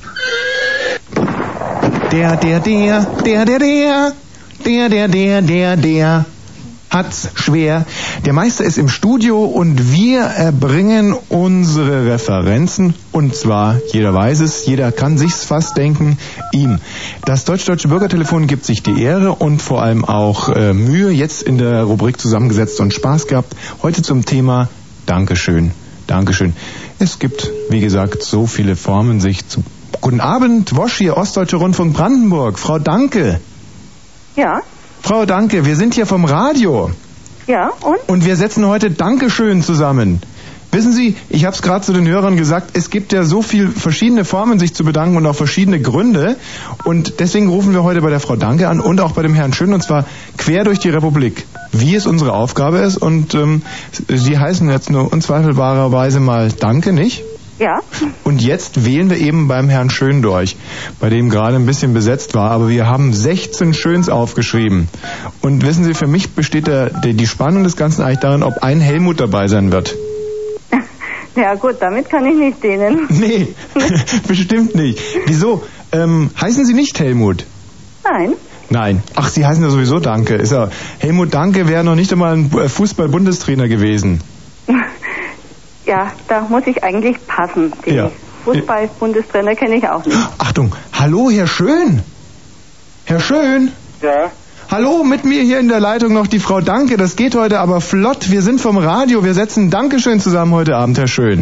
Der hat's schwer. Der Meister ist im Studio und wir erbringen unsere Referenzen. Und zwar, jeder weiß es, jeder kann sich's fast denken, ihm. Das deutsch-deutsche Bürgertelefon gibt sich die Ehre und vor allem auch Mühe, jetzt in der Rubrik zusammengesetzt und Spaß gehabt. Heute zum Thema Dankeschön. Dankeschön. Es gibt, wie gesagt, so viele Formen, sich zu... Guten Abend, Wosch hier, Ostdeutscher Rundfunk Brandenburg. Frau Danke. Ja. Frau Danke, wir sind hier vom Radio. Ja, und? Und wir setzen heute Dankeschön zusammen. Wissen Sie, ich habe es gerade zu den Hörern gesagt, es gibt ja so viele verschiedene Formen, sich zu bedanken und auch verschiedene Gründe. Und deswegen rufen wir heute bei der Frau Danke an und auch bei dem Herrn Schön, und zwar quer durch die Republik, wie es unsere Aufgabe ist. Und Sie heißen jetzt nur unzweifelbarerweise mal Danke, nicht? Ja. Und jetzt wählen wir eben beim Herrn Schön durch, bei dem gerade ein bisschen besetzt war, aber wir haben 16 Schöns aufgeschrieben. Und wissen Sie, für mich besteht die Spannung des Ganzen eigentlich darin, ob ein Helmut dabei sein wird. Ja gut, damit kann ich nicht dienen. Nee, bestimmt nicht. Wieso? Heißen Sie nicht Helmut? Nein. Nein. Ach, Sie heißen ja sowieso Danke. Ist ja, Helmut Danke wäre noch nicht einmal ein Fußball-Bundestrainer gewesen. Ja, da muss ich eigentlich passen. Die Fußball-Bundestrainer kenne ich auch nicht. Achtung, hallo, Herr Schön. Herr Schön. Ja. Hallo, mit mir hier in der Leitung noch die Frau Danke. Das geht heute aber flott. Wir sind vom Radio. Wir setzen Dankeschön zusammen heute Abend, Herr Schön.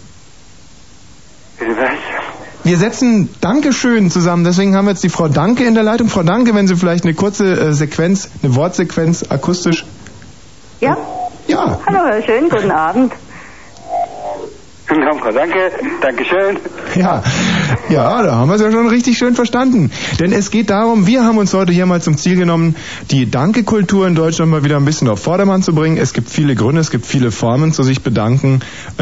Was? Wir setzen Dankeschön zusammen. Deswegen haben wir jetzt die Frau Danke in der Leitung. Frau Danke, wenn Sie vielleicht eine kurze Sequenz, eine Wortsequenz akustisch. Ja? Ja. Hallo, Herr Schön, guten Abend. Ja, Frau Danke, Dankeschön. Ja, da haben wir es ja schon richtig schön verstanden. Denn es geht darum, wir haben uns heute hier mal zum Ziel genommen, die Danke-Kultur in Deutschland mal wieder ein bisschen auf Vordermann zu bringen. Es gibt viele Gründe, es gibt viele Formen zu sich bedanken,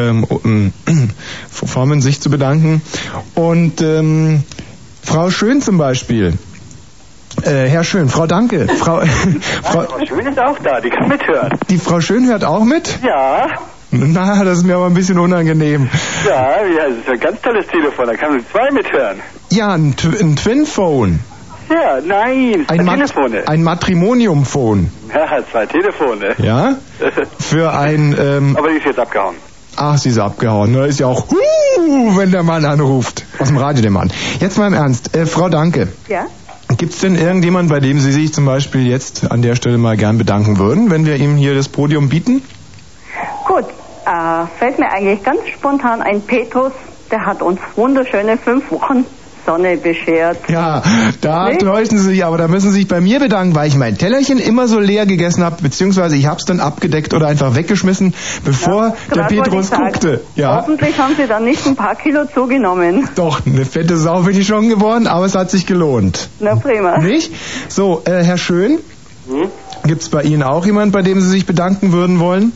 Formen sich zu bedanken. Und Frau Schön zum Beispiel. Herr Schön, Frau Danke. Frau Schön ist auch da, die kann mithören. Die Frau Schön hört auch mit? Ja. Na, das ist mir aber ein bisschen unangenehm. Ja, das ist ein ganz tolles Telefon, da kann man 2 mithören. Ja, ein Twin-Phone. Ja, nein, 2 Telefone. Ein Matrimonium-Phone. Ja, 2 Telefone. Ja? für ein... Aber die ist jetzt abgehauen. Ach, sie ist abgehauen. Ne? Ist ja auch, wenn der Mann anruft. Aus dem Radio, der Mann. Jetzt mal im Ernst. Frau Danke. Ja? Gibt es denn irgendjemand, bei dem Sie sich zum Beispiel jetzt an der Stelle mal gern bedanken würden, wenn wir ihm hier das Podium bieten? Gut, fällt mir eigentlich ganz spontan ein Petrus, der hat uns wunderschöne 5 Wochen Sonne beschert. Ja, da täuschen Sie sich, aber da müssen Sie sich bei mir bedanken, weil ich mein Tellerchen immer so leer gegessen habe, beziehungsweise ich hab's dann abgedeckt oder einfach weggeschmissen, bevor der Petrus guckte. Ja. Hoffentlich haben Sie dann nicht ein paar Kilo zugenommen. Doch, eine fette Sau bin ich schon geworden, aber es hat sich gelohnt. Na prima. Nicht? So, Herr Schön, gibt's bei Ihnen auch jemand, bei dem Sie sich bedanken würden wollen?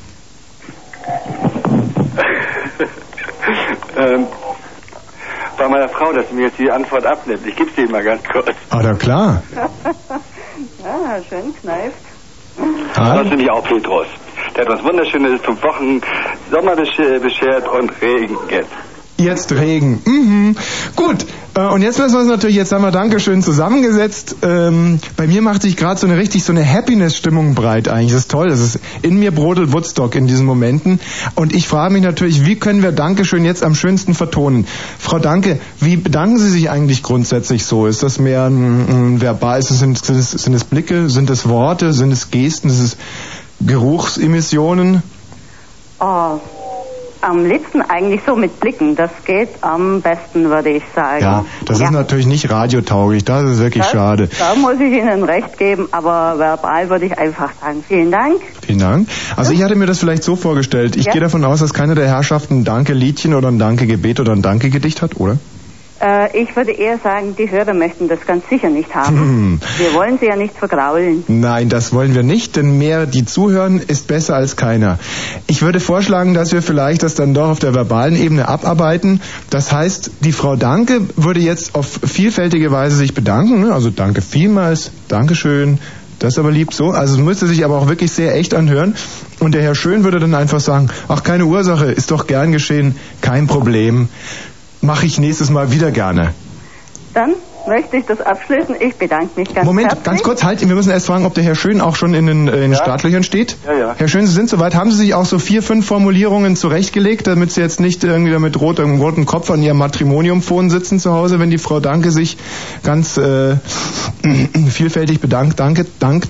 Bei meiner Frau, dass sie mir jetzt die Antwort abnimmt. Ich gebe sie Ihnen mal ganz kurz. Ah, na klar. Ja, schön kneift. Das finde ich auch Petrus. Der hat was Wunderschönes zum Wochen Sommer beschert und Regen jetzt. Jetzt Regen. Mhm. Gut. Und jetzt müssen wir uns natürlich, jetzt haben wir Dankeschön zusammengesetzt. Bei mir macht sich gerade so eine Happiness-Stimmung breit eigentlich. Das ist toll. Das ist in mir brodelt Woodstock in diesen Momenten. Und ich frage mich natürlich, wie können wir Dankeschön jetzt am schönsten vertonen? Frau Danke, wie bedanken Sie sich eigentlich grundsätzlich so? Ist das mehr verbal? Sind es Blicke? Sind es Worte? Sind es Gesten? Ist es Geruchsemissionen? Oh, am liebsten eigentlich so mit Blicken. Das geht am besten, würde ich sagen. Ja, das ist natürlich nicht radiotauglich. Das ist wirklich schade. Da muss ich Ihnen recht geben, aber verbal würde ich einfach sagen, vielen Dank. Vielen Dank. Also ich hatte mir das vielleicht so vorgestellt. Ich gehe davon aus, dass keiner der Herrschaften ein Danke-Liedchen oder ein Danke-Gebet oder ein Danke-Gedicht hat, oder? Ich würde eher sagen, die Hörer möchten das ganz sicher nicht haben. Wir wollen sie ja nicht vergraulen. Nein, das wollen wir nicht, denn mehr die zuhören ist besser als keiner. Ich würde vorschlagen, dass wir vielleicht das dann doch auf der verbalen Ebene abarbeiten. Das heißt, die Frau Danke würde jetzt auf vielfältige Weise sich bedanken. Also danke vielmals, Dankeschön, das ist aber lieb so. Also es müsste sich aber auch wirklich sehr echt anhören. Und der Herr Schön würde dann einfach sagen, ach, keine Ursache, ist doch gern geschehen, kein Problem. Mache ich nächstes Mal wieder gerne. Dann möchte ich das abschließen. Ich bedanke mich ganz herzlich. Ganz kurz, wir müssen erst fragen, ob der Herr Schön auch schon in den Startlöchern steht. Ja. Herr Schön, Sie sind soweit. Haben Sie sich auch so 4, 5 Formulierungen zurechtgelegt, damit Sie jetzt nicht irgendwie mit rotem Kopf an Ihrem Matrimoniumphone sitzen zu Hause, wenn die Frau Danke sich ganz vielfältig bedankt? Danket?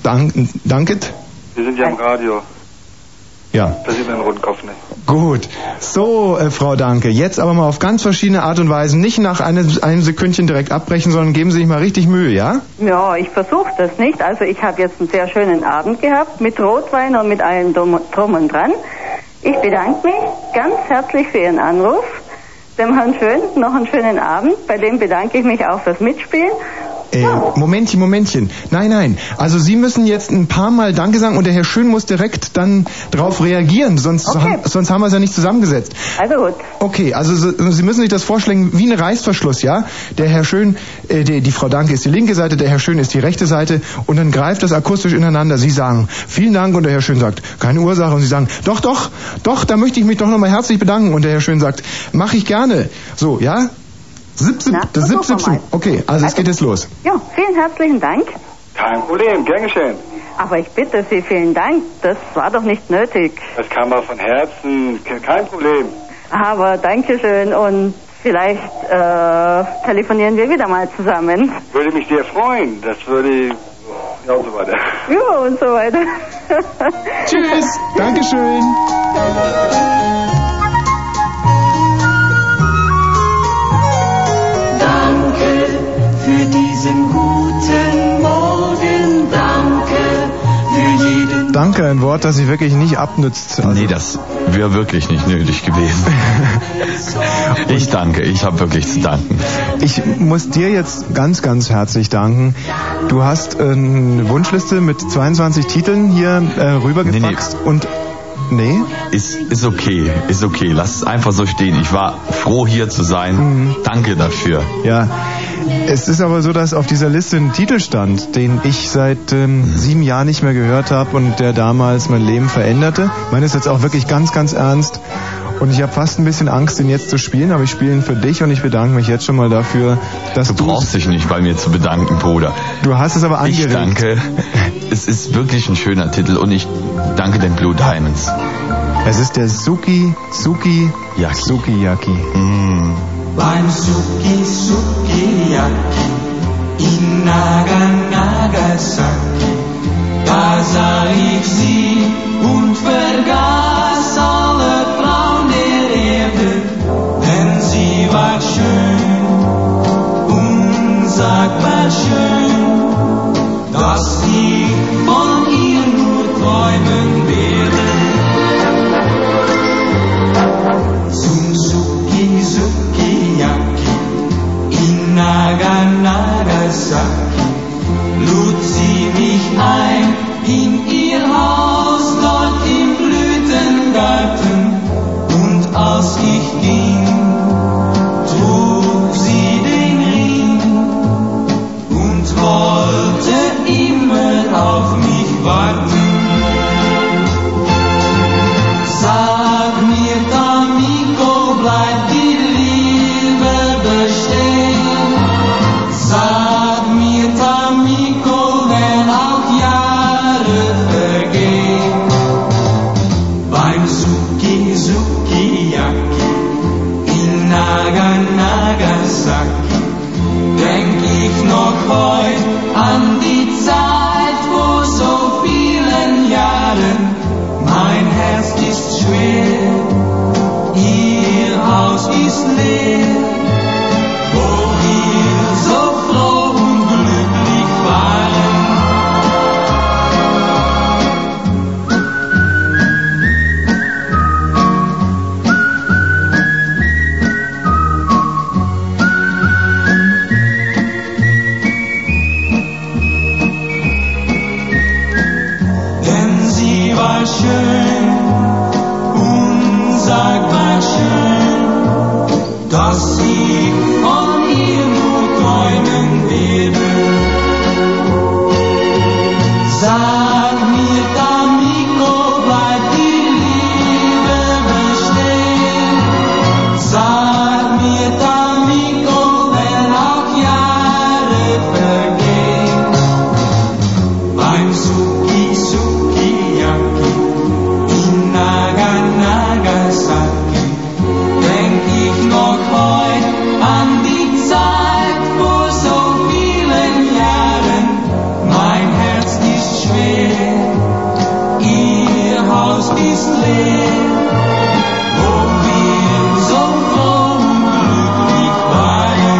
Wir sind ja im Radio. Ja. Da sieht man den roten Kopf nicht. Gut. So, Frau Danke, jetzt aber mal auf ganz verschiedene Art und Weise. Nicht nach einem Sekündchen direkt abbrechen, sondern geben Sie sich mal richtig Mühe, ja? Ja, ich versuche das nicht. Also ich habe jetzt einen sehr schönen Abend gehabt mit Rotwein und mit allem drum und dran. Ich bedanke mich ganz herzlich für Ihren Anruf. Dem Herrn Schön noch einen schönen Abend. Bei dem bedanke ich mich auch fürs Mitspielen. Momentchen. Nein. Also Sie müssen jetzt ein paar Mal Danke sagen und der Herr Schön muss direkt dann drauf reagieren, sonst haben wir es ja nicht zusammengesetzt. Also gut. Okay, also Sie müssen sich das vorstellen wie ein Reißverschluss, ja? Der Herr Schön, die Frau Danke ist die linke Seite, der Herr Schön ist die rechte Seite und dann greift das akustisch ineinander. Sie sagen, vielen Dank und der Herr Schön sagt, keine Ursache und Sie sagen, doch, da möchte ich mich doch nochmal herzlich bedanken und der Herr Schön sagt, mache ich gerne. So, ja? Zip. Okay, also es geht jetzt los. Ja, vielen herzlichen Dank. Kein Problem, gern geschehen. Aber ich bitte Sie, vielen Dank. Das war doch nicht nötig. Das kam mal von Herzen, kein Problem. Aber Dankeschön und vielleicht telefonieren wir wieder mal zusammen. Würde mich sehr freuen. Das würde... Ja, und so weiter. Ja, und so weiter. Tschüss. Dankeschön. Für diesen guten Morgen, danke für jeden... Danke, ein Wort, das sich wirklich nicht abnützt. Also nee, das wäre wirklich nicht nötig gewesen. Ich danke, ich habe wirklich zu danken. Ich muss dir jetzt ganz, ganz herzlich danken. Du hast eine Wunschliste mit 22 Titeln hier rübergefaxt und... Nee? Ist okay. Lass es einfach so stehen. Ich war froh, hier zu sein. Danke dafür. Ja. Es ist aber so, dass auf dieser Liste ein Titel stand, den ich seit 7 Jahren nicht mehr gehört habe und der damals mein Leben veränderte. Ich meine, das ist jetzt auch wirklich ganz, ganz ernst. Und ich habe fast ein bisschen Angst, ihn jetzt zu spielen, aber ich spiele ihn für dich und ich bedanke mich jetzt schon mal dafür, dass du brauchst dich nicht bei mir zu bedanken, Bruder. Du hast es aber angeregt. Ich danke. Es ist wirklich ein schöner Titel und ich danke den Blue Diamonds. Es ist der Sukiyaki. Beim Sukiyaki in Nagasaki, da sah ich sie und vergaß alle Frauen der Erde, denn sie war schön, unsagbar schön, dass ich von ihr nur träumen werde. Zum Sukiyaki in Nagasaki lud sie mich ein in ihr Haus dort im Blütengarten, und als ich ging, trug sie den Ring und wollte immer auf mich warten. Sag mir, Tamiko, bleibt die Liebe bestehen? Sag mir, Tamiko, wenn auch Jahre vergehen. Beim Sukiyaki in Nagasaki denk ich noch heut an die Zeit vor so vielen Jahren. Mein Herz ist schwer, ihr Haus ist leer, wo wir so froh und glücklich waren. Denn sie war schön, unsagbar schön, dass ich von ihr nur träumen werde. Sag mir, Tamiko, bleibt die Liebe bestehen? Sag mir, Tamiko, wenn auch Jahre vergehen. Beim Sukiyaki in Nagasaki denk ich noch heut an die Zeit vor so vielen Jahren. Mein Herz ist schwer, ihr Haus ist leer, wo wir so froh und glücklich waren.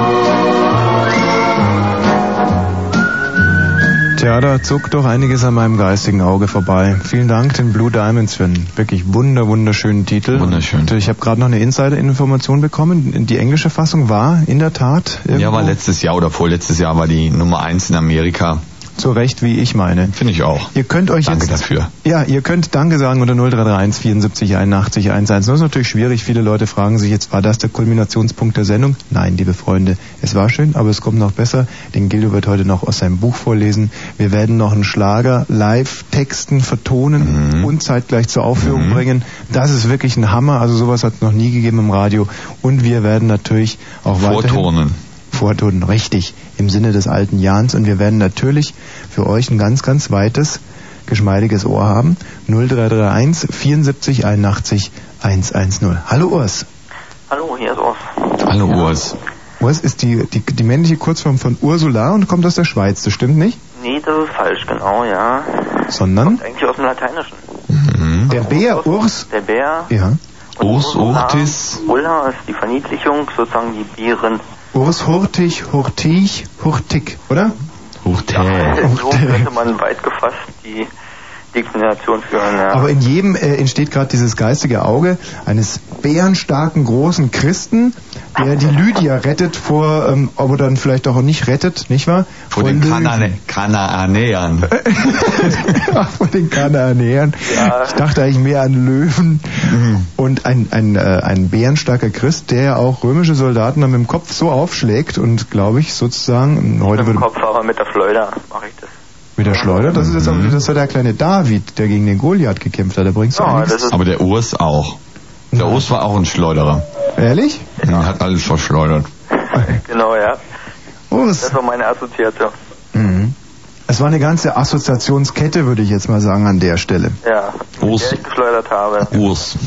Tja, da zuckt doch einiges an meinem geistigen Auge vorbei. Vielen Dank den Blue Diamonds für einen wirklich wunderschönen Titel. Wunderschön. Und ich habe gerade noch eine Insider-Information bekommen. Die englische Fassung war in der Tat irgendwo, Ja, war letztes Jahr oder vorletztes Jahr war die Nummer 1 in Amerika. so recht, wie ich meine. Finde ich auch. Ihr könnt euch Danke jetzt, dafür. Ja, ihr könnt Danke sagen unter 0331 74 81 110. Das ist natürlich schwierig. Viele Leute fragen sich jetzt, war das der Kulminationspunkt der Sendung? Nein, liebe Freunde, es war schön, aber es kommt noch besser. Den Gildo wird heute noch aus seinem Buch vorlesen. Wir werden noch einen Schlager live texten, vertonen und zeitgleich zur Aufführung bringen. Das ist wirklich ein Hammer. Also sowas hat es noch nie gegeben im Radio. Und wir werden natürlich auch weiterhin vortonen, richtig, im Sinne des alten Jahns. Und wir werden natürlich für euch ein ganz, ganz weites, geschmeidiges Ohr haben. 0331 74 81 110. Hallo Urs. Hallo, hier ist Urs. Hallo Urs. Urs ist die männliche Kurzform von Ursula und kommt aus der Schweiz, das stimmt nicht? Nee, das ist falsch, genau, ja. Sondern? Kommt eigentlich aus dem Lateinischen. Der Bär, Urs? Der Bär. Ja. Urs, Urtis. Ulla ist die Verniedlichung, sozusagen die Bären. Urs, Hurtig, Hurtig, Hurtig, oder? Hurtig. So könnte man weit gefasst die Deklination führen, ja. Aber in jedem entsteht gerade dieses geistige Auge eines bärenstarken, großen Christen, der die Lydia rettet vor, aber dann vielleicht auch nicht rettet, nicht wahr? Vor den Kanaanäern. Vor den Kanaanäern. Ja. Ich dachte eigentlich mehr an Löwen. Und ein bärenstarker Christ, der ja auch römische Soldaten dann mit dem Kopf so aufschlägt und, glaube ich, sozusagen... heute mit dem Kopf, aber mit der Schleuder mache ich das. Mit der Schleuder? Das ist jetzt auch, das war der kleine David, der gegen den Goliath gekämpft hat. Da bringst du einiges. Aber der Urs auch. Der Urs war auch ein Schleuderer. Ehrlich? Ja, hat alles verschleudert. Genau, ja. Urs. Das war meine Assoziation. Es war eine ganze Assoziationskette, würde ich jetzt mal sagen, an der Stelle. Ja, Urs. der ich geschleudert habe. Urs.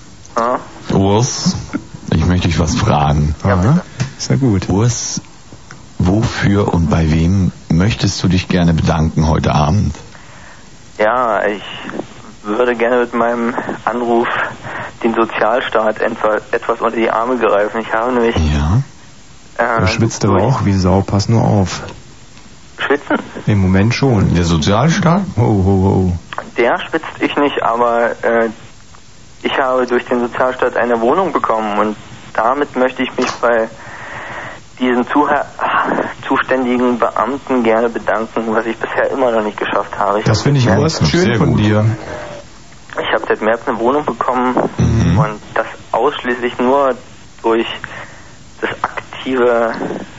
Urs, ich möchte dich was fragen. Ja, ist ja gut. Urs, wofür und bei wem möchtest du dich gerne bedanken heute Abend? Ja, ich würde gerne mit meinem Anruf den Sozialstaat etwas unter die Arme greifen. Ich habe nämlich... Ja. Er schwitzt aber auch wie Sau, pass nur auf. Schwitzen? Im Moment schon. Der Sozialstaat? Der schwitzt ich nicht, aber ich habe durch den Sozialstaat eine Wohnung bekommen und damit möchte ich mich bei diesen zuständigen Beamten gerne bedanken, was ich bisher immer noch nicht geschafft habe. Das finde ich schön von dir. Ich habe seit März eine Wohnung bekommen und das ausschließlich nur durch das aktive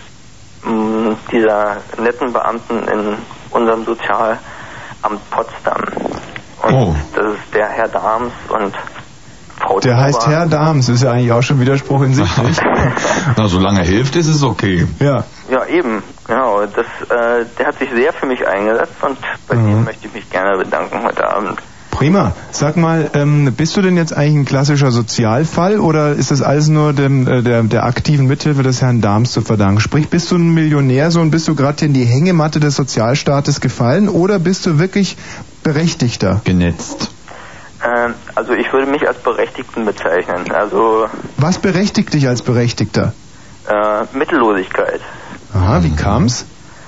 dieser netten Beamten in unserem Sozialamt Potsdam. Und das ist der Herr Dahms und Frau Der Dauber. heißt Herr Dahms, ist ja eigentlich auch schon Widerspruch in sich, nicht? Na, solange er hilft, ist es okay. Ja. Ja, eben, genau. Der hat sich sehr für mich eingesetzt und bei dem möchte ich mich gerne bedanken heute Abend. Prima. Sag mal, bist du denn jetzt eigentlich ein klassischer Sozialfall oder ist das alles nur der aktiven Mithilfe des Herrn Dahms zu verdanken? Sprich, bist du ein Millionär und bist du gerade in die Hängematte des Sozialstaates gefallen oder bist du wirklich Berechtigter? Genetzt. Also ich würde mich als Berechtigten bezeichnen. Also was berechtigt dich als Berechtigter? Mittellosigkeit. Aha, wie kam's?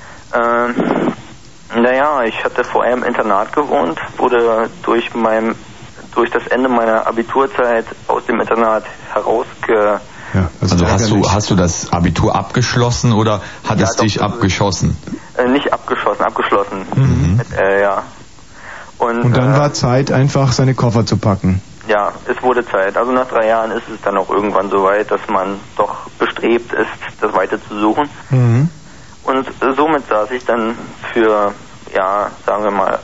Naja, ich hatte vorher im Internat gewohnt, wurde durch das Ende meiner Abiturzeit aus dem Internat herausge... Ja, also hast du das Abitur abgeschlossen oder hat es dich abgeschossen? Nicht abgeschossen, abgeschlossen. Ja. Und dann war Zeit, einfach seine Koffer zu packen. Ja, es wurde Zeit. Also nach 3 Jahren ist es dann auch irgendwann so weit, dass man doch bestrebt ist, das weiter zu suchen. Und somit saß ich dann für, ja, sagen wir mal,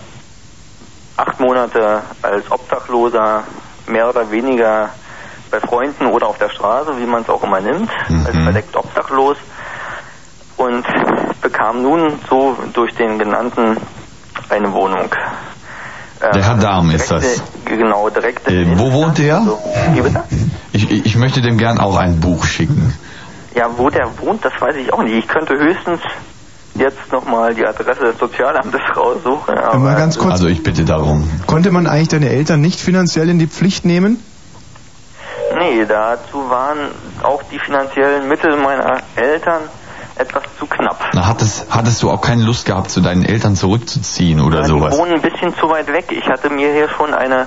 8 Monate als Obdachloser, mehr oder weniger bei Freunden oder auf der Straße, wie man es auch immer nimmt, als verdeckt obdachlos und bekam nun so durch den Genannten eine Wohnung. Der Herr Dahm ist das. Genau, direkt. Wo wohnt der? So. Wie bitte? Ich möchte dem gern auch ein Buch schicken. Ja, wo der wohnt, das weiß ich auch nicht. Ich könnte höchstens jetzt nochmal die Adresse des Sozialamtes raussuchen. Aber mal ganz kurz. Also ich bitte darum. Konnte man eigentlich deine Eltern nicht finanziell in die Pflicht nehmen? Nee, dazu waren auch die finanziellen Mittel meiner Eltern etwas zu knapp. Na, hattest du auch keine Lust gehabt, zu deinen Eltern zurückzuziehen oder sowas? Die wohnen ein bisschen zu weit weg. Ich hatte mir hier schon eine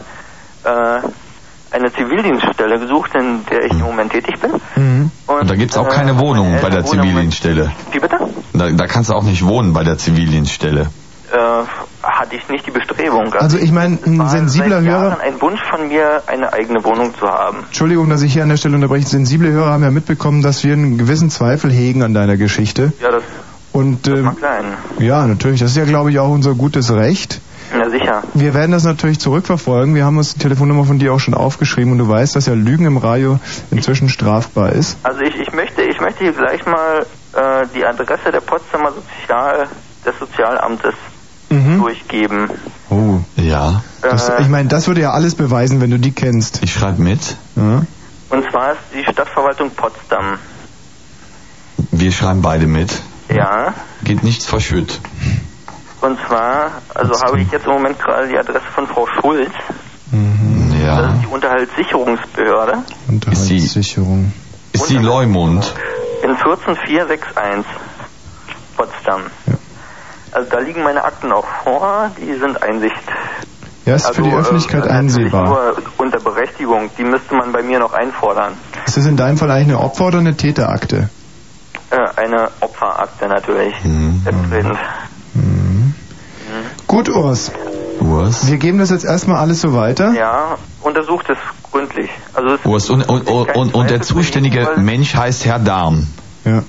Zivildienststelle gesucht, in der ich im Moment tätig bin. Und da gibt's auch keine Wohnung bei der Zivildienststelle. Wie bitte? Da kannst du auch nicht wohnen bei der Zivildienststelle. Hatte ich nicht die Bestrebung. Also ich meine, ein sensibler Hörer... ein Wunsch von mir, eine eigene Wohnung zu haben. Entschuldigung, dass ich hier an der Stelle unterbreche. Sensible Hörer haben ja mitbekommen, dass wir einen gewissen Zweifel hegen an deiner Geschichte. Ja, das mag sein. Ja, natürlich. Das ist ja, glaube ich, auch unser gutes Recht. Ja, sicher. Wir werden das natürlich zurückverfolgen. Wir haben uns die Telefonnummer von dir auch schon aufgeschrieben und du weißt, dass ja Lügen im Radio inzwischen strafbar ist. Also ich möchte hier gleich mal die Adresse der Potsdamer des Sozialamtes durchgeben. Oh. Ja. Ich meine, das würde ja alles beweisen, wenn du die kennst. Ich schreibe mit. Ja. Und zwar ist die Stadtverwaltung Potsdam. Wir schreiben beide mit. Ja. Geht nichts verschütt. Und zwar, also habe ich jetzt im Moment gerade die Adresse von Frau Schulz. Ja. Das ist die Unterhaltssicherungsbehörde. Unterhaltssicherung. Ist die Leumund? In 14461 Potsdam. Ja. Also da liegen meine Akten auch vor, die sind Einsicht. Ja, ist für die Öffentlichkeit einsehbar. Nur unter Berechtigung, die müsste man bei mir noch einfordern. Ist das in deinem Fall eigentlich eine Opfer- oder eine Täterakte? Eine Opferakte natürlich. Selbstredend. Gut, Urs. Wir geben das jetzt erstmal alles so weiter. Ja, untersucht es gründlich. Also es und der zuständige Mensch heißt Herr Darm. Ja.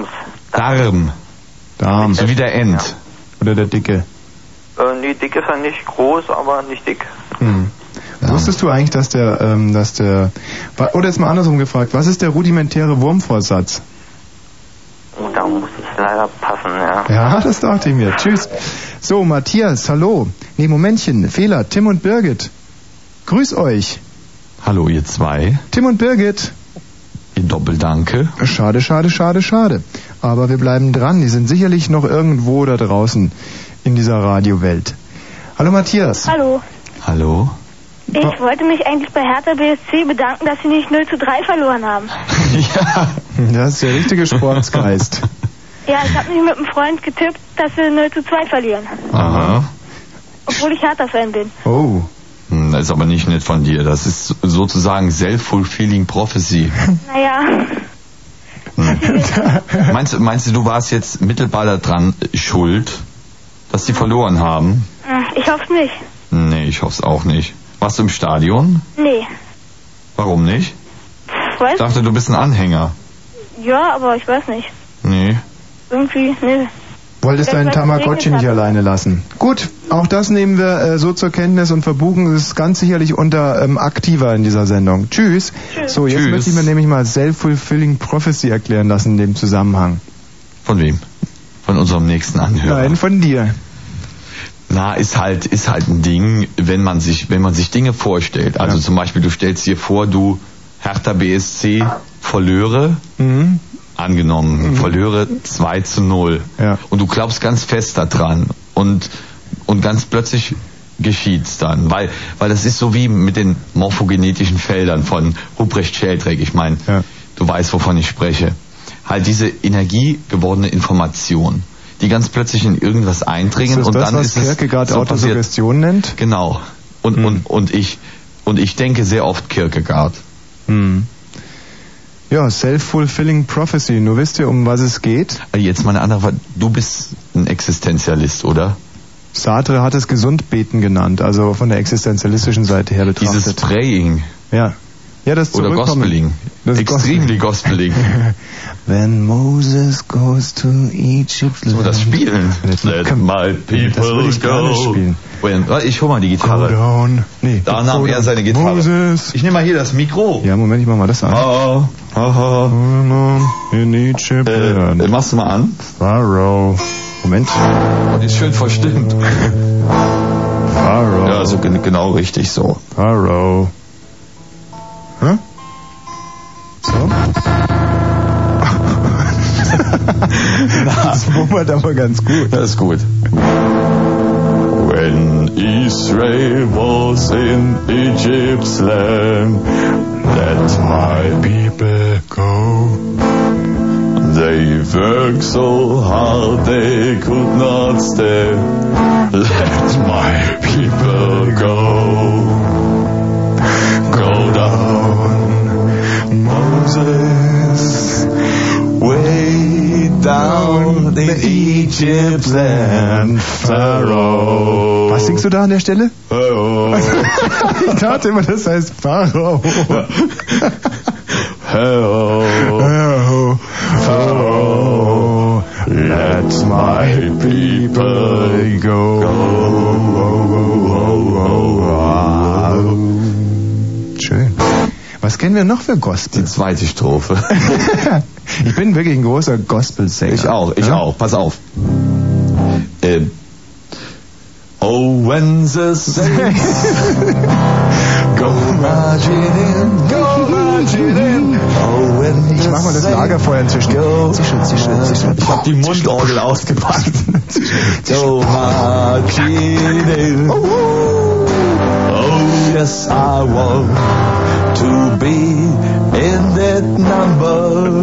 Darm. So wie der Ent. Ja. Oder der Dicke. Nee, dick ist er nicht, groß, aber nicht dick. Wusstest du eigentlich, dass der, oder jetzt mal andersrum gefragt, was ist der rudimentäre Wurmvorsatz? Oh, da muss es leider passen, ja. Ja, das dachte ich mir. Tschüss. So, Matthias, hallo. Nee, Momentchen, Fehler. Tim und Birgit. Grüß euch. Hallo, ihr zwei. Tim und Birgit. Doppeldanke. Schade. Aber wir bleiben dran. Die sind sicherlich noch irgendwo da draußen in dieser Radiowelt. Hallo, Matthias. Hallo. Ich wollte mich eigentlich bei Hertha BSC bedanken, dass sie nicht 0:3 verloren haben. Ja. Das ist der richtige Sportsgeist. Ja, ich habe mich mit einem Freund getippt, dass sie 0:2 verlieren. Aha. Obwohl ich Hertha-Fan bin. Oh. Das ist aber nicht nett von dir. Das ist sozusagen self-fulfilling prophecy. Naja. Meinst du, du warst jetzt mittelbar daran schuld, dass die verloren haben? Ich hoffe nicht. Nee, ich hoffe es auch nicht. Warst du im Stadion? Nee. Warum nicht? Was? Ich dachte, du bist ein Anhänger. Ja, aber ich weiß nicht. Nee. Irgendwie, nee. Wolltest deinen Tamagotchi nicht alleine lassen. Gut, auch das nehmen wir so zur Kenntnis und verbuchen es ganz sicherlich unter aktiver in dieser Sendung. Tschüss. So, jetzt möchte ich mir nämlich mal Self-Fulfilling Prophecy erklären lassen in dem Zusammenhang. Von wem? Von unserem nächsten Anhörer? Nein, von dir. Na, ist halt ein Ding, wenn man sich Dinge vorstellt. Also zum Beispiel, du stellst dir vor, du Hertha BSC verlöre, verlöre 2:0. Ja. Und du glaubst ganz fest daran. Und ganz plötzlich geschieht's dann. Weil das ist so wie mit den morphogenetischen Feldern von Ruprecht Sheldrake. Ich meine, du weißt, wovon ich spreche. Halt diese energiegewordene Information, die ganz plötzlich in irgendwas eindringen. Ist das und das, dann was ist es Kierkegaard so Autosuggestion nennt? Genau. Und ich denke sehr oft Kierkegaard. Ja, Self-Fulfilling Prophecy. Nur wisst ihr, um was es geht? Jetzt mal eine andere Frage. Du bist ein Existenzialist, oder? Sartre hat es Gesundbeten genannt, also von der existenzialistischen Seite her betrachtet. Dieses Praying. Ja, das oder Gospeling. Extremely Gospeling. When Moses goes to Egypt. So, das Spielen. Let my people das würde ich gerne spielen. Ich hol mal die Gitarre. Da nahm er seine Gitarre. Moses. Ich nehme mal hier das Mikro. Ja, Moment, ich mach mal das an. In Egypt. Machst du mal an? Pharaoh. Moment. Die ist schön verstimmt. Pharaoh. Ja, so genau richtig so. Pharaoh. Hä? So? Das wummert aber ganz gut. Das ist gut. When Israel was in Egypt's land, let my people go. They worked so hard they could not stay. Let my people go. Go down, Moses, way down in Egypt's land, Pharaoh. Was singst du da an der Stelle? Pharaoh. Ich dachte immer, das heißt Pharaoh. Pharaoh, Pharaoh, let my people go. Schön. Was kennen wir noch für Gospel? Die zweite Strophe. Ich bin wirklich ein großer Gospel-Sänger. Ich auch. Pass auf. Oh, when the saints go marching in, go marching in. Oh, when ich mach mal das Lagerfeuer inzwischen. Zischel. Ich hab die Mundorgel ausgepackt. Go marching in. Oh, yes, I want to be in that number.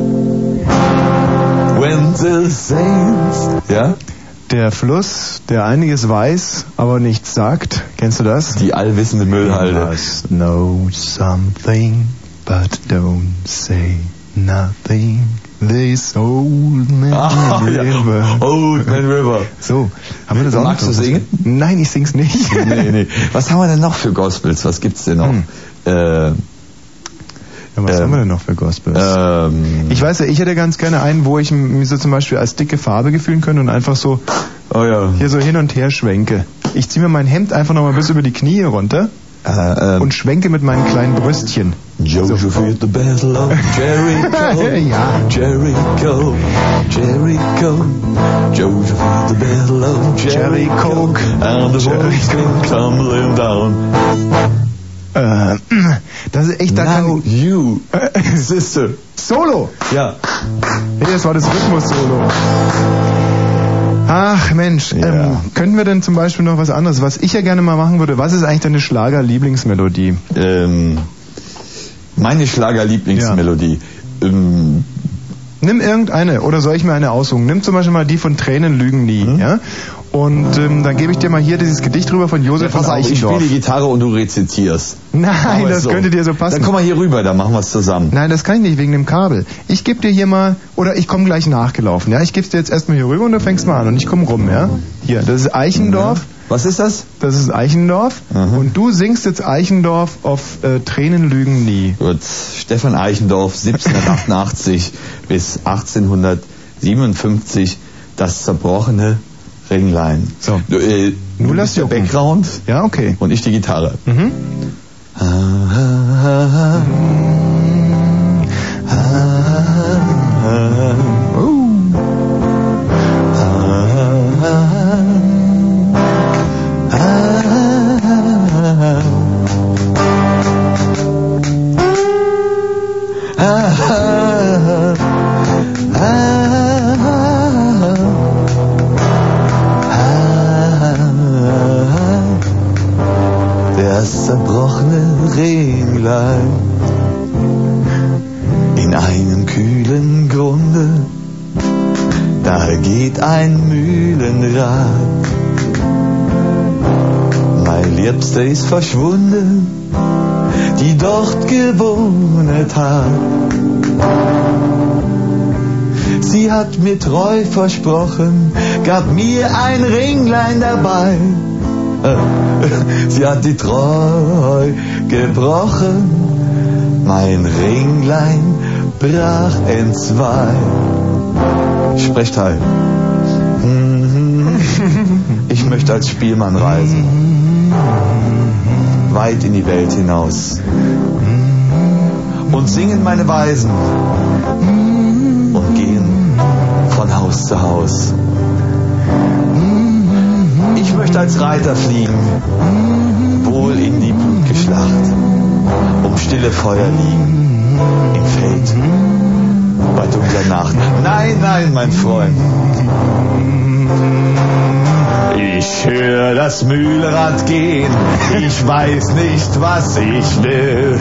When the saints, ja? Der Fluss, der einiges weiß, aber nichts sagt. Kennst du das? Die allwissende Müllhalde. Must know something. but don't say nothing. This old man river. Ja. Old Man River. So, haben wir das auch noch? Magst du singen? Nein, ich sing's nicht. Nee. Was haben wir denn noch für Gospels? Was gibt's denn noch? Was haben wir denn noch für Gospels? Ich weiß ja, ich hätte ganz gerne einen, wo ich mich so zum Beispiel als dicke Farbe fühlen könnte und einfach so hier so hin und her schwenke. Ich ziehe mir mein Hemd einfach nochmal bis über die Knie runter und schwenke mit meinen kleinen Brüstchen. Joseph at the Battle of Jericho. Ja. Jericho. Joseph at the Battle of Jericho. And the walls came tumbling down. Das ist echt Now you, sister. Solo. Ja. Hey, das war das Rhythmus-Solo. Ach Mensch, können wir denn zum Beispiel noch was anderes, was ich ja gerne mal machen würde? Was ist eigentlich deine Schlager-Lieblingsmelodie? Meine Schlager-Lieblingsmelodie. Nimm irgendeine, oder soll ich mir eine aussuchen? Nimm zum Beispiel mal die von Tränen lügen nie, ja? Und dann gebe ich dir mal hier dieses Gedicht rüber von Josef von Eichendorff. Ich spiele die Gitarre und du rezitierst. Nein, das könnte dir so passen. Dann komm mal hier rüber, dann machen wir es zusammen. Nein, das kann ich nicht wegen dem Kabel. Ich gebe dir hier mal, oder ich komme gleich nachgelaufen, ja? Ich gebe dir jetzt erstmal hier rüber und du fängst mal an und ich komme rum, ja? Hier, das ist Eichendorff. Was ist das? Das ist Eichendorff. Und du singst jetzt Eichendorff auf Tränen lügen nie. Gut, Stefan Eichendorff, 1788 bis 1857, das zerbrochene Ringlein. So. Du lässt den Background. Ja, okay. Und ich die Gitarre. Das zerbrochene Ringlein in einem kühlen Grunde, da geht ein Mühlenrad. Mein Liebster ist verschwunden, die dort gewohnt hat. Sie hat mir treu versprochen, gab mir ein Ringlein dabei. Sie hat die Treu gebrochen, mein Ringlein brach entzwei. Sprechteil. Ich möchte als Spielmann reisen, weit in die Welt hinaus und singen meine Weisen und gehen von Haus zu Haus. Ich möchte als Reiter fliegen, wohl in die blutige Schlacht, um stille Feuer liegen, im Feld, bei dunkler Nacht. Nein, nein, mein Freund. Ich höre das Mühlrad gehen, ich weiß nicht, was ich will.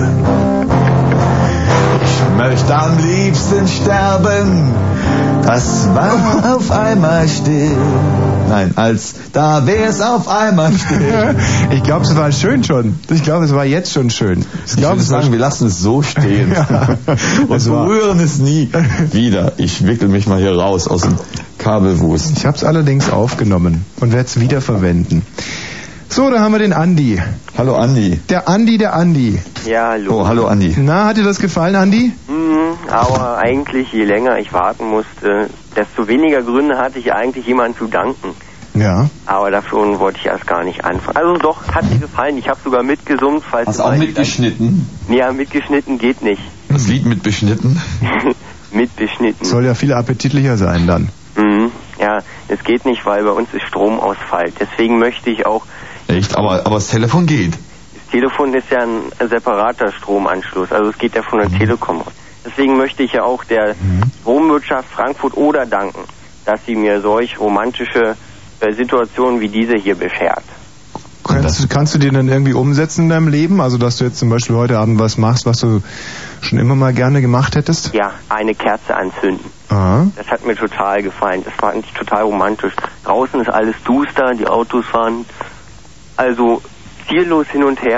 Ich möchte am liebsten sterben, das war auf einmal still. Nein, als da wär's auf einmal still. Ich glaube, es war schön schon. Ich glaube, es war jetzt schon schön. Ich würde sagen, wir lassen es so stehen. Ja, und berühren es nie wieder. Ich wickel mich mal hier raus aus dem Kabelwust. Ich habe es allerdings aufgenommen und werde es wieder verwenden. So, da haben wir den Andi. Hallo Andi. Der Andi. Ja, hallo. Oh, hallo Andi. Na, hat dir das gefallen, Andi? Aber eigentlich, je länger ich warten musste, desto weniger Gründe hatte ich eigentlich jemandem zu danken. Ja. Aber dafür wollte ich erst gar nicht anfangen. Also doch, hat mir gefallen. Ich habe sogar mitgesungen. Hast du auch mitgeschnitten? Ja, mitgeschnitten geht nicht. Das Lied mit beschnitten? Mitbeschnitten. Soll ja viel appetitlicher sein dann. Ja, es geht nicht, weil bei uns ist Stromausfall. Deswegen möchte ich auch... Echt? Aber das Telefon geht? Das Telefon ist ja ein separater Stromanschluss. Also es geht ja von der Telekom aus. Deswegen möchte ich ja auch der Stromwirtschaft Frankfurt Oder danken, dass sie mir solch romantische Situationen wie diese hier beschert. Kannst du die dann irgendwie umsetzen in deinem Leben? Also, dass du jetzt zum Beispiel heute Abend was machst, was du schon immer mal gerne gemacht hättest? Ja, eine Kerze anzünden. Aha. Das hat mir total gefallen. Das war eigentlich total romantisch. Draußen ist alles duster, die Autos fahren also ziellos hin und her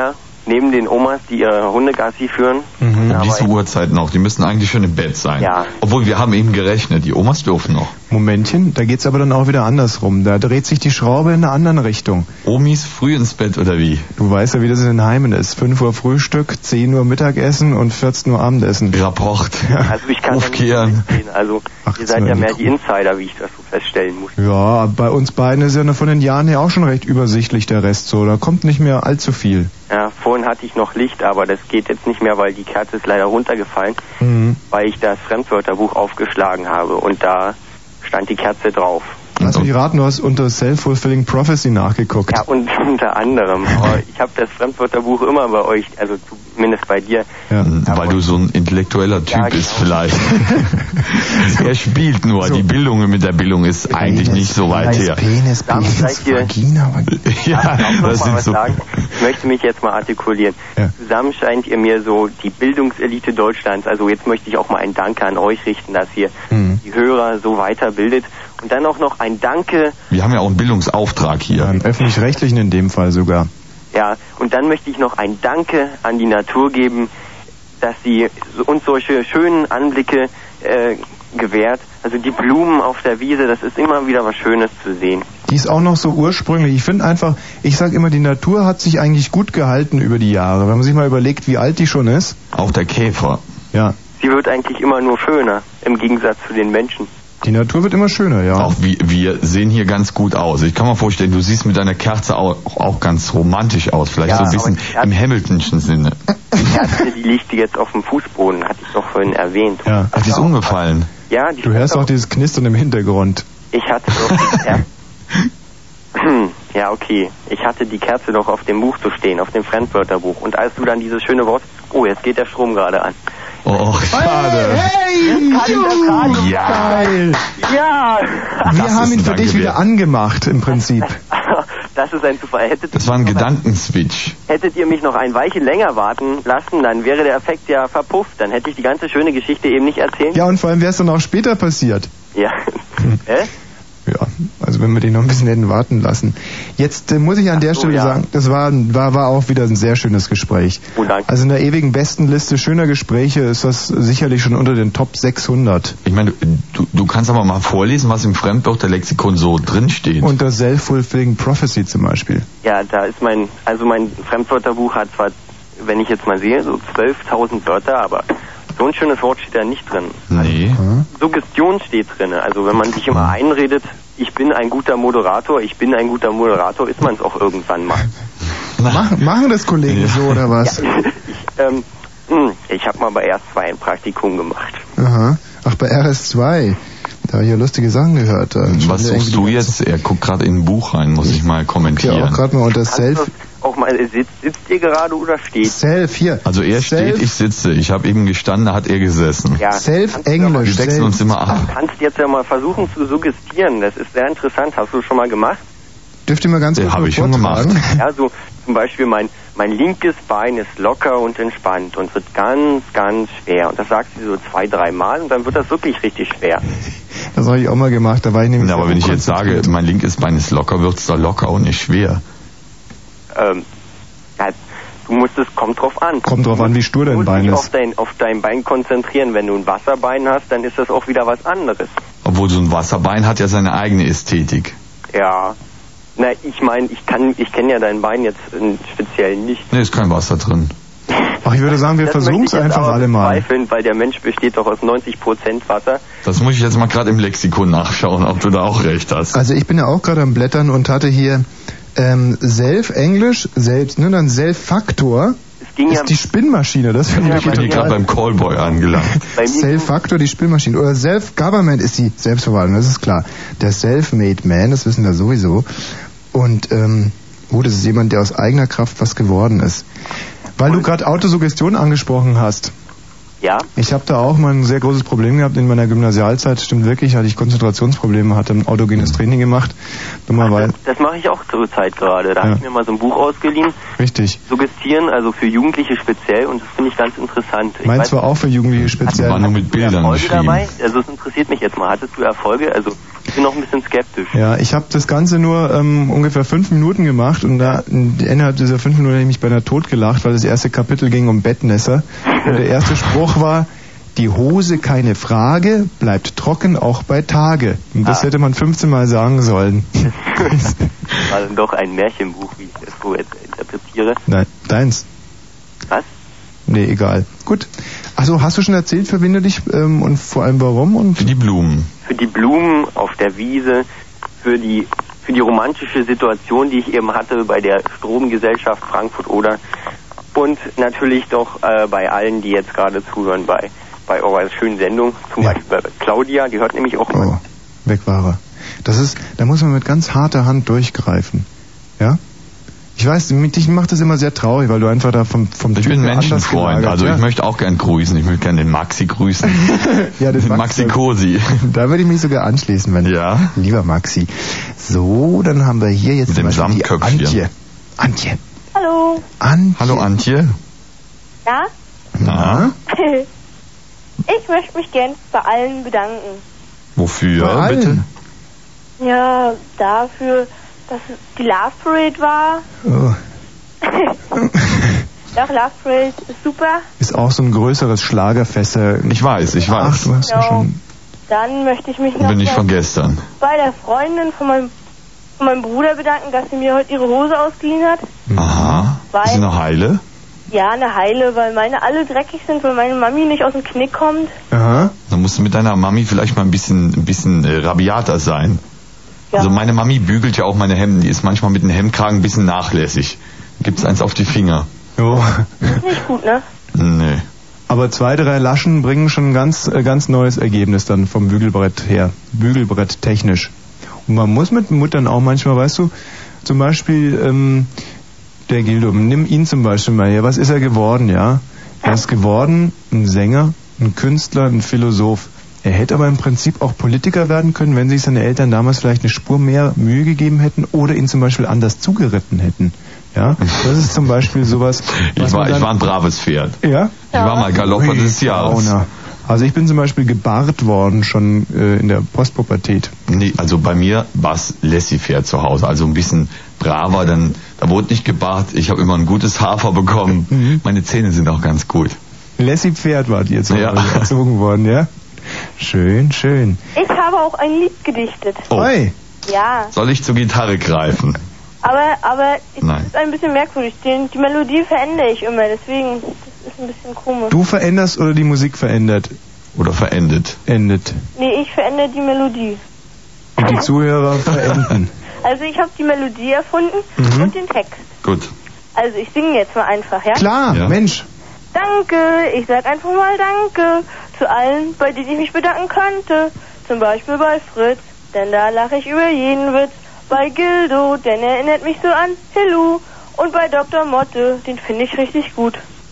neben den Omas, die ihre Hunde Gassi führen. Um diese Uhrzeit noch, die müssen eigentlich schon im Bett sein. Ja. Obwohl, wir haben eben gerechnet, die Omas dürfen noch. Momentchen, da geht's aber dann auch wieder andersrum. Da dreht sich die Schraube in eine andere Richtung. Omis früh ins Bett oder wie? Du weißt ja, wie das in den Heimen ist. 5 Uhr Frühstück, 10 Uhr Mittagessen und 14 Uhr Abendessen. Rapport. Also ich kann aufkehren. Also ihr seid ja mehr die Insider, wie ich das so feststellen muss. Ja, bei uns beiden ist ja von den Jahren her auch schon recht übersichtlich der Rest so. Da kommt nicht mehr allzu viel. Ja, vorhin hatte ich noch Licht, aber das geht jetzt nicht mehr, weil die Kerze ist leider runtergefallen, weil ich das Fremdwörterbuch aufgeschlagen habe und da stand die Kerze drauf. Lass mich raten, du hast unter Self-Fulfilling Prophecy nachgeguckt. Ja, und unter anderem. Aber ich habe das Fremdwörterbuch immer bei euch, also zumindest bei dir. Ja, weil du so ein intellektueller Typ bist vielleicht. Er spielt nur, die Bildung mit der Bildung ist eigentlich nicht so weit her. Penis, Vagina. Ja, das sind so. Sagen. Ich möchte mich jetzt mal artikulieren. Ja. Zusammen scheint ihr mir so die Bildungselite Deutschlands, also jetzt möchte ich auch mal ein Danke an euch richten, dass ihr die Hörer so weiterbildet. Und dann auch noch ein Danke. Wir haben ja auch einen Bildungsauftrag hier. Ja, einen öffentlich-rechtlichen in dem Fall sogar. Ja, und dann möchte ich noch ein Danke an die Natur geben, dass sie uns solche schönen Anblicke gewährt. Also die Blumen auf der Wiese, das ist immer wieder was Schönes zu sehen. Die ist auch noch so ursprünglich. Ich finde einfach, ich sage immer, die Natur hat sich eigentlich gut gehalten über die Jahre. Wenn man sich mal überlegt, wie alt die schon ist. Auch der Käfer. Ja. Sie wird eigentlich immer nur schöner, im Gegensatz zu den Menschen. Die Natur wird immer schöner, ja. Auch wir sehen hier ganz gut aus. Ich kann mir vorstellen, du siehst mit deiner Kerze auch ganz romantisch aus. Vielleicht ja, so ein bisschen im Hamiltonschen Sinne. Die Kerze, die liegt jetzt auf dem Fußboden, hatte ich doch vorhin erwähnt. Ja. Ach, die ist umgefallen. Ja, du hörst auch dieses Knistern im Hintergrund. Ich hatte doch die Kerze. Ja, okay. Ich hatte die Kerze doch auf dem Buch zu stehen, auf dem Fremdwörterbuch. Und als du dann dieses schöne Wort... Oh, jetzt geht der Strom gerade an. Oh, schade. Hey, ja. Geil. Ja. Wir haben ihn für dich wieder angemacht, im Prinzip. Das ist ein Zufall. Das war ein Gedankenswitch. Hättet ihr mich noch ein Weilchen länger warten lassen, dann wäre der Effekt ja verpufft. Dann hätte ich die ganze schöne Geschichte eben nicht erzählt. Ja, und vor allem wäre es dann auch später passiert. Ja. Ja, also wenn wir den noch ein bisschen hätten warten lassen. Jetzt muss ich an der Stelle sagen, das war auch wieder ein sehr schönes Gespräch. Oh, danke. Also in der ewigen Bestenliste schöner Gespräche ist das sicherlich schon unter den Top 600. Ich meine, du kannst aber mal vorlesen, was im Fremdwörterlexikon so drinsteht. Unter Self-Fulfilling Prophecy zum Beispiel. Ja, da ist mein Fremdwörterbuch hat zwar, wenn ich jetzt mal sehe, so 12.000 Wörter, aber so ein schönes Wort steht da nicht drin. Nee. Suggestion steht drin. Also wenn man sich immer einredet, ich bin ein guter Moderator, ist man es auch irgendwann mal. Machen das Kollegen so oder was? Ja, ich habe mal bei RS2 ein Praktikum gemacht. Aha. Ach, bei RS2. Da habe ich ja lustige Sachen gehört. Was suchst du jetzt? Er guckt gerade in ein Buch rein, muss ich mal kommentieren. Ja, auch gerade mal unter Self... Auch mal, sitzt ihr gerade oder steht? Self, hier. Also er steht, ich sitze. Ich habe eben gestanden, da hat er gesessen. Ja, Self-Englisch. Wir wechseln uns immer ab. Du kannst jetzt ja mal versuchen zu suggestieren. Das ist sehr interessant. Hast du schon mal gemacht? Dürft ihr mal ganz kurz habe ich schon gemacht. Ja, so zum Beispiel mein linkes Bein ist locker und entspannt und wird ganz, ganz schwer. Und das sagst du so 2-3 Mal und dann wird das wirklich richtig schwer. Das habe ich auch mal gemacht. Da war ich nämlich. Ja, aber wenn ich jetzt sage, mein linkes Bein ist locker, wird es da locker und nicht schwer. Ja, kommt drauf an. Kommt drauf an, wie stur dein Bein ist. Du musst dich auf dein Bein konzentrieren. Wenn du ein Wasserbein hast, dann ist das auch wieder was anderes. Obwohl so ein Wasserbein hat ja seine eigene Ästhetik. Ja. Na, ich meine, ich kenne ja dein Bein jetzt speziell nicht. Nee, ist kein Wasser drin. Ach, ich würde sagen, wir versuchen es einfach alle mal. Weil der Mensch besteht doch aus 90% Wasser. Das muss ich jetzt mal gerade im Lexikon nachschauen, ob du da auch recht hast. Also ich bin ja auch gerade am Blättern und hatte hier Self-Englisch, selbst, ne, dann Self-Faktor ist die Spinnmaschine, das finde ich total. Ich bin gerade beim Callboy angelangt. Self-Faktor, die Spinnmaschine. Oder Self-Government ist die Selbstverwaltung, das ist klar. Der Self-Made Man, das wissen wir sowieso. Und, das ist jemand, der aus eigener Kraft was geworden ist. Weil du gerade Autosuggestion angesprochen hast. Ja. Ich habe da auch mal ein sehr großes Problem gehabt in meiner Gymnasialzeit. Stimmt wirklich, hatte ich Konzentrationsprobleme, hatte ein autogenes Training gemacht. Das mache ich auch zur Zeit gerade. Da habe ich mir mal so ein Buch ausgeliehen. Richtig. Suggestieren, also für Jugendliche speziell, und das finde ich ganz interessant. Meins war auch für Jugendliche speziell. War nur mit Bildern Erfolge geschrieben. dabei? Also es interessiert mich jetzt mal. Hattest du Erfolge? Also bin noch ein bisschen skeptisch. Ja, ich habe das Ganze nur ungefähr 5 Minuten gemacht und da innerhalb dieser 5 Minuten habe ich mich beinahe totgelacht, weil das erste Kapitel ging um Bettnässer und der erste Spruch war: Die Hose keine Frage, bleibt trocken auch bei Tage. Und das hätte man 15 Mal sagen sollen. War dann doch ein Märchenbuch, wie ich das so jetzt interpretiere. Nein, deins. Was? Nee, egal. Gut. Also hast du schon erzählt, für wen du dich und vor allem warum? Und für die Blumen. Für die Blumen auf der Wiese, für die romantische Situation, die ich eben hatte bei der Stromgesellschaft Frankfurt-Oder und natürlich doch bei allen, die jetzt gerade zuhören bei eurer schönen Sendung, zum Beispiel bei Claudia, die hört nämlich auch mal. Weg war er. Da muss man mit ganz harter Hand durchgreifen. Ja? Ich weiß, dich macht das immer sehr traurig, weil du einfach da vom Ich bin Menschenfreund, also ich möchte auch gern grüßen. Ich möchte gerne den Maxi grüßen. Ja, den Maxi Cosi. Da würde ich mich sogar anschließen, lieber Maxi. So, dann haben wir hier jetzt mit dem Samtköpfchen. Antje. Hallo. Hallo Antje. Ja? Na? Ich möchte mich gern bei allen bedanken. Wofür, bitte? Ja, dafür, dass es die Love Parade war. Oh. Doch, Love Parade ist super. Ist auch so ein größeres Schlagerfest. Ich weiß. Ach, du hast ja schon... Dann möchte ich mich noch Bin ich von gestern. Bei der Freundin von meinem Bruder bedanken, dass sie mir heute ihre Hose ausgeliehen hat. Aha. Ist sie noch heile? Ja, eine heile, weil meine alle dreckig sind, weil meine Mami nicht aus dem Knick kommt. Aha. Dann musst du mit deiner Mami vielleicht mal ein bisschen rabiater sein. Ja. Also meine Mami bügelt ja auch meine Hemden. Die ist manchmal mit dem Hemdkragen ein bisschen nachlässig. Gibt's eins auf die Finger. Jo. Das ist nicht gut, ne? Nee. Aber 2, 3 Laschen bringen schon ein ganz neues Ergebnis dann vom Bügelbrett her. Bügelbrett technisch. Und man muss mit Muttern auch manchmal, weißt du, zum Beispiel der Gildo, nimm ihn zum Beispiel mal her. Was ist er geworden, ja? Er ist geworden ein Sänger, ein Künstler, ein Philosoph. Er hätte aber im Prinzip auch Politiker werden können, wenn sich seine Eltern damals vielleicht eine Spur mehr Mühe gegeben hätten oder ihn zum Beispiel anders zugeritten hätten. Ja, das ist zum Beispiel sowas. Ich war ein braves Pferd. Ja? Ich war mal Galopper des Jahres. Also ich bin zum Beispiel gebarrt worden schon in der Postpubertät. Nee, also bei mir war es Laissez-faire zu Hause, also ein bisschen braver, da wurde nicht gebarrt, ich habe immer ein gutes Hafer bekommen, meine Zähne sind auch ganz gut. Laissez-faire wart ihr jetzt erzogen worden, ja? Schön, schön. Ich habe auch ein Lied gedichtet. Oh. Hey. Ja. Soll ich zur Gitarre greifen? Aber es ist ein bisschen merkwürdig. Die Melodie verändere ich immer, deswegen das ist ein bisschen komisch. Du veränderst oder die Musik verändert? Oder verendet? Endet. Nee, ich verändere die Melodie. Und die Zuhörer verenden. Also ich habe die Melodie erfunden und den Text. Gut. Also ich singe jetzt mal einfach, ja? Klar, ja. Mensch. Danke, ich sag einfach mal Danke zu allen, bei denen ich mich bedanken könnte. Zum Beispiel bei Fritz, denn da lache ich über jeden Witz. Bei Gildo, denn er erinnert mich so an Hillu. Und bei Dr. Motte, den finde ich richtig gut.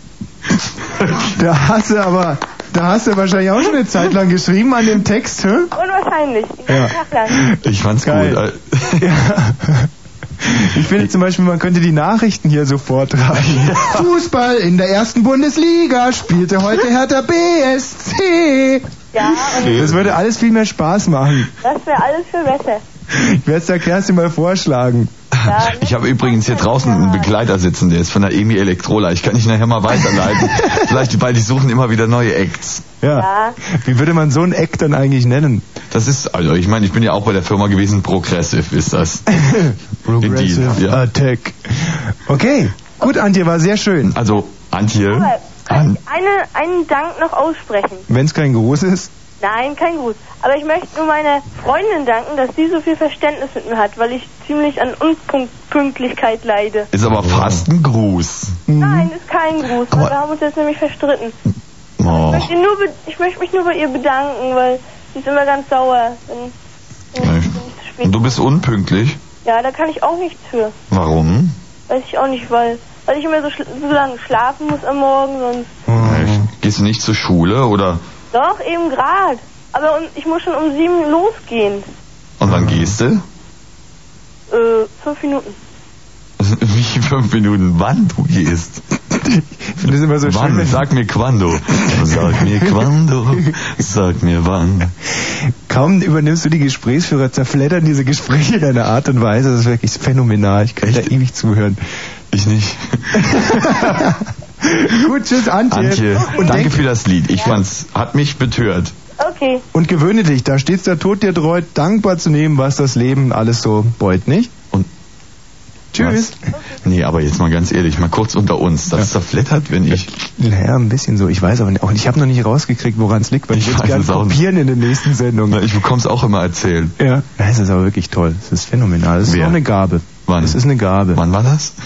Da hast du wahrscheinlich auch schon eine Zeit lang geschrieben an dem Text, hä? Unwahrscheinlich. Ja. Ich fand's geil. Gut. Ja. Ich finde zum Beispiel, man könnte die Nachrichten hier so vortragen. Fußball in der 1. Bundesliga spielte heute Hertha BSC. Ja, und das würde alles viel mehr Spaß machen. Das wäre alles viel besser. Ich werde es der Kerstin mal vorschlagen. Ja, ich habe übrigens hier draußen einen Begleiter sitzen, der ist von der EMI Elektrola. Ich kann dich nachher mal weiterleiten. Vielleicht, weil die suchen immer wieder neue Acts. Ja. Wie würde man so ein Act dann eigentlich nennen? Das ist, also ich meine, ich bin ja auch bei der Firma gewesen, Progressive ist das. Progressive Attack. Okay, gut, Antje, war sehr schön. Also, Antje. Aber kann ich einen Dank noch aussprechen? Wenn es kein Gruß ist? Nein, kein Gruß. Aber ich möchte nur meiner Freundin danken, dass sie so viel Verständnis mit mir hat, weil ich ziemlich an Unpünktlichkeit leide. Ist aber fast ein Gruß. Nein, ist kein Gruß, weil wir haben uns jetzt nämlich verstritten. Oh. Ich möchte mich nur bei ihr bedanken, weil sie ist immer ganz sauer, wenn ich zu spät Und du bist unpünktlich? Ja, da kann ich auch nichts für. Warum? Weiß ich auch nicht, weil ich immer so lange schlafen muss am Morgen, sonst... Gehst du nicht zur Schule, oder... Doch, eben gerade. Aber ich muss schon um 7 losgehen. Und wann gehst du? 5 Minuten. Wie 5 Minuten? Wann du gehst? Ich finde es immer so wann? schön. Sag mir quando. Sag mir quando. Sag mir wann. Kaum übernimmst du die Gesprächsführer, zerfleddern diese Gespräche in einer Art und Weise. Das ist wirklich phänomenal. Ich kann da ewig zuhören. Ich nicht. Gut, tschüss, Antje. Und danke für das Lied. Ich fand's, hat mich betört. Okay. Und gewöhne dich, da steht's der Tod dir treut, dankbar zu nehmen, was das Leben alles so beut, nicht? Und tschüss. Okay. Nee, aber jetzt mal ganz ehrlich, mal kurz unter uns. Das zerflettert, wenn ich... Naja, ein bisschen so. Ich weiß aber nicht. Auch ich habe noch nicht rausgekriegt, woran es liegt, weil ich würde es gerne kopieren in den nächsten Sendungen. Ich bekomm's auch immer erzählt. Ja. Das ist aber wirklich toll. Das ist phänomenal. Das ist auch eine Gabe. Wann? Das ist eine Gabe. Wann war das?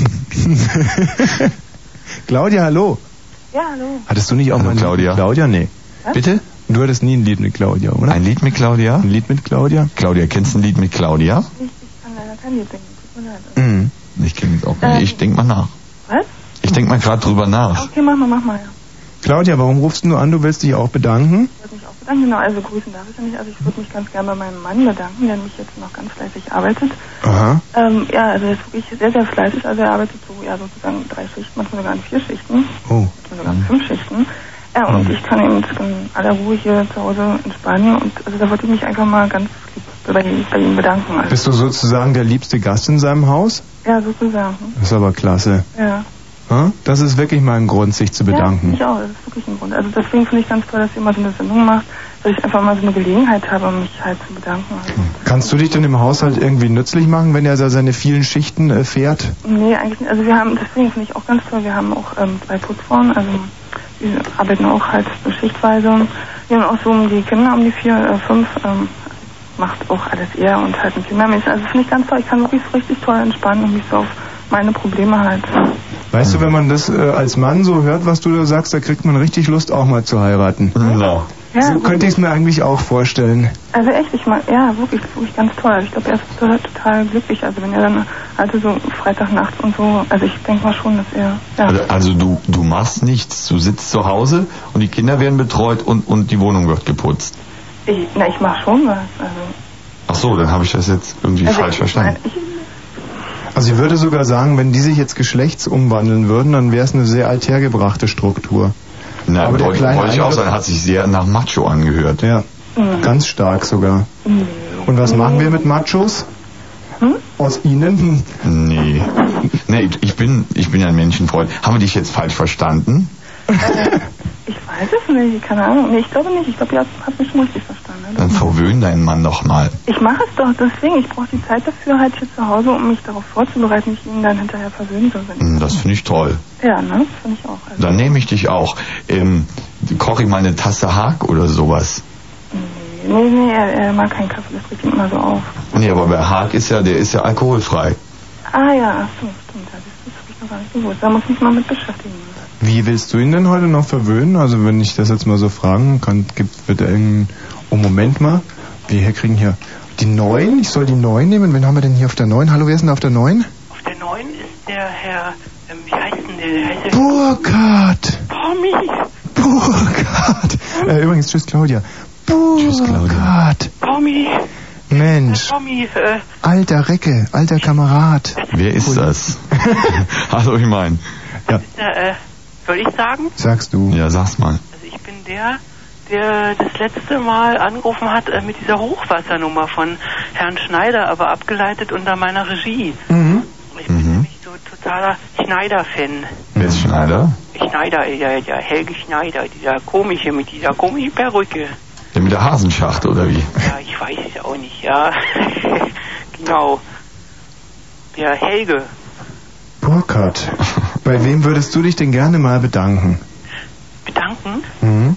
Claudia, hallo. Ja, hallo. Hattest du nicht auch mal ein Lied mit Claudia? Nee. Was? Bitte? Du hattest nie ein Lied mit Claudia, oder? Ein Lied mit Claudia? Ein Lied mit Claudia? Claudia, kennst du ein Lied mit Claudia? Ich kann leider kein Lied singen. Tut mir leid. Mhm. Ich kenne es auch nicht. Ich denk mal nach. Was? Ich denk mal gerade drüber nach. Okay, mach mal, ja. Claudia, warum rufst du an? Du willst dich auch bedanken? Ich würde mich auch bedanken, genau. Also grüßen darf ich ja nicht. Also ich würde mich ganz gerne bei meinem Mann bedanken, der mich jetzt noch ganz fleißig arbeitet. Aha. Ja, also er ist wirklich sehr, sehr fleißig. Also er arbeitet so, ja, sozusagen 3 Schichten, manchmal sogar in 4 Schichten. Oh. Sogar 5 Schichten. Ja, und ich kann eben in aller Ruhe hier zu Hause entspannen. Und also da wollte ich mich einfach mal ganz lieb bei ihm bedanken. Also. Bist du sozusagen der liebste Gast in seinem Haus? Ja, sozusagen. Das ist aber klasse. Ja. Das ist wirklich mal ein Grund, sich zu bedanken. Ja, ich auch. Das ist wirklich ein Grund. Also deswegen finde ich ganz toll, dass ihr mal so eine Sendung macht, dass ich einfach mal so eine Gelegenheit habe, mich halt zu bedanken. Also. Kannst du dich denn im Haushalt irgendwie nützlich machen, wenn er da seine vielen Schichten fährt? Nee, eigentlich nicht. Also wir haben, deswegen finde ich auch ganz toll, wir haben auch 2 Putzfrauen, also wir arbeiten auch halt so schichtweise. Wir haben auch so um die Kinder, um die 4, 5, macht auch alles er und halt ein Kindermädchen. Also finde ich ganz toll. Ich kann wirklich so richtig toll entspannen und mich so auf meine Probleme halt. Weißt du, wenn man das als Mann so hört, was du da sagst, da kriegt man richtig Lust, auch mal zu heiraten. Genau. Ja, so könnte ich es mir eigentlich auch vorstellen. Also echt, ich meine, ja, wirklich ganz toll. Also ich glaube, er ist total glücklich. Also wenn er dann also so Freitagnachts und so, also ich denke mal schon, dass er... Ja. Also du machst nichts, du sitzt zu Hause und die Kinder werden betreut und die Wohnung wird geputzt. Ich mache schon was. Also. Ach so, dann habe ich das jetzt irgendwie falsch verstanden. Also ich würde sogar sagen, wenn die sich jetzt geschlechtsumwandeln würden, dann wäre es eine sehr althergebrachte Struktur. Na, aber wollte ich auch sagen, hat sich sehr nach Macho angehört. Ja, ganz stark sogar. Und was machen wir mit Machos? Aus ihnen? Nee, ich bin ja ein Menschenfreund. Haben wir dich jetzt falsch verstanden? Ich weiß es nicht, keine Ahnung. Nee, ich glaube nicht. Ich glaube, ihr habt mich schon richtig verstanden. Dann verwöhn deinen Mann doch mal. Ich mache es doch, deswegen. Ich brauche die Zeit dafür halt hier zu Hause, um mich darauf vorzubereiten, ich ihn dann hinterher versöhnen soll. Das finde ich toll. Ja, ne? Finde ich auch. Also dann nehme ich dich auch. Koche ich mal eine Tasse Hack oder sowas? Nee, er mag keinen Kaffee, das regt ihm immer so auf. Nee, aber bei Hack der ist ja alkoholfrei. Ah ja, ach so, stimmt. Das habe ich noch gar nicht gewusst. Da muss ich mich mal mit beschäftigen. Wie willst du ihn denn heute noch verwöhnen? Also wenn ich das jetzt mal so fragen kann, wird er irgendein... Oh, Moment mal. Wir kriegen hier die 9. Ich soll die 9 nehmen. Wen haben wir denn hier auf der 9? Hallo, wer ist denn auf der 9? Auf der 9 ist der Herr, wie heißt denn der? Heißt der Burkhard! Tommy! Burkhard! Übrigens, tschüss Claudia. Tschüss Claudia. Tommy! Mensch. Tommy, alter Recke, alter Kamerad. Wer ist das? Hallo, ich mein. Ja. Soll ich sagen? Sagst du. Ja, sag's mal. Also ich bin der das letzte Mal angerufen hat mit dieser Hochwassernummer von Herrn Schneider, aber abgeleitet unter meiner Regie. Mhm. Ich bin nämlich so totaler Schneider-Fan. Wer ist Schneider? Schneider, ja, Helge Schneider, dieser komische mit dieser komischen Perücke. Der mit der Hasenschacht, oder wie? Ja, ich weiß es auch nicht, ja. Genau. Der Helge. Burkhard, bei wem würdest du dich denn gerne mal bedanken? Bedanken? Mhm.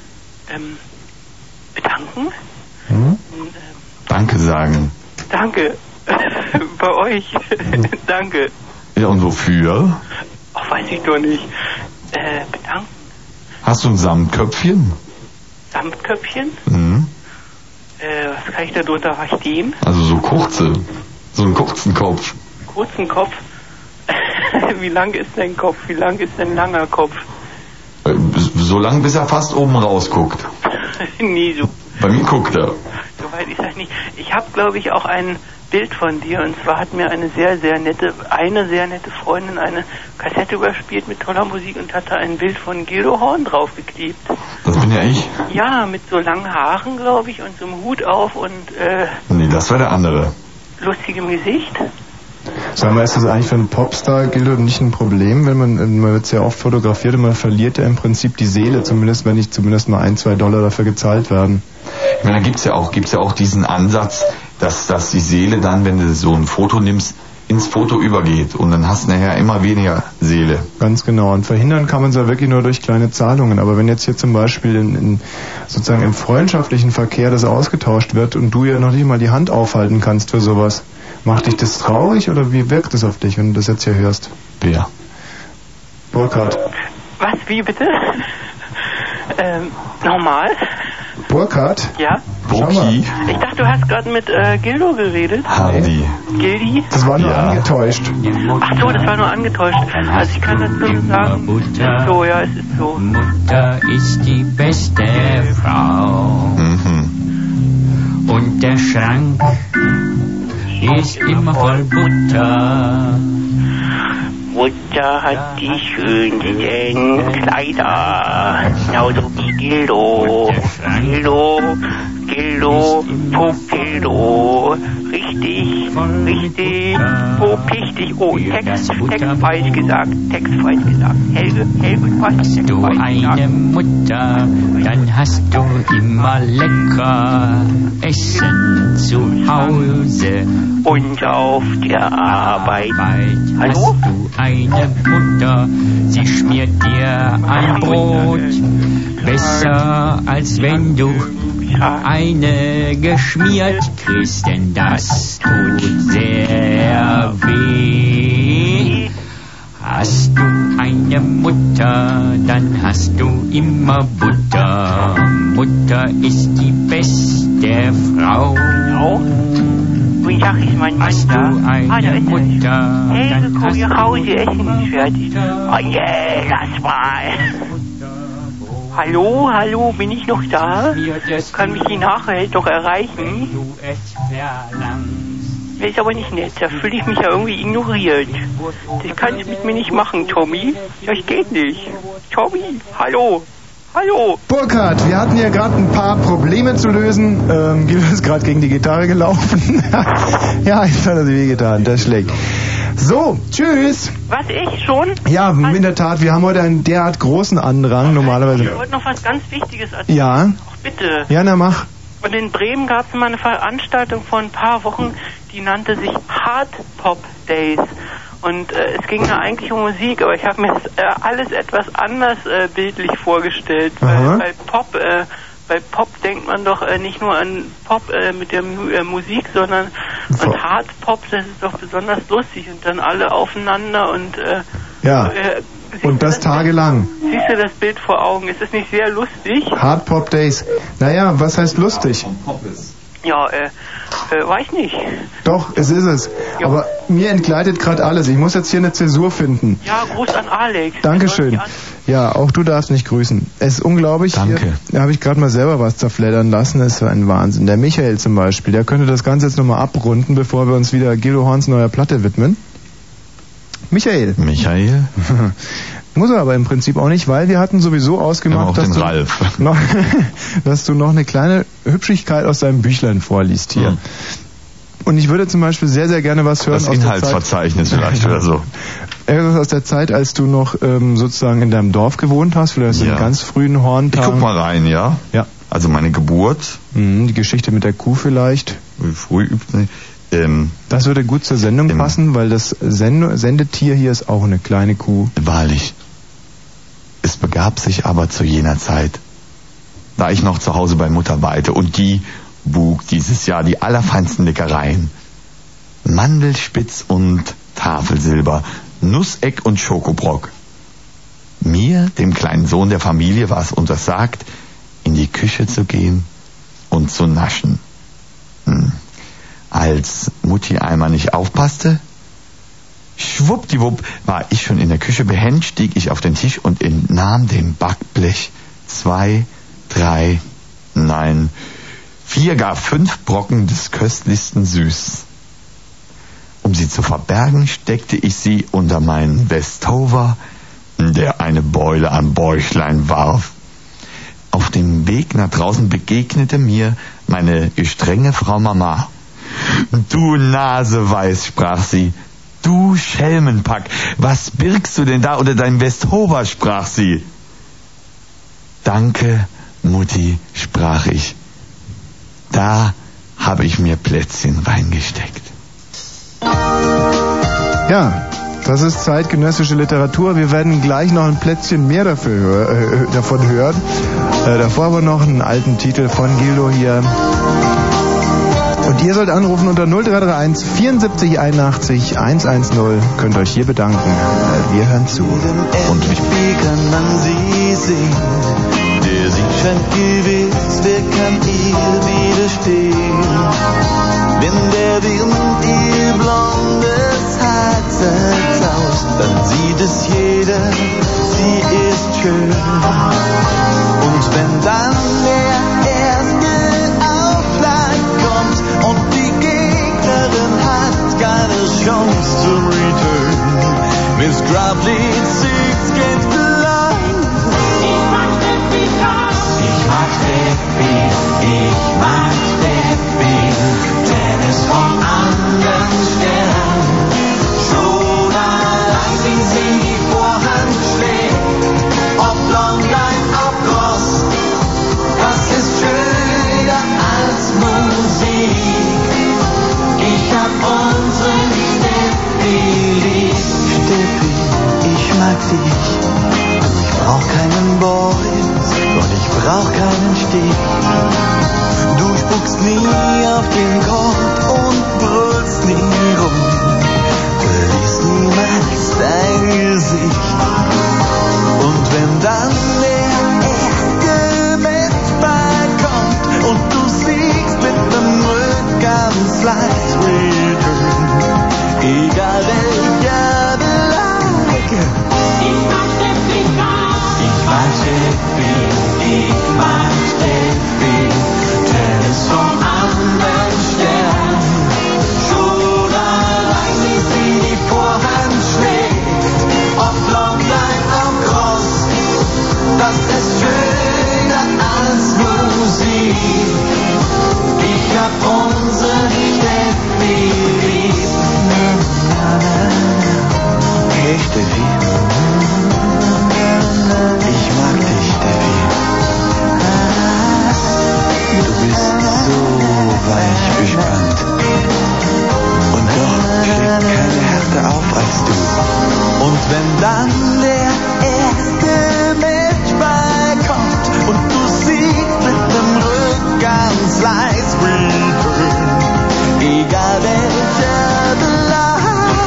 Bedanken? Mhm. Danke sagen. Danke. Bei euch. Danke. Ja, und wofür? Ach, weiß ich doch nicht. Bedanken. Hast du ein Samtköpfchen? Samtköpfchen? Mhm. Was kann ich da drunter verstehen? Also so einen kurzen Kopf. Kurzen Kopf? Wie lang ist dein Kopf? Wie lang ist dein langer Kopf? So lang, bis er fast oben rausguckt. Nie so. Bei mir guckt er. Soweit ist das nicht. Ich habe, glaube ich, auch einen Bild von dir. Und zwar hat mir eine sehr nette Freundin eine Kassette überspielt mit toller Musik und hat da ein Bild von Gildo Horn draufgeklebt. Das bin ja ich. Ja, mit so langen Haaren, glaube ich, und so einem Hut auf und Nee, das war der andere. lustigem Gesicht. Sag mal, ist das eigentlich für einen Popstar, Gildo, nicht ein Problem, wenn man wird sehr oft fotografiert und man verliert ja im Prinzip die Seele, zumindest wenn nicht zumindest mal $1-2 dafür gezahlt werden? Ich meine, da gibt's ja auch diesen Ansatz, dass die Seele dann, wenn du so ein Foto nimmst, ins Foto übergeht und dann hast du nachher immer weniger Seele. Ganz genau. Und verhindern kann man es ja wirklich nur durch kleine Zahlungen. Aber wenn jetzt hier zum Beispiel sozusagen im freundschaftlichen Verkehr das ausgetauscht wird und du ja noch nicht mal die Hand aufhalten kannst für sowas, macht dich das traurig oder wie wirkt es auf dich, wenn du das jetzt hier hörst? Ja. Burkhard. Was, wie bitte? Nochmal? Burkhard? Ja? Boki? Ich dachte, du hast gerade mit Gildo geredet. Hardy. Gildi? Das war nur angetäuscht. Ach so, das war nur angetäuscht. Also ich kann dazu nur sagen, es ist so, ja, es ist so. Mutter ist die beste Frau. Und der Schrank ist immer voll Butter. Mutter hat die schönsten Kleider, genauso wie Gildo. Gildo, Gildo, richtig, pichtig. Oh, Text falsch gesagt. Helge, was? Hast du eine Mutter, dann hast du immer lecker Essen zu Hause und auf der Arbeit. Hallo? Hast du eine Mutter, sie schmiert dir ein Brot, besser als wenn du eine geschmiert kriegst, denn das tut sehr weh. Hast du eine Mutter, dann hast du immer Butter. Mutter ist die beste Frau. Guten Tag, ist mein Mann hast da? Du eine Mutter, Helge, dann komm hast nach Hause, du Essen ist fertig. Oh je, lass mal. Hallo, bin ich noch da? Kann mich die Nachher doch erreichen? Das ist aber nicht nett, da fühle ich mich ja irgendwie ignoriert. Das kannst du mit mir nicht machen, Tommy. Das geht nicht. Tommy, hallo. Burkhard, wir hatten hier gerade ein paar Probleme zu lösen. Gildo ist gerade gegen die Gitarre gelaufen. Ja, jetzt hat er sich wehgetan, das schlägt. So, tschüss. Was, ich schon? Ja, in der Tat, wir haben heute einen derart großen Andrang, normalerweise. Ich wollte noch was ganz Wichtiges erzählen. Ja? Ach, bitte. Ja, na mach. Und in Bremen gab es mal eine Veranstaltung vor ein paar Wochen, die nannte sich Hard Pop Days. Und es ging da eigentlich um Musik, aber ich habe mir das alles etwas anders bildlich vorgestellt. Weil bei Pop denkt man doch nicht nur an Pop mit der Musik, sondern an Hard Pop, das ist doch besonders lustig und dann alle aufeinander und ja. Und das tagelang. Siehst du das Bild vor Augen? Ist das nicht sehr lustig? Hard Pop Days. Naja, was heißt lustig? Ja, weiß nicht. Doch, es ist es. Ja. Aber mir entgleitet gerade alles. Ich muss jetzt hier eine Zäsur finden. Ja, Gruß an Alex. Dankeschön. Ja, auch du darfst mich grüßen. Es ist unglaublich. Danke. Da habe ich gerade mal selber was zerfleddern lassen. Das ist so ein Wahnsinn. Der Michael zum Beispiel, der könnte das Ganze jetzt nochmal abrunden, bevor wir uns wieder Gildo Horns neuer Platte widmen. Michael. Muss er aber im Prinzip auch nicht, weil wir hatten sowieso ausgemacht, dass du noch eine kleine Hübschigkeit aus deinem Büchlein vorliest hier. Und ich würde zum Beispiel sehr, sehr gerne was hören das aus Inhaltsverzeichnis der Zeit. Vielleicht oder so. Irgendwas aus der Zeit, als du noch sozusagen in deinem Dorf gewohnt hast, vielleicht in den ganz frühen Horntagen. Ich guck mal rein, ja? Ja. Also meine Geburt. Die Geschichte mit der Kuh vielleicht. Das würde gut zur Sendung passen, weil das Sendetier hier ist auch eine kleine Kuh. Wahrlich. Es begab sich aber zu jener Zeit, da ich noch zu Hause bei Mutter weilte und die bug dieses Jahr die allerfeinsten Leckereien. Mandelspitz und Tafelsilber, Nusseck und Schokobrock. Mir, dem kleinen Sohn der Familie, war es untersagt, in die Küche zu gehen und zu naschen. Als Mutti einmal nicht aufpasste, schwuppdiwupp war ich schon in der Küche, behend stieg ich auf den Tisch und entnahm dem Backblech 2, 3, nein, 4, gar 5 Brocken des köstlichsten Süß. Um sie zu verbergen, steckte ich sie unter meinen Westover, der eine Beule am Bäuchlein warf. Auf dem Weg nach draußen begegnete mir meine gestrenge Frau Mama. »Du Naseweiß«, sprach sie, »du Schelmenpack, was birgst du denn da unter deinem Westover«, sprach sie. »Danke, Mutti«, sprach ich. Da habe ich mir Plätzchen reingesteckt. Ja, das ist zeitgenössische Literatur. Wir werden gleich noch ein Plätzchen mehr davon hören. Davor aber noch einen alten Titel von Gildo hier. Und ihr sollt anrufen unter 0331 74 81 110. Könnt euch hier bedanken. Wir hören zu. Und wie kann man sie sehen? Der Sieg scheint gewiss, wer kann ihr widerstehen? Wenn der Wind ihr blondes Haar zerzaust, dann sieht es jeder, sie ist schön. Und wenn dann der erste Aufschlag kommt und die Gegnerin hat keine Chance zum Return, Miss Grafley sings against the line. Ich mag Steffi, ich mag Steffi, Tennis vom anderen Stern. Schon allein wie sie die Vorhand schlägt, ob Longline, ob Cross, das ist schöner als Musik. Ich hab unsere Steffi lieb. Steffi, ich mag dich. Ich brauch keinen Boys und ich brauch keinen Stich. Du spuckst nie auf den Kopf und brüllst nie rum. Verliest niemals dein Gesicht. Und wenn dann der erste Matchball kommt und du siegst mit dem Rückgangslight Return, egal welcher Belag. Ich mag Steffi, ich mag Steffi, Tennis vom anderen Stern. Schon allein wie sie die Vorhand schlägt, ob Longline, ob Cross, das ist schöner als Musik. Ich hab unsere Steffi lieb. Hey Steffi, ich mag dich, Steffi. Du bist so weich bespannt. Und doch schlägt keine Härte auf als du. Und wenn dann der erste Matchball kommt und du siegst mit dem Rückgangslice Return, egal welcher Belag.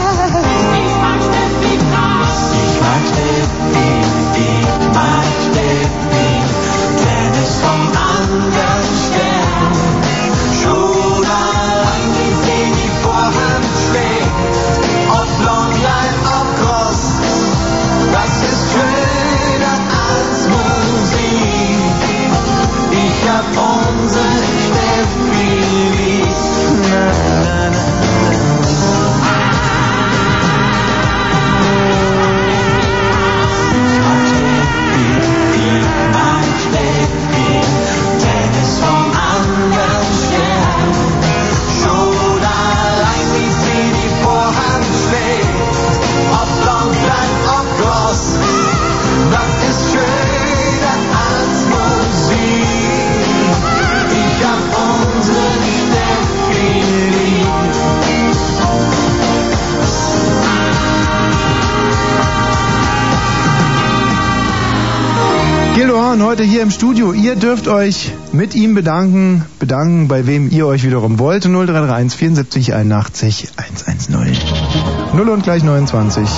Ich mag Steffi, ich mag Steffi, Tennis vom anderen Stern. Schon allein wie sie die Vorhand schlägt, ob Longline, ob Cross, das ist schöner als Musik. Ich hab unsere Steffi lieb. Na, na, na. Tennis vom anderen Stern. Schon allein wie sie die Vorhand schlägt, ob Longline, ob Cross, das ist schöner als Musik. Ich hab unsere Steffi lieb. Gildo Horn heute hier im Studio. Ihr dürft euch mit ihm bedanken, bei wem ihr euch wiederum wollt. 0331 74 81 110. 0 und gleich 29.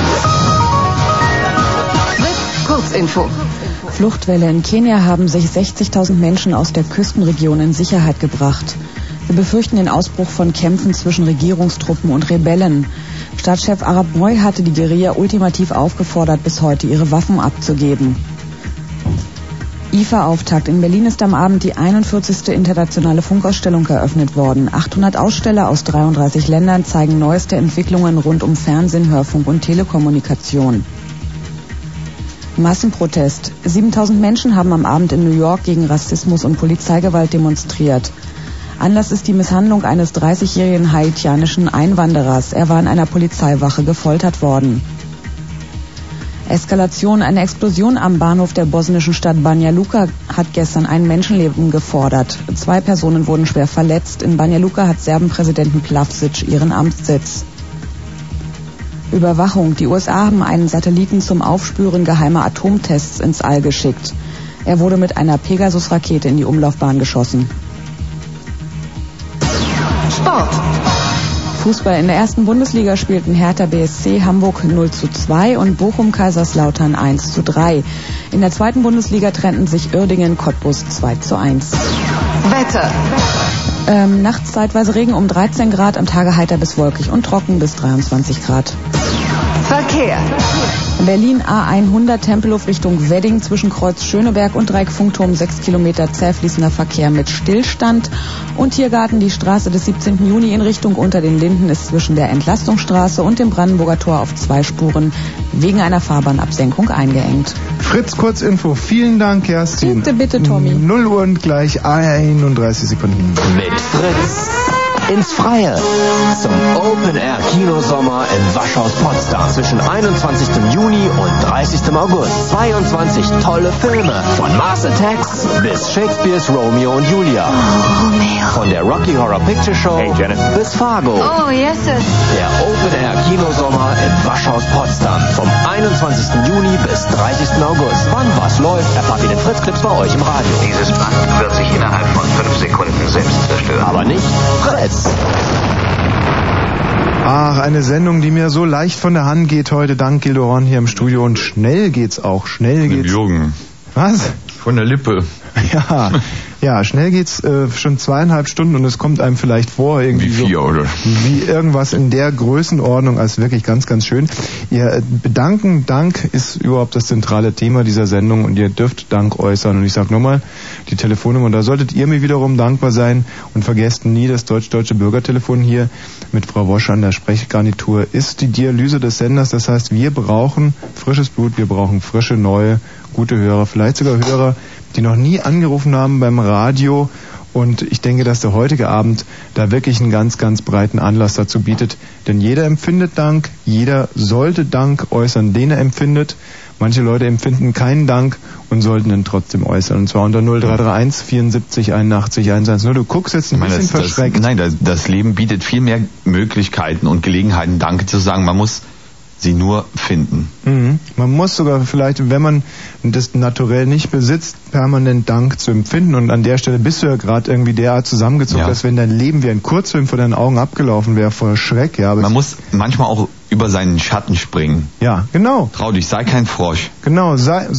Kurzinfo. Fluchtwelle in Kenia haben sich 60.000 Menschen aus der Küstenregion in Sicherheit gebracht. Wir befürchten den Ausbruch von Kämpfen zwischen Regierungstruppen und Rebellen. Stadtchef Arap Moi hatte die Guerilla ultimativ aufgefordert, bis heute ihre Waffen abzugeben. IFA-Auftakt. In Berlin ist am Abend die 41. internationale Funkausstellung eröffnet worden. 800 Aussteller aus 33 Ländern zeigen neueste Entwicklungen rund um Fernsehen, Hörfunk und Telekommunikation. Massenprotest. 7000 Menschen haben am Abend in New York gegen Rassismus und Polizeigewalt demonstriert. Anlass ist die Misshandlung eines 30-jährigen haitianischen Einwanderers. Er war in einer Polizeiwache gefoltert worden. Eskalation. Eine Explosion am Bahnhof der bosnischen Stadt Banja Luka hat gestern ein Menschenleben gefordert. 2 Personen wurden schwer verletzt. In Banja Luka hat Serbenpräsidenten Plavšić ihren Amtssitz. Überwachung. Die USA haben einen Satelliten zum Aufspüren geheimer Atomtests ins All geschickt. Er wurde mit einer Pegasus-Rakete in die Umlaufbahn geschossen. Sport. Fußball. In der ersten Bundesliga spielten Hertha BSC Hamburg 0:2 und Bochum Kaiserslautern 1:3. In der zweiten Bundesliga trennten sich Uerdingen Cottbus 2:1. Wetter. Nachts zeitweise Regen um 13 Grad, am Tage heiter bis wolkig und trocken bis 23 Grad. Verkehr. Berlin A100 Tempelhof Richtung Wedding zwischen Kreuz Schöneberg und Dreieck-Funkturm 6 Kilometer zäh fließender Verkehr mit Stillstand. Und Tiergarten, die Straße des 17. Juni in Richtung Unter den Linden ist zwischen der Entlastungsstraße und dem Brandenburger Tor auf 2 Spuren wegen einer Fahrbahnabsenkung eingeengt. Fritz, Kurzinfo. Vielen Dank, Kerstin. Bitte, Tommy. 0 Uhr und gleich 31 Sekunden. Mit Fritz ins Freie zum Open-Air-Kinosommer im Waschhaus Potsdam zwischen 21. Juni und 30. August. 22 tolle Filme von Mars Attacks bis Shakespeares Romeo und Julia. Von der Rocky Horror Picture Show bis Fargo. Oh, yes, sir. Der Open-Air-Kinosommer im Waschhaus Potsdam vom 21. Juni bis 30. August. Wann was läuft, erfahrt ihr den Fritz-Clips bei euch im Radio. Dieses Band wird sich innerhalb von 5 Sekunden selbst zerstören. Aber nicht Fritz. Ach, eine Sendung, die mir so leicht von der Hand geht heute, dank Gildo Horn hier im Studio. Und schnell geht's auch, schnell geht's. Jürgen. Was? Von der Lippe. Ja, schnell geht's schon 2,5 Stunden und es kommt einem vielleicht vor, irgendwie wie 4, so, oder? Wie irgendwas in der Größenordnung, als wirklich ganz, ganz schön. Ihr Dank ist überhaupt das zentrale Thema dieser Sendung und ihr dürft Dank äußern. Und ich sag nochmal, die Telefonnummer, und da solltet ihr mir wiederum dankbar sein und vergesst nie, das deutsch-deutsche Bürgertelefon hier mit Frau Wosch an der Sprechgarnitur ist die Dialyse des Senders. Das heißt, wir brauchen frisches Blut, wir brauchen frische, neue, gute Hörer, vielleicht sogar Hörer, die noch nie angerufen haben beim Radio. Und ich denke, dass der heutige Abend da wirklich einen ganz, ganz breiten Anlass dazu bietet. Denn jeder empfindet Dank, jeder sollte Dank äußern, den er empfindet. Manche Leute empfinden keinen Dank und sollten ihn trotzdem äußern. Und zwar unter 0331 74 81 110. Du guckst jetzt ein bisschen verschreckt. Das Leben bietet viel mehr Möglichkeiten und Gelegenheiten, Danke zu sagen. Man muss sie nur finden. Man muss sogar vielleicht, wenn man das naturell nicht besitzt, permanent Dank zu empfinden. Und an der Stelle bist du ja gerade irgendwie derart zusammengezogen, dass wenn dein Leben wie ein Kurzfilm vor deinen Augen abgelaufen wäre, vor Schreck. Ja, aber man muss manchmal auch über seinen Schatten springen. Ja, genau. Trau dich, sei kein Frosch. Genau,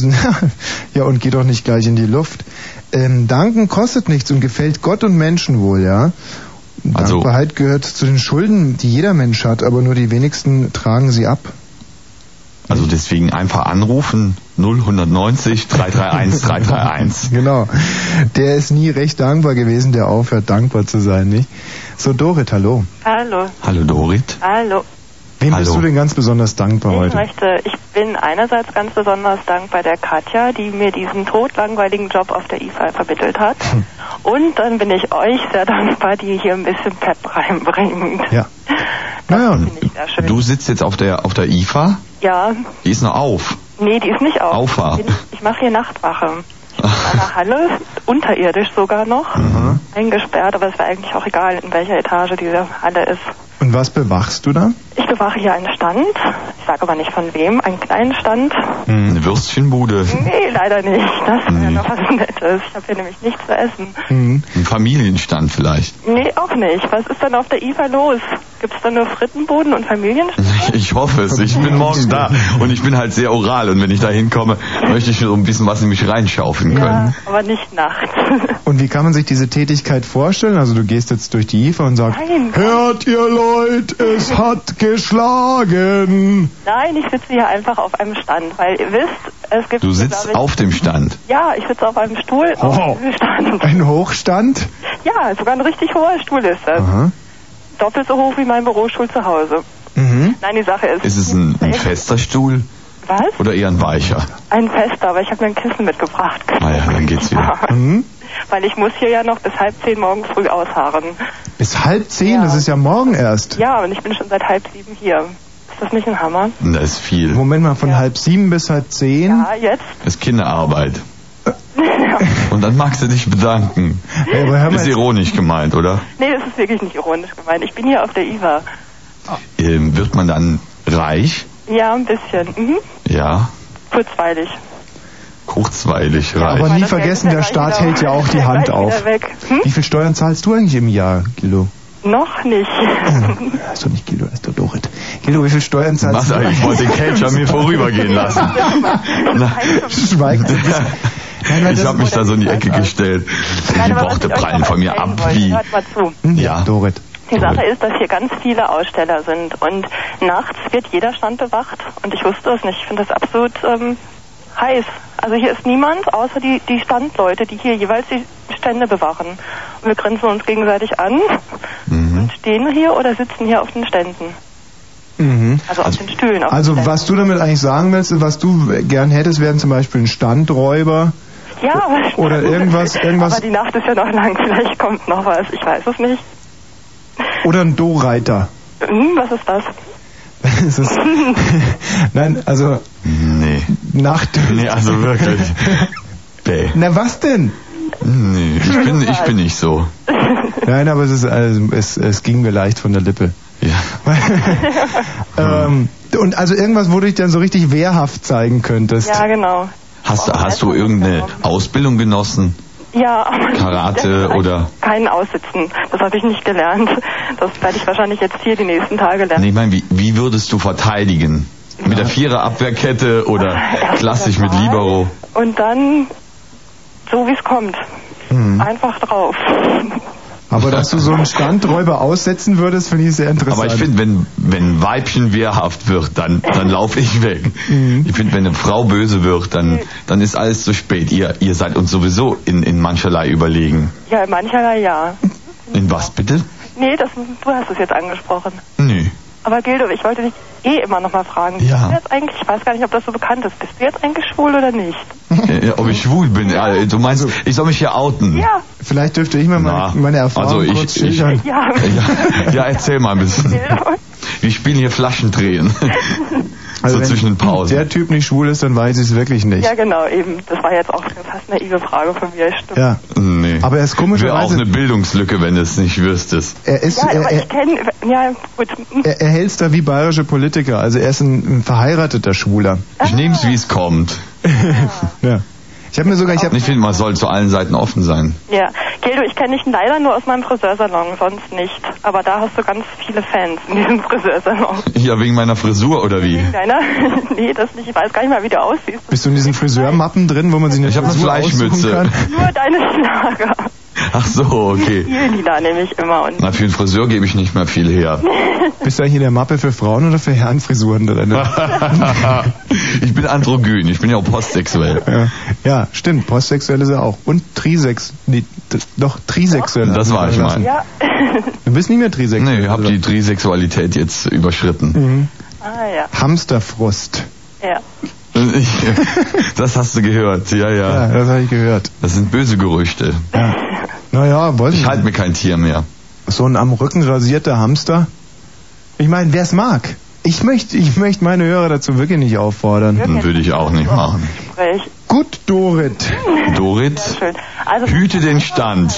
ja, und geh doch nicht gleich in die Luft. Danken kostet nichts und gefällt Gott und Menschen wohl, ja. Dankbarkeit gehört zu den Schulden, die jeder Mensch hat, aber nur die wenigsten tragen sie ab. Also deswegen einfach anrufen, 0190 331 331. Genau. Der ist nie recht dankbar gewesen, der aufhört dankbar zu sein, nicht? So, Dorit, hallo. Hallo. Hallo, Dorit. Hallo. Wem bist du denn ganz besonders dankbar heute? Ich bin einerseits ganz besonders dankbar der Katja, die mir diesen totlangweiligen Job auf der IFA vermittelt hat. Und dann bin ich euch sehr dankbar, die hier ein bisschen Pep reinbringt. Ja. Das finde ich sehr schön. Du sitzt jetzt auf der IFA? Ja. Die ist noch auf? Nee, die ist nicht auf. Aufwahr. Ich mache hier Nachtwache. Ich bin in einer Halle, unterirdisch sogar noch, eingesperrt, aber es wäre eigentlich auch egal, in welcher Etage diese Halle ist. Und was bewachst du da? Ich bewache hier einen Stand, ich sage aber nicht von wem, einen kleinen Stand. Eine Würstchenbude? Nee, leider nicht. Das wäre noch was Nettes. Ich habe hier nämlich nichts zu essen. Ein Familienstand vielleicht? Nee, auch nicht. Was ist denn auf der IFA los? Gibt es da nur Frittenbuden und Familienstand? Ich hoffe es. Ich bin morgen da und ich bin halt sehr oral und wenn ich da hinkomme, möchte ich so ein bisschen was in mich reinschaufeln können. Ja, aber nicht nachts. Und wie kann man sich diese Tätigkeit vorstellen? Also du gehst jetzt durch die IFA und sagst, hört ihr Leute, es hat geschlagen. Nein, ich sitze hier einfach auf einem Stand, weil ihr wisst, Es gibt Du hier, sitzt glaub ich, auf dem Stand. Ja, ich sitze auf einem Stuhl auf diesem Stand. Ein Hochstand? Ja, sogar ein richtig hoher Stuhl ist das. Aha. Doppelt so hoch wie mein Bürostuhl zu Hause. Mhm. Nein, die Sache ist... Ist es ein fester Stuhl? Was? Oder eher ein weicher? Ein fester, aber ich habe mir ein Kissen mitgebracht. Ah ja, dann geht's wieder. Mhm. Weil ich muss hier ja noch bis 9:30 morgen früh ausharren. Bis 9:30? Das ist ja morgen erst. Ja, und ich bin schon seit 6:30 hier. Ist das nicht ein Hammer? Das ist viel. Moment mal, von 9:30 bis 9:30? Ja, jetzt? Das ist Kinderarbeit. Und dann magst du dich bedanken. Hey, aber hör mal Ist ironisch gemeint, oder? Nee, das ist wirklich nicht ironisch gemeint. Ich bin hier auf der IWA. Wird man dann reich? Ja, ein bisschen. Mhm. Ja. Kurzweilig. Kurzweilig reich. Aber nie vergessen, der Staat hält ja auch die Hand auf. Wie viel Steuern zahlst du eigentlich im Jahr, Gildo? Noch nicht. Hast du nicht Gildo, hast du Dorit. Gildo, wie viel Steuern zahlst du? Ich wollte den Kelch an mir vorübergehen lassen. Schweigt. Ich habe mich da so in die Ecke gestellt. Die Worte prallen von mir ab wie... Hört mal zu. Ja, Dorit. Die Sache ist, dass hier ganz viele Aussteller sind und nachts wird jeder Stand bewacht und ich wusste es nicht. Ich finde das absolut heiß. Also hier ist niemand, außer die Standleute, die hier jeweils die Stände bewachen. Und wir grenzen uns gegenseitig an und stehen hier oder sitzen hier auf den Ständen. Mhm. Also auf den Stühlen. Auf Also den was du damit eigentlich sagen willst, was du gern hättest, wären zum Beispiel ein Standräuber. Ja, aber oder irgendwas. Aber die Nacht ist ja noch lang, vielleicht kommt noch was, ich weiß es nicht. Oder ein Do-Reiter. Was ist das? Das ist nein, also... Nee. Nacht... Nee, also wirklich. Nee. Na, was denn? Nee, ich bin nicht so. Nein, aber es ging mir leicht von der Lippe. Ja. Und also irgendwas, wo du dich dann so richtig wehrhaft zeigen könntest. Ja, genau. Hast du irgendeine Ausbildung genossen? Ja, aber Karate oder... Kein Aussitzen. Das habe ich nicht gelernt. Das werde ich wahrscheinlich jetzt hier die nächsten Tage lernen. Nee, ich meine, wie würdest du verteidigen? Mit der Vierer-Abwehrkette oder klassisch mit Libero? Und dann so wie es kommt. Einfach drauf. Aber dass du so einen Standräuber aussetzen würdest, finde ich sehr interessant. Aber ich finde, wenn ein Weibchen wehrhaft wird, dann laufe ich weg. Ich finde, wenn eine Frau böse wird, dann ist alles zu spät. Ihr seid uns sowieso in mancherlei überlegen. Ja, in mancherlei ja. In was bitte? Nee, du hast es jetzt angesprochen. Nö. Aber Gildo, ich wollte dich immer noch mal fragen. Ja. Bist du jetzt eigentlich, ich weiß gar nicht, ob das so bekannt ist, bist du jetzt eigentlich schwul oder nicht? Ob ich schwul bin? Ja, du meinst, ich soll mich hier outen? Ja. Vielleicht dürfte ich mal meine Erfahrung kurz schildern. Ja, erzähl mal ein bisschen. Wir spielen hier Flaschendrehen. Also so zwischen den Pausen. Wenn der Typ nicht schwul ist, dann weiß ich es wirklich nicht. Ja, genau, eben. Das war jetzt auch eine fast naive Frage von mir, stimmt. Ja. Nee. Aber er ist komischerweise... Wäre auch eine Bildungslücke, wenn du es nicht wüsstest. Er ist... Ja, aber ich kenne... Ja, gut. Er hält's da wie bayerische Politiker. Also er ist ein verheirateter Schwuler. Ich nehme es, wie es kommt. Ja. Ich finde, man soll zu allen Seiten offen sein. Ja, Gildo, ich kenne dich leider nur aus meinem Friseursalon, sonst nicht. Aber da hast du ganz viele Fans in diesem Friseursalon. Ja, wegen meiner Frisur oder wie? Wegen deiner? Nee, das nicht. Ich weiß gar nicht mal, wie du aussiehst. Bist du in diesen Friseurmappen drin, wo man sich eine Frisur aussuchen kann? Nur deine Schlager. Ach so, okay. Viel Lieder nehme ich immer. Und Na, für einen Friseur gebe ich nicht mehr viel her. Bist du eigentlich in der Mappe für Frauen oder für Herrenfrisuren drin? Ich bin androgyn, ich bin ja auch postsexuell. Ja, stimmt, postsexuell ist er auch. Und trisexuell. Das war ich mal. Ja. Du bist nicht mehr trisexuell. Nee, ich habe die Trisexualität jetzt überschritten. Ah, ja. Hamsterfrust. Ja. Das hast du gehört, ja. Ja, das habe ich gehört. Das sind böse Gerüchte. Ja. Naja, ich halte mir kein Tier mehr. So ein am Rücken rasierter Hamster? Ich meine, wer es mag. Ich möchte meine Hörer dazu wirklich nicht auffordern. Würde ich auch nicht machen. Gut, Dorit. Dorit, also, hüte den Stand.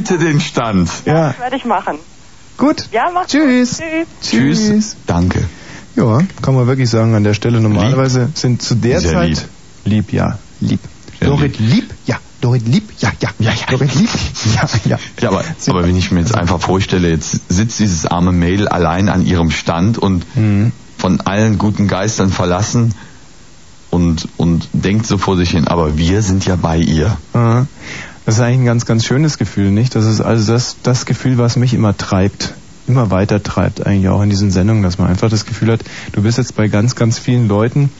Ja, das werde ich machen. Gut. Ja, mach Tschüss. Tschüss. Danke. Ja, kann man wirklich sagen an der Stelle. Normalerweise sind zu der Zeit... Lieb, ja. Lieb. Dorit lieb? Ja. Dorit lieb? Ja. Dorit lieb? Ja. Ja, aber wenn ich mir jetzt einfach vorstelle, jetzt sitzt dieses arme Mädel allein an ihrem Stand und von allen guten Geistern verlassen und denkt so vor sich hin, aber wir sind ja bei ihr. Das ist eigentlich ein ganz, ganz schönes Gefühl, nicht? Das ist also das Gefühl, was mich immer treibt. Immer weiter treibt eigentlich auch in diesen Sendungen, dass man einfach das Gefühl hat, du bist jetzt bei ganz, ganz vielen Leuten,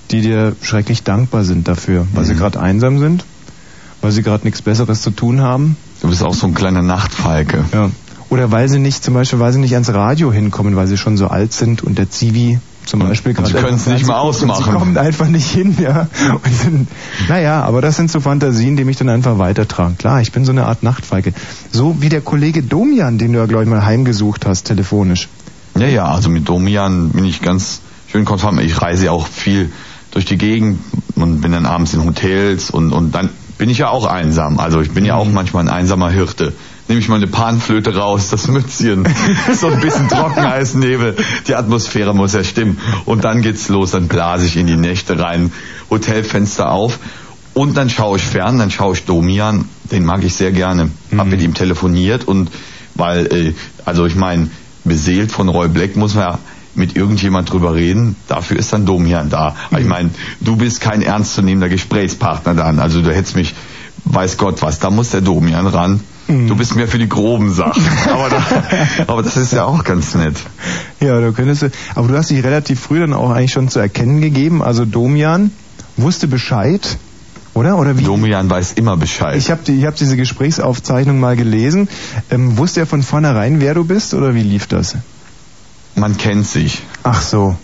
die dir schrecklich dankbar sind dafür, weil sie gerade einsam sind, weil sie gerade nichts Besseres zu tun haben. Du bist auch so ein kleiner Nachtfalke. Ja. Oder weil sie nicht ans Radio hinkommen, weil sie schon so alt sind und der Zivi zum Beispiel gerade... Sie können es nicht mehr ausmachen. Sie kommen einfach nicht hin, ja. Und sind, aber das sind so Fantasien, die mich dann einfach weitertragen. Klar, ich bin so eine Art Nachtfalke. So wie der Kollege Domian, den du ja, glaube ich, mal heimgesucht hast, telefonisch. Ja, also mit Domian bin ich ganz schön konform. Ich reise auch viel durch die Gegend und bin dann abends in Hotels und dann bin ich ja auch einsam. Also ich bin ja auch manchmal ein einsamer Hirte. Nehme ich mal eine Panflöte raus, das Mützchen, so ein bisschen Trockeneisnebel, die Atmosphäre muss ja stimmen. Und dann geht's los, dann blase ich in die Nächte rein, Hotelfenster auf und dann schaue ich fern, dann schaue ich Domian, den mag ich sehr gerne. Hab mit ihm telefoniert und weil, ich meine, beseelt von Roy Black muss man ja mit irgendjemand drüber reden, dafür ist dann Domian da. Ich meine, du bist kein ernstzunehmender Gesprächspartner dann, also du hättest mich, weiß Gott was, da muss der Domian ran. Du bist mehr für die groben Sachen. Aber das ist ja auch ganz nett. Ja, aber du hast dich relativ früh dann auch eigentlich schon zu erkennen gegeben. Also Domian wusste Bescheid, oder? Oder wie? Domian weiß immer Bescheid. Ich hab diese Gesprächsaufzeichnung mal gelesen. Wusste er von vornherein, wer du bist, oder wie lief das? Man kennt sich. Ach so.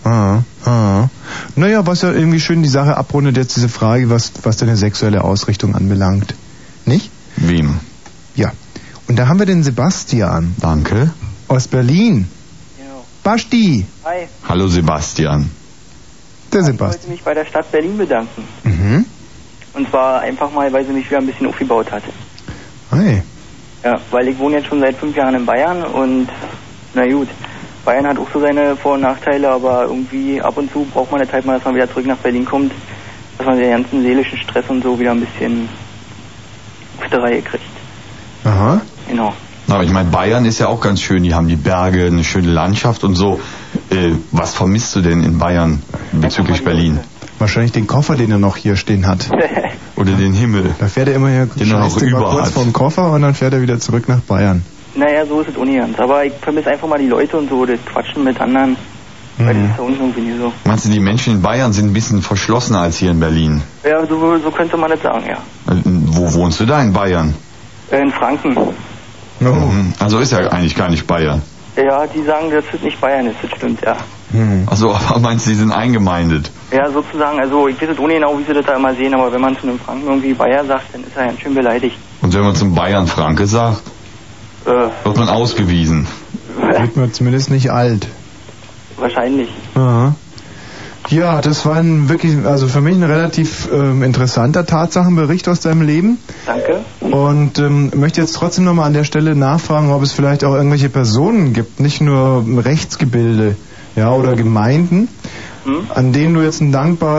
Naja, was ja irgendwie schön die Sache abrundet, jetzt diese Frage, was deine sexuelle Ausrichtung anbelangt. Nicht? Wem? Ja. Und da haben wir den Sebastian. Danke. Aus Berlin. Ja. Basti. Hi. Hallo Sebastian. Der Ich Sebastian. wollte mich bei der Stadt Berlin bedanken. Mhm. Und zwar einfach mal, weil sie mich wieder ein bisschen aufgebaut hat. Hi. Ja, weil ich wohne jetzt schon seit 5 Jahren in Bayern und na gut, Bayern hat auch so seine Vor- und Nachteile, aber irgendwie ab und zu braucht man eine Zeit mal, dass man wieder zurück nach Berlin kommt, dass man den ganzen seelischen Stress und so wieder ein bisschen auf der Reihe kriegt. Aha. Genau. Aber ich meine, Bayern ist ja auch ganz schön, die haben die Berge, eine schöne Landschaft und so. Was vermisst du denn in Bayern bezüglich Berlin? Wahrscheinlich den Koffer, den er noch hier stehen hat. Oder den Himmel. Da fährt er immer hier den er noch über kurz hat. vorm Koffer und dann fährt er wieder zurück nach Bayern. Naja, so ist es ohne ganz. Aber ich vermisse einfach mal die Leute und so, das Quatschen mit anderen. Weil das ist ja unten irgendwie nie so. Meinst du, die Menschen in Bayern sind ein bisschen verschlossener als hier in Berlin? Ja, so könnte man das sagen, ja. Wo wohnst du da in Bayern? In Franken. No. Also ist ja eigentlich gar nicht Bayern. Ja, die sagen, dass es nicht Bayern ist, das stimmt, ja. Also, aber meinst du, die sind eingemeindet? Ja, sozusagen, also ich weiß jetzt ohne genau, wie sie das da immer sehen, aber wenn man zu einem Franken irgendwie Bayer sagt, dann ist er ganz schön beleidigt. Und wenn man zum Bayern Franke sagt, wird man ausgewiesen. Wird man zumindest nicht alt. Wahrscheinlich. Aha. Ja, das war also für mich ein relativ interessanter Tatsachenbericht aus deinem Leben. Danke. Und möchte jetzt trotzdem nochmal an der Stelle nachfragen, ob es vielleicht auch irgendwelche Personen gibt, nicht nur Rechtsgebilde, ja, oder Gemeinden, an denen du jetzt einen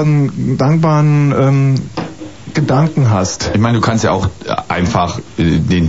dankbaren Gedanken hast. Ich meine, du kannst ja auch einfach dem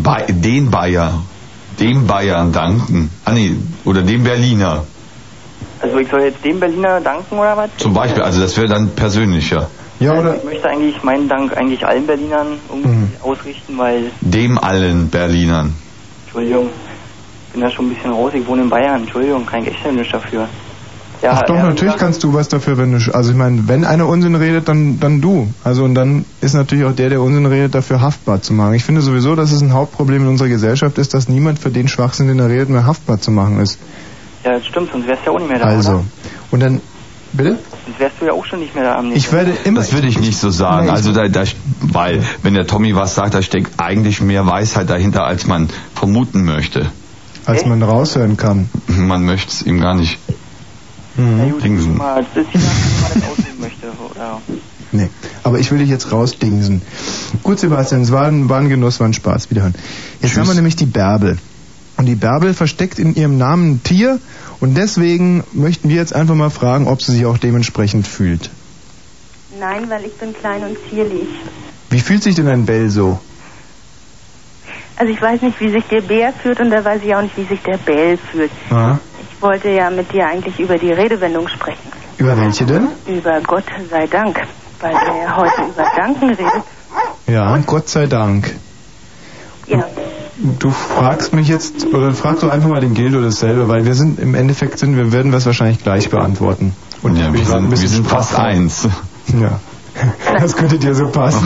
Bayern danken. Oder dem Berliner. Also ich soll jetzt dem Berliner danken oder was? Zum Beispiel, also das wäre dann persönlicher. Ja, oder? Ich möchte eigentlich meinen Dank eigentlich allen Berlinern irgendwie ausrichten, weil... Dem allen Berlinern. Entschuldigung, ich bin da schon ein bisschen raus, ich wohne in Bayern, Entschuldigung, kann ich echt nicht dafür. Ja, ach doch, natürlich kannst du was dafür, wenn du... Also ich meine, wenn einer Unsinn redet, dann du. Also und dann ist natürlich auch der Unsinn redet, dafür haftbar zu machen. Ich finde sowieso, dass es ein Hauptproblem in unserer Gesellschaft ist, dass niemand für den Schwachsinn, den er redet, mehr haftbar zu machen ist. Ja, das stimmt, sonst wärst du ja auch nicht mehr da, Also, oder? Und dann... Bitte? Sonst wärst du ja auch schon nicht mehr da am nächsten. Ich werde immer... Das würde ich nicht so sagen. Also weil, wenn der Tommy was sagt, da steckt eigentlich mehr Weisheit dahinter, als man vermuten möchte. Als man raushören kann. Man möchte es ihm gar nicht dingsen. Das ist je nachdem, wie man das ausleben möchte, oder? Nee, aber ich will dich jetzt rausdingsen. Gut, Sebastian, es war ein Genuss, war ein Spaß. Wiederhören. Jetzt haben wir nämlich die Bärbel. Und die Bärbel versteckt in ihrem Namen ein Tier und deswegen möchten wir jetzt einfach mal fragen, ob sie sich auch dementsprechend fühlt. Nein, weil ich bin klein und zierlich. Wie fühlt sich denn ein Bell so? Also ich weiß nicht, wie sich der Bär fühlt und da weiß ich auch nicht, wie sich der Bell fühlt. Aha. Ich wollte ja mit dir eigentlich über die Redewendung sprechen. Über welche denn? Über Gott sei Dank, weil er ja heute über Danken redet. Ja, Gott sei Dank. Ja. Du fragst mich jetzt, oder frag doch einfach mal den Gildo dasselbe, weil wir werden was wahrscheinlich gleich beantworten. Und ja, wir sind fast eins. Ja, das könnte dir so passen.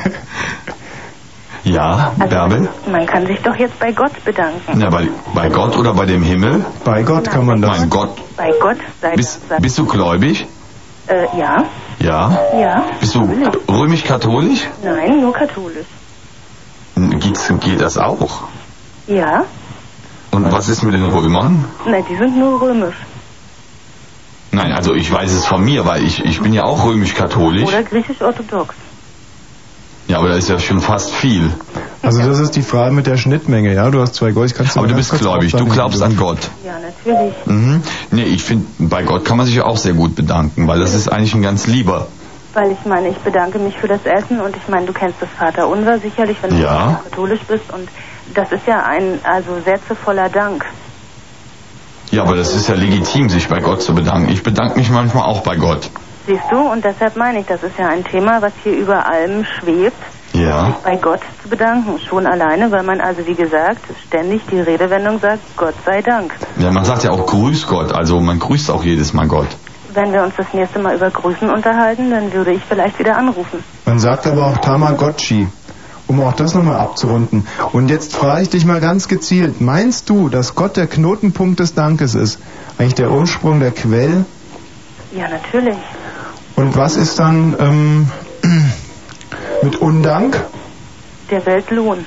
Ja, Bärbel? Man kann sich doch jetzt bei Gott bedanken. Ja, bei Gott oder bei dem Himmel? Bei Gott kann man das. Mein Gott. Bei Gott sei Bist du gläubig? Ja. Ja? Ja. Bist du römisch-katholisch? Nein, nur katholisch. Geht das auch? Ja. Und was ist mit den Römern? Nein, die sind nur römisch. Nein, also ich weiß es von mir, weil ich bin ja auch römisch-katholisch. Oder griechisch-orthodox. Ja, aber da ist ja schon fast viel. Also das ist die Frage mit der Schnittmenge, ja? Du hast 2 Gold. Aber du bist gläubig, du glaubst an Gott. Ja, natürlich. Mhm. Nee, ich finde, bei Gott kann man sich ja auch sehr gut bedanken, weil das ist eigentlich ein ganz lieber. Weil ich meine, ich bedanke mich für das Essen und ich meine, du kennst das Vaterunser sicherlich, wenn du katholisch bist und das ist ja ein sätzevoller Dank. Ja, aber das ist ja legitim, sich bei Gott zu bedanken. Ich bedanke mich manchmal auch bei Gott. Siehst du, und deshalb meine ich, das ist ja ein Thema, was hier über allem schwebt, ja. Sich bei Gott zu bedanken. Schon alleine, weil man also, wie gesagt, ständig die Redewendung sagt, Gott sei Dank. Ja, man sagt ja auch Grüß Gott, also man grüßt auch jedes Mal Gott. Wenn wir uns das nächste Mal über Grüßen unterhalten, dann würde ich vielleicht wieder anrufen. Man sagt aber auch Tamagotchi, um auch das nochmal abzurunden. Und jetzt frage ich dich mal ganz gezielt, meinst du, dass Gott der Knotenpunkt des Dankes ist? Eigentlich der Ursprung, der Quell? Ja, natürlich. Und was ist dann mit Undank? Der Weltlohn.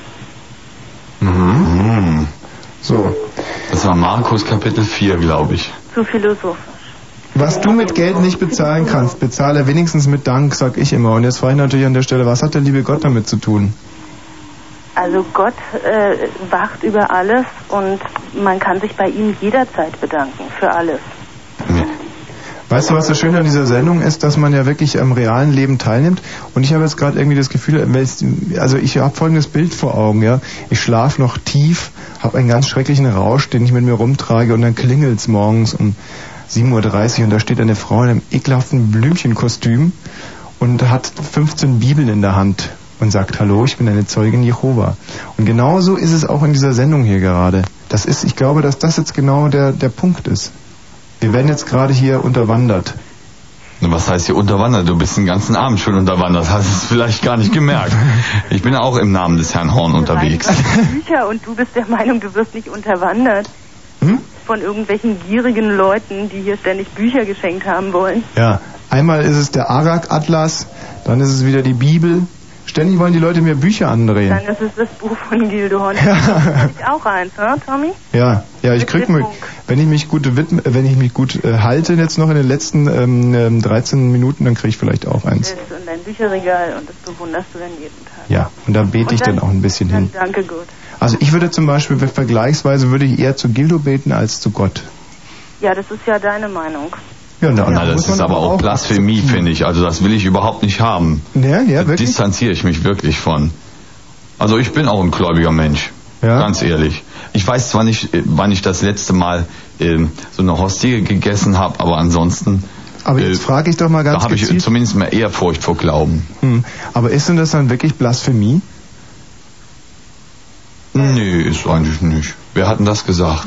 Mhm. So. Das war Markus Kapitel 4, glaube ich. Zu philosophisch. Was du mit Geld nicht bezahlen kannst, bezahle wenigstens mit Dank, sag ich immer. Und jetzt frage ich natürlich an der Stelle, was hat der liebe Gott damit zu tun? Also Gott wacht über alles und man kann sich bei ihm jederzeit bedanken für alles. Weißt du, was das Schöne an dieser Sendung ist, dass man ja wirklich am realen Leben teilnimmt. Und ich habe jetzt gerade irgendwie das Gefühl, also ich habe folgendes Bild vor Augen, ja. Ich schlafe noch tief, habe einen ganz schrecklichen Rausch, den ich mit mir rumtrage und dann klingelt's morgens um 7:30 Uhr und da steht eine Frau in einem ekelhaften Blümchenkostüm und hat 15 Bibeln in der Hand und sagt, hallo, ich bin eine Zeugin Jehova. Und genauso ist es auch in dieser Sendung hier gerade. Ich glaube, dass das jetzt genau der Punkt ist. Wir werden jetzt gerade hier unterwandert. Was heißt hier unterwandert? Du bist den ganzen Abend schon unterwandert, hast es vielleicht gar nicht gemerkt. Ich bin ja auch im Namen des Herrn Horn unterwegs. Bücher und du bist der Meinung, du wirst nicht unterwandert. Von irgendwelchen gierigen Leuten, die hier ständig Bücher geschenkt haben wollen. Ja, einmal ist es der Arak-Atlas, dann ist es wieder die Bibel. Ständig wollen die Leute mir Bücher andrehen. Dann ist es das Buch von Gildo Horn. Ja. Habe ich auch eins, ne, Tommy? Ja, ich krieg mit, wenn ich mich gut halte jetzt noch in den letzten 13 Minuten, dann kriege ich vielleicht auch eins. Das ist in dein Bücherregal und das bewunderst du dann jeden Tag. Ja, und da bete ich dann auch ein bisschen hin. Danke Gott. Also ich würde zum Beispiel vergleichsweise eher zu Gildo beten als zu Gott. Ja, das ist ja deine Meinung. Ja, das ist aber auch Blasphemie, finde ich. Also das will ich überhaupt nicht haben. Ja, da wirklich? Distanziere ich mich wirklich von. Also ich bin auch ein gläubiger Mensch. Ja? Ganz ehrlich. Ich weiß zwar nicht, wann ich das letzte Mal so eine Hostie gegessen habe, aber ansonsten... Aber jetzt frage ich doch mal ganz da habe ich zumindest mehr Ehrfurcht vor Glauben. Aber ist denn das dann wirklich Blasphemie? Nee, ist eigentlich nicht. Wer hat denn das gesagt?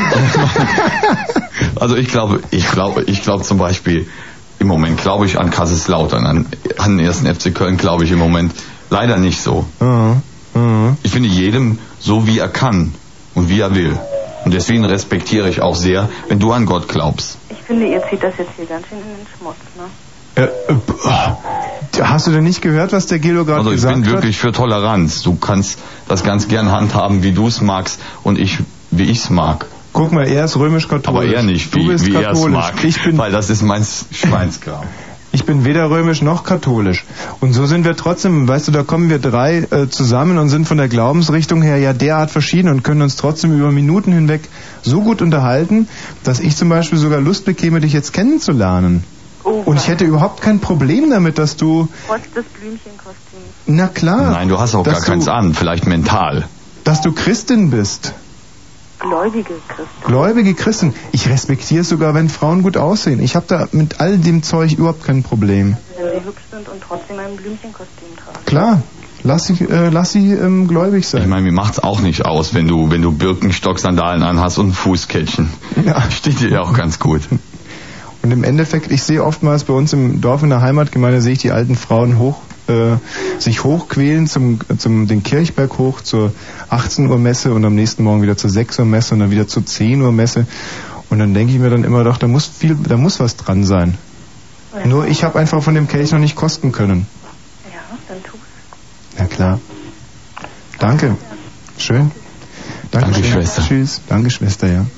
Also ich glaube zum Beispiel, im Moment glaube ich an Kaiserslautern, an den 1. FC Köln glaube ich im Moment leider nicht so. Ich finde jedem so, wie er kann und wie er will. Und deswegen respektiere ich auch sehr, wenn du an Gott glaubst. Ich finde, ihr zieht das jetzt hier ganz schön in den Schmutz, ne? Hast du denn nicht gehört, was der Gildo gerade gesagt hat? Also ich bin wirklich für Toleranz. Du kannst das ganz gern handhaben, wie du es magst und ich, wie ich es mag. Guck mal, er ist römisch-katholisch. Aber er nicht, wie er es mag, weil das ist mein Schweinskram. Ich bin weder römisch noch katholisch. Und so sind wir trotzdem, weißt du, da kommen wir 3 zusammen und sind von der Glaubensrichtung her ja derart verschieden und können uns trotzdem über Minuten hinweg so gut unterhalten, dass ich zum Beispiel sogar Lust bekäme, dich jetzt kennenzulernen. Und ich hätte überhaupt kein Problem damit, dass du... Trotz des Blümchenkostüms. Na klar. Nein, du hast auch gar keins an, vielleicht mental. Dass du Christin bist. Gläubige Christin. Ich respektiere es sogar, wenn Frauen gut aussehen. Ich habe da mit all dem Zeug überhaupt kein Problem. Wenn sie hübsch sind und trotzdem ein Blümchenkostüm tragen. Klar. Lass sie gläubig sein. Ich meine, mir macht's auch nicht aus, wenn du Birkenstock-Sandalen anhast und ein Fußkettchen. Ja. Steht dir ja auch ganz gut. Und im Endeffekt, ich sehe oftmals bei uns im Dorf in der Heimatgemeinde, sehe ich die alten Frauen sich hochquälen den Kirchberg hoch zur 18 Uhr Messe und am nächsten Morgen wieder zur 6 Uhr Messe und dann wieder zur 10 Uhr Messe. Und dann denke ich mir dann immer doch, da muss was dran sein. Ja. Nur ich habe einfach von dem Kelch noch nicht kosten können. Ja, dann tu's. Ja klar. Danke. Schön. Danke, Schwester. Tschüss. Danke, Schwester, ja.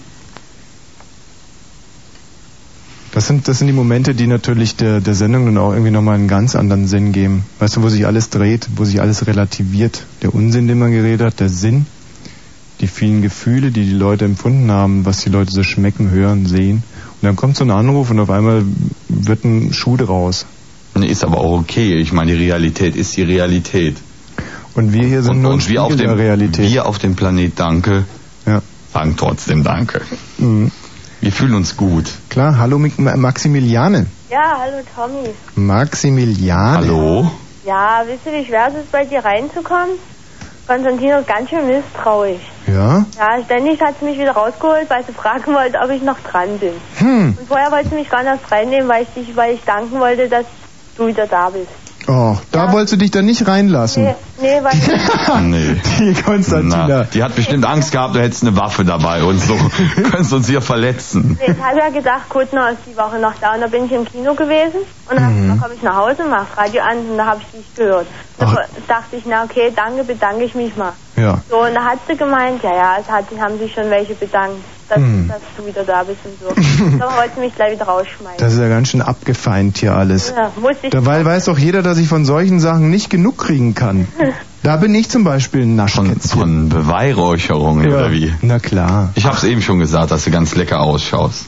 Das sind die Momente, die natürlich der Sendung dann auch irgendwie nochmal einen ganz anderen Sinn geben. Weißt du, wo sich alles dreht, wo sich alles relativiert. Der Unsinn, den man geredet hat, der Sinn, die vielen Gefühle, die Leute empfunden haben, was die Leute so schmecken, hören, sehen. Und dann kommt so ein Anruf und auf einmal wird ein Schuh draus. Ist aber auch okay. Ich meine, die Realität ist die Realität. Und wir hier sind nur ein Spiegel der Realität. Wir auf dem Planet Danke sagen trotzdem Danke. Mhm. Wir fühlen uns gut. Klar, hallo Maximiliane. Ja, hallo Tommy. Maximiliane. Hallo. Ja, wisst ihr, wie schwer es ist, bei dir reinzukommen? Konstantino ist ganz schön misstrauisch. Ja? Ja, ständig hat sie mich wieder rausgeholt, weil sie fragen wollte, ob ich noch dran bin. Und vorher wollte sie mich gar nicht erst reinnehmen, weil ich danken wollte, dass du wieder da bist. Oh, da wolltest du dich dann nicht reinlassen. Nee, weil... Nee. Die Konstantina. Die hat bestimmt Angst gehabt, du hättest eine Waffe dabei und so. Könntest uns hier verletzen. Nee, ich habe ja gedacht, Kuttner ist die Woche noch da und da bin ich im Kino gewesen und dann komme ich nach Hause und mache das Radio an und da habe ich dich gehört. Da dachte ich, na okay, danke, bedanke ich mich mal. Ja. So, und da hat sie gemeint, haben sich schon welche bedankt, dass du wieder da bist und so. Da wollte sie mich gleich wieder rausschmeißen. Das ist ja ganz schön abgefeind hier alles. Ja, musste ich. Dabei weiß doch jeder, dass ich von solchen Sachen nicht genug kriegen kann. Da bin ich zum Beispiel ein Naschkätzchen. Von Beweihräucherungen oder wie? Na klar. Ich hab's eben schon gesagt, dass du ganz lecker ausschaust.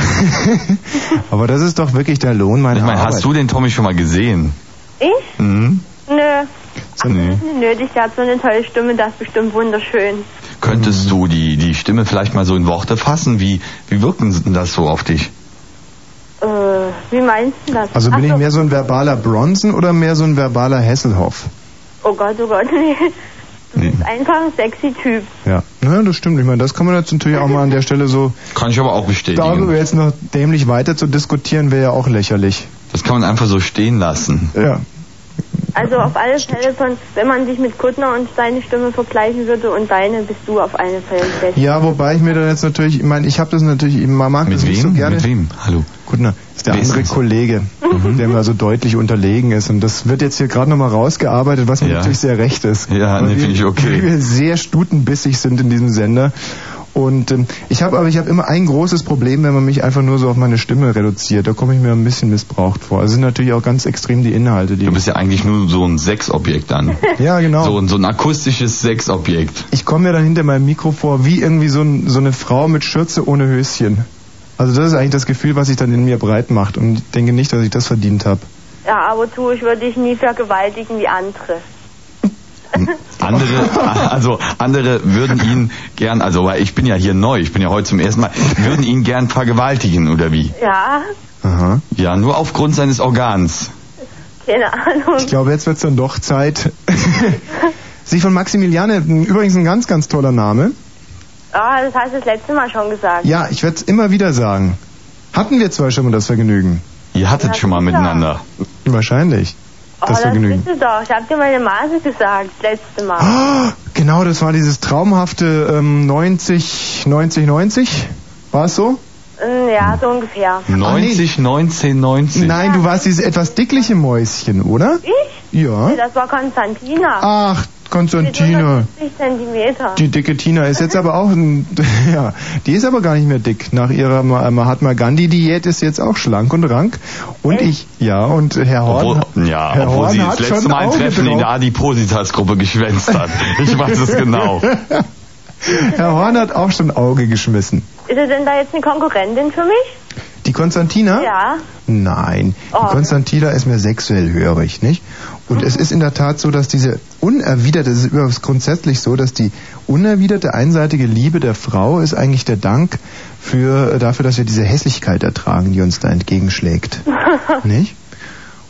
Aber das ist doch wirklich der Lohn meiner Arbeit. Hast du den Tommy schon mal gesehen? Ich? Mhm. Nö. Ach, das ist nicht nötig, der hat so eine tolle Stimme, das ist bestimmt wunderschön. Könntest du die Stimme vielleicht mal so in Worte fassen? Wie wirken denn das so auf dich? Wie meinst du das? Also bin ich mehr so ein verbaler Bronson oder mehr so ein verbaler Hasselhoff? Oh Gott, nee. Du bist einfach ein sexy Typ. Ja, das stimmt. Ich meine, das kann man jetzt natürlich auch mal an der Stelle so... Kann ich aber auch bestätigen. Darüber jetzt noch dämlich weiter zu diskutieren, wäre ja auch lächerlich. Das kann man einfach so stehen lassen. Ja. Also auf alle Fälle, wenn man dich mit Kuttner und seine Stimme vergleichen würde und deine, bist du auf alle Fälle besser. Ja, wobei ich mir dann jetzt natürlich, ich meine, ich habe das natürlich, man mag das nicht so gerne. Mit wem? Hallo. Kuttner ist der andere Kollege, der mir also deutlich unterlegen ist. Und das wird jetzt hier gerade nochmal rausgearbeitet, was mir natürlich sehr recht ist. Ja, finde ich okay. Weil wir sehr stutenbissig sind in diesem Sender. Und ich habe immer ein großes Problem, wenn man mich einfach nur so auf meine Stimme reduziert. Da komme ich mir ein bisschen missbraucht vor. Also sind natürlich auch ganz extrem die Inhalte. Du bist ja eigentlich nur so ein Sexobjekt dann. Ja, genau. So ein akustisches Sexobjekt. Ich komme mir dann hinter meinem Mikro vor wie irgendwie so eine Frau mit Schürze ohne Höschen. Also das ist eigentlich das Gefühl, was sich dann in mir breit macht. Und ich denke nicht, dass ich das verdient habe. Ja, aber ich würde dich nie vergewaltigen wie andere. Andere würden ihn gern, weil ich bin ja hier neu, ich bin ja heute zum ersten Mal, würden ihn gern vergewaltigen, oder wie? Ja. Aha. Ja, nur aufgrund seines Organs. Keine Ahnung. Ich glaube, jetzt wird es dann doch Zeit. Sie von Maximiliane, übrigens ein ganz, ganz toller Name. Ah, das hast du das letzte Mal schon gesagt. Ja, ich werde es immer wieder sagen. Hatten wir zwei schon mal das Vergnügen? Ihr hattet schon mal miteinander. Wahrscheinlich. Das Vergnügen. Das doch. Ich hab dir meine Maße gesagt, das letzte Mal. Oh, genau, das war dieses traumhafte 90. War es so? Ja, so ungefähr. 90, 19, 90. Nein, du warst dieses etwas dickliche Mäuschen, oder? Ich? Ja. Nee, das war Konstantina. Ach, Konstantina. 50 Zentimeter. Die dicke Tina ist jetzt aber auch, die ist aber gar nicht mehr dick. Nach ihrer Mahatma Gandhi Diät ist sie jetzt auch schlank und rank. Und und Herr Horn. Obwohl sie das letzte Mal ein Treffen in der Adipositas-Gruppe geschwänzt hat. Ich weiß es genau. Herr Horn hat auch schon Auge geschmissen. Ist er denn da jetzt eine Konkurrentin für mich? Die Konstantina? Ja. Nein, die Konstantina ist mir sexuell hörig, nicht? Und es ist in der Tat so, dass diese unerwiderte, es ist übrigens grundsätzlich so, dass die unerwiderte einseitige Liebe der Frau ist eigentlich der Dank dafür, dass wir diese Hässlichkeit ertragen, die uns da entgegenschlägt. Nicht?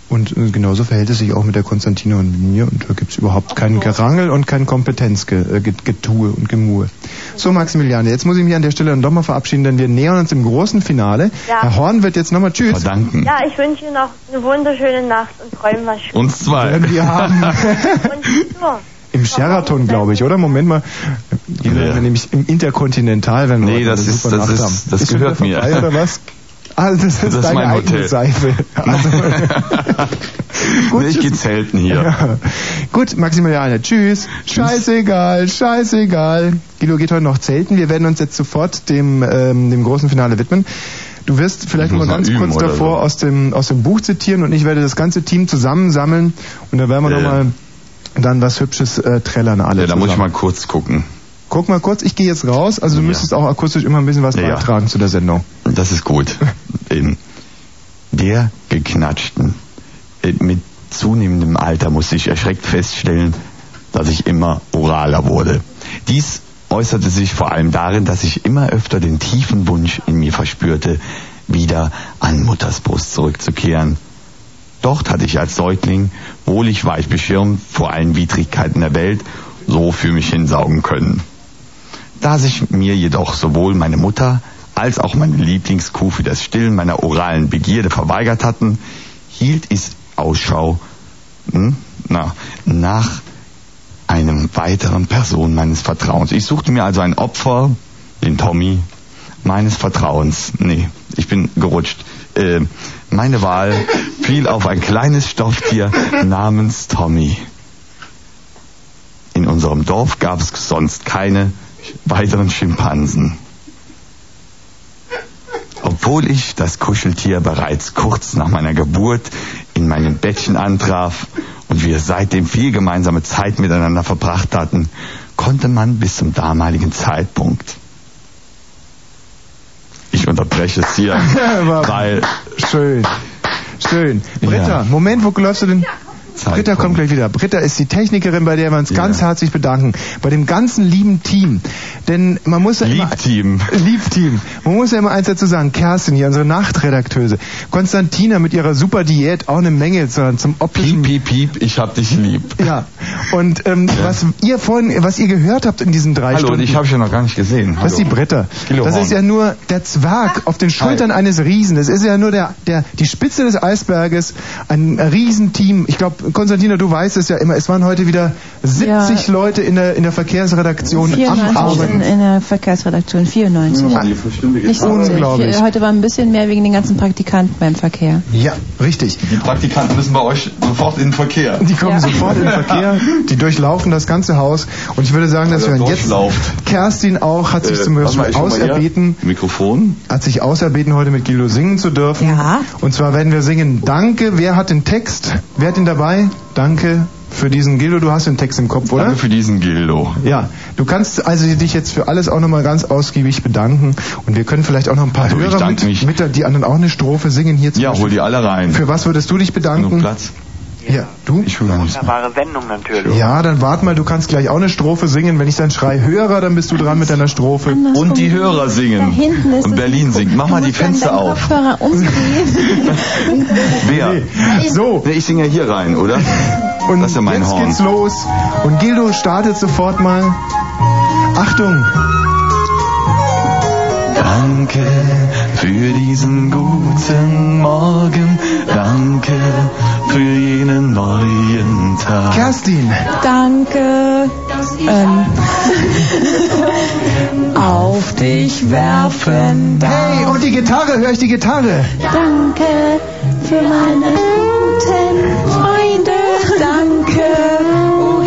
Und genauso verhält es sich auch mit der Konstantina und mir. Und da gibt's überhaupt kein Gerangel und kein Kompetenzgetue und Gemue. So, Maximiliane, jetzt muss ich mich an der Stelle dann doch mal verabschieden, denn wir nähern uns dem großen Finale. Ja. Herr Horn wird jetzt nochmal Tschüss. Verdanken. Ja, ich wünsche Ihnen noch eine wunderschöne Nacht und träumen was Schönes. Uns zwei. Werden wir haben. Und so. Im Sheraton, glaube ich, oder? Moment mal. Gehen wir nämlich im Interkontinental, wenn wir Nee, das gehört mir. Dabei, oder was? Ah, das ist deine mein eigene Hotel. Seife. Also, gut, nee, ich gehe zelten hier. Ja. Gut, Maximiliane, tschüss. Scheißegal. Guido geht heute noch zelten. Wir werden uns jetzt sofort dem großen Finale widmen. Du wirst vielleicht mal ganz kurz davor aus dem Buch zitieren und ich werde das ganze Team zusammensammeln und dann werden wir nochmal dann was Hübsches trällern alle. Ja, da zusammen. muss ich mal kurz gucken. Guck mal kurz, ich gehe jetzt raus. Also du müsstest auch akustisch immer ein bisschen was beitragen zu der Sendung. Das ist gut. Der Geknatschten. Mit zunehmendem Alter muss ich erschreckt feststellen, dass ich immer oraler wurde. Dies äußerte sich vor allem darin, dass ich immer öfter den tiefen Wunsch in mir verspürte, wieder an Mutters Brust zurückzukehren. Dort hatte ich als Säugling, wohlig weich beschirmt vor allen Widrigkeiten der Welt, so für mich hinsaugen können. Da sich mir jedoch sowohl meine Mutter als auch meine Lieblingskuh für das Stillen meiner oralen Begierde verweigert hatten, hielt ich Ausschau nach einem weiteren Person meines Vertrauens. Ich suchte mir also ein Opfer, den Tommy, meines Vertrauens. Nee, ich bin gerutscht. Meine Wahl fiel auf ein kleines Stofftier namens Tommy. In unserem Dorf gab es sonst keine weiteren Schimpansen. Obwohl ich das Kuscheltier bereits kurz nach meiner Geburt in meinem Bettchen antraf und wir seitdem viel gemeinsame Zeit miteinander verbracht hatten, konnte man bis zum damaligen Zeitpunkt. Ich unterbreche es hier, weil... Schön. Britta, Ja. Moment, wo läufst du denn? Britta kommt gleich wieder. Britta ist die Technikerin, bei der wir uns ganz herzlich bedanken. Bei dem ganzen lieben Team. Denn man muss ja Liebteam. Man muss ja immer eins dazu sagen. Kerstin hier, unsere Nachtredakteuse. Konstantina mit ihrer super Diät, auch eine Menge zum optischen... Piep, ich hab dich lieb. Ja. Und was ihr gehört habt in diesen 3 Stunden... Hallo, ich habe dich ja noch gar nicht gesehen. Das ist die Britta. Das ist ja nur der Zwerg auf den Schultern eines Riesen. Das ist ja nur die Spitze des Eisberges. Ein Riesenteam. Ich glaube, Konstantina, du weißt es ja immer. Es waren heute wieder 70 Leute in der Verkehrsredaktion am 94 Arbeiten. in der Verkehrsredaktion, 94. Nicht 70. Unglaublich. Heute war ein bisschen mehr wegen den ganzen Praktikanten beim Verkehr. Ja, richtig. Die Praktikanten müssen bei euch sofort in den Verkehr. Die kommen sofort in den Verkehr, die durchlaufen das ganze Haus. Und ich würde sagen, dass wir jetzt... Kerstin auch hat sich zum Beispiel auserbeten... Mikrofon? Hat sich auserbeten, heute mit Guido singen zu dürfen. Ja. Und zwar werden wir singen Danke. Wer hat den Text? Wer hat ihn dabei? Danke für diesen Gildo. Du hast den Text im Kopf, oder? Danke für diesen Gildo. Ja, du kannst also dich jetzt für alles auch nochmal ganz ausgiebig bedanken. Und wir können vielleicht auch noch ein paar Hörer die anderen auch eine Strophe singen hier. Ja, hol die alle rein. Für was würdest du dich bedanken? Genug Platz? Ja, du? Ich will gar nicht. Wunderbare Sendung natürlich. Ja, dann wart mal, du kannst gleich auch eine Strophe singen. Wenn ich dann schrei Hörer, dann bist du dran mit deiner Strophe. Und die Hörer singen. Und Berlin singt. Mach mal die Fenster auf. Kopfhörer umdrehen. Wer? Nee. So. Nee, ich singe ja hier rein, oder? Und das ist ja mein jetzt Horn. geht's los. Und Gildo startet sofort mal. Achtung. Danke für diesen guten Morgen. Danke für jenen neuen Tag. Kerstin. Danke. Auf dich werfen. Hey, und die Gitarre, höre ich die Gitarre? Danke für meine guten Freunde. Danke. Oh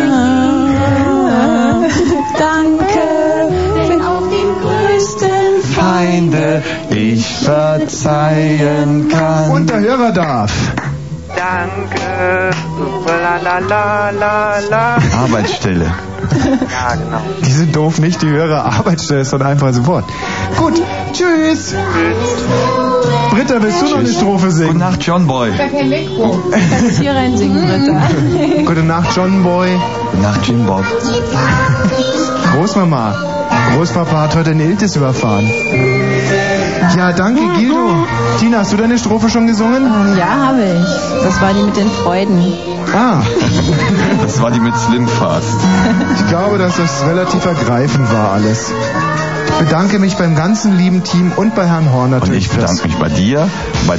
Herr. Danke für auch den größten Feinde ich verzeihen kann. Und der Hörer darf. Danke. La la la la la. Arbeitsstelle. Ja, genau. Die sind doof, nicht die Hörer. Arbeitsstelle ist dann einfach sofort. Gut, tschüss. Britta, willst du noch eine Strophe singen? Gute Nacht, John Boy. Gar kein Mikro. Kannst hier rein singen, Britta. Gute Nacht, John Boy. Gute Nacht, Jim Bob. Großmama. Großpapa hat heute den Iltis überfahren. Ja, danke, Gildo. Tina, hast du deine Strophe schon gesungen? Ja, habe ich. Das war die mit den Freuden. Ah. Das war die mit Slim Fast. Ich glaube, dass das relativ ergreifend war alles. Ich bedanke mich beim ganzen lieben Team und bei Herrn Horn natürlich. Und ich bedanke mich bei dir.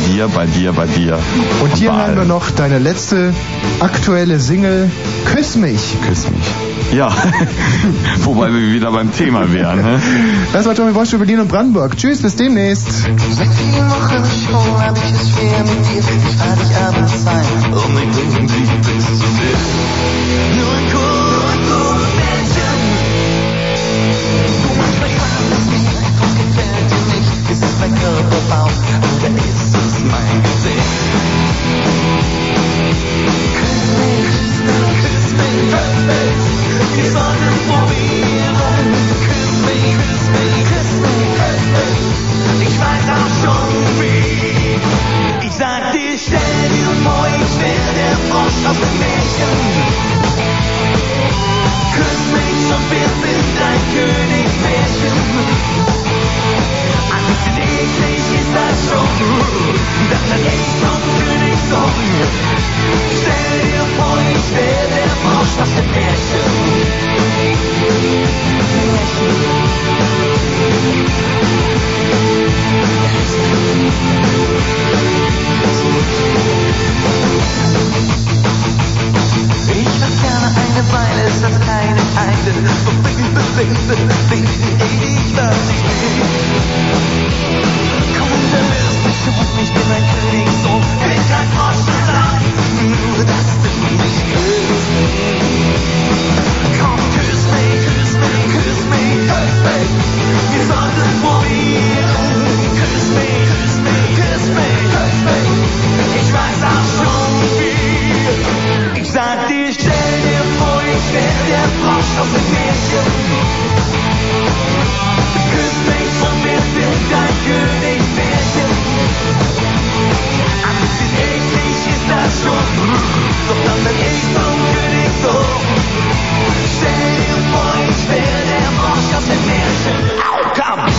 Und hier hören wir noch deine letzte aktuelle Single, Küss mich. Küss mich. Ja, wobei wir wieder beim Thema wären. Ne? Das war Tommy Walsh für Berlin und Brandenburg. Tschüss, bis demnächst. Seit vielen Wochen schon hab ich es schwer mit dir. Ich fahr dich aber sein, um nicht irgendwie bist du sehr. Nur ein Kuss, Mädchen. Du machst mich wahnsinnig, doch gefällt dir nicht. Ist es mein Körperbau oder ist es mein Gesicht? Küss mich, wir sollten probieren. Küss mich, ich weiß auch schon wie. Ich sag dir, stell dir vor, ich wär der Frosch aus dem Märchen. Küss mich und wir sind ein Königsmärchen. Ein bisschen eklig ist das schon, das bin ich zum Königssohn. Stell dir vor, ich wär der Frosch aus dem Märchen. Ich wär gerne eine Weile, ist das keine Eile. So Baby, ich lass dich nicht. Komm, du wirst mich schon, ich bin ein Königssohn. Bin kein Frosch zusammen, nur dass du mich küsst. Komm, küss mich, wir sollten probieren. Küss mich, ich weiß auch schon wie. Ich sag dir, stell dir vor, ich wär der Frosch aus dem Märchen. Küss mich und wir sind ein Königsmärchen. Ein bisschen eklig ist das schon, doch dann bin ich zum Königssohn. Stell dir vor, ich wär der Frosch aus dem Märchen. Komm!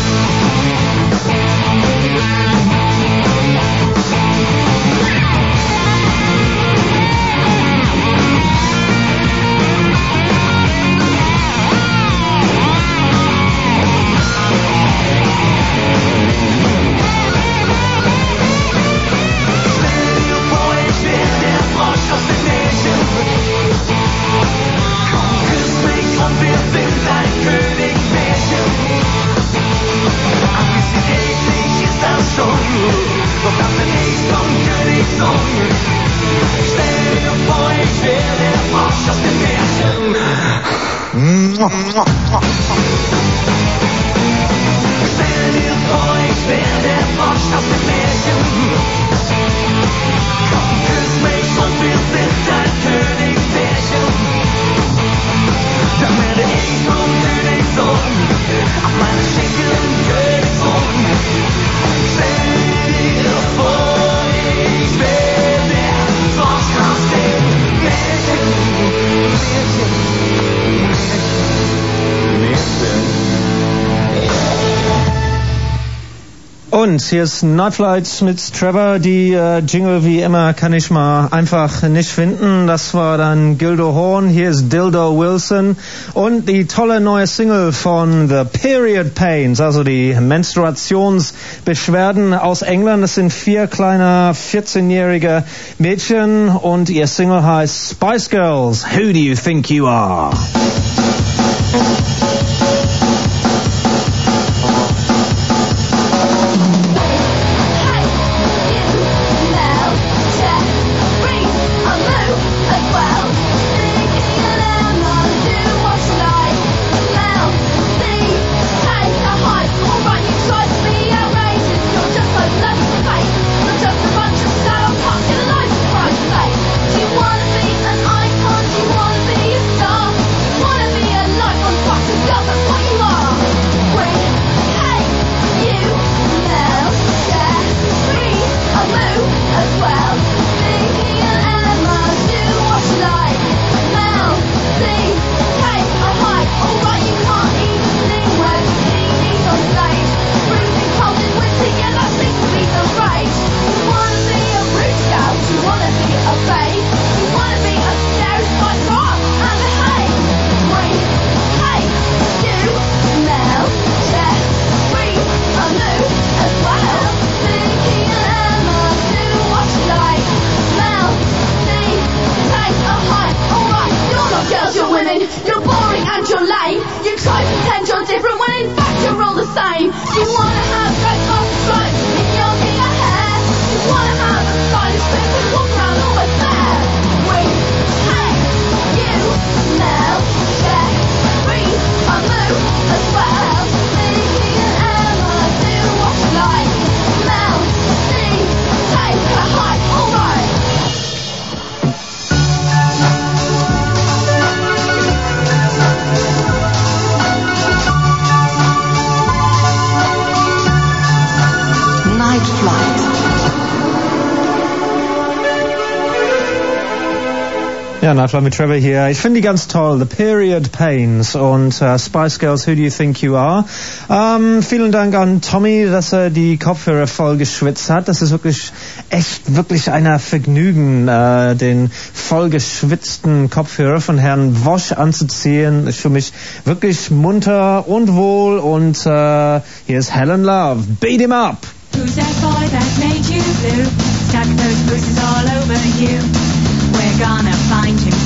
Und hier ist Nightflight mit Trevor. Die Jingle wie immer kann ich mal einfach nicht finden. Das war dann Gildo Horn. Hier ist Dildo Wilson. Und die tolle neue Single von The Period Pains, also die Menstruationsbeschwerden aus England. Das sind 4 kleine 14-jährige Mädchen und ihr Single heißt Spice Girls. Who do you think you are? Wanna be a life on Ja, Nightfly mit Trevor hier. Ich finde die ganz toll. The Period Pains und Spice Girls, Who Do You Think You Are? Vielen Dank an Tommy, dass er die Kopfhörer voll geschwitzt hat. Das ist wirklich ein Vergnügen, den voll geschwitzten Kopfhörer von Herrn Wosch anzuziehen. Ich fühle mich wirklich munter und wohl und hier ist Helen Love. Beat him up! Who's that boy that made you blue? Stuck those bruises all over you. We're gonna find you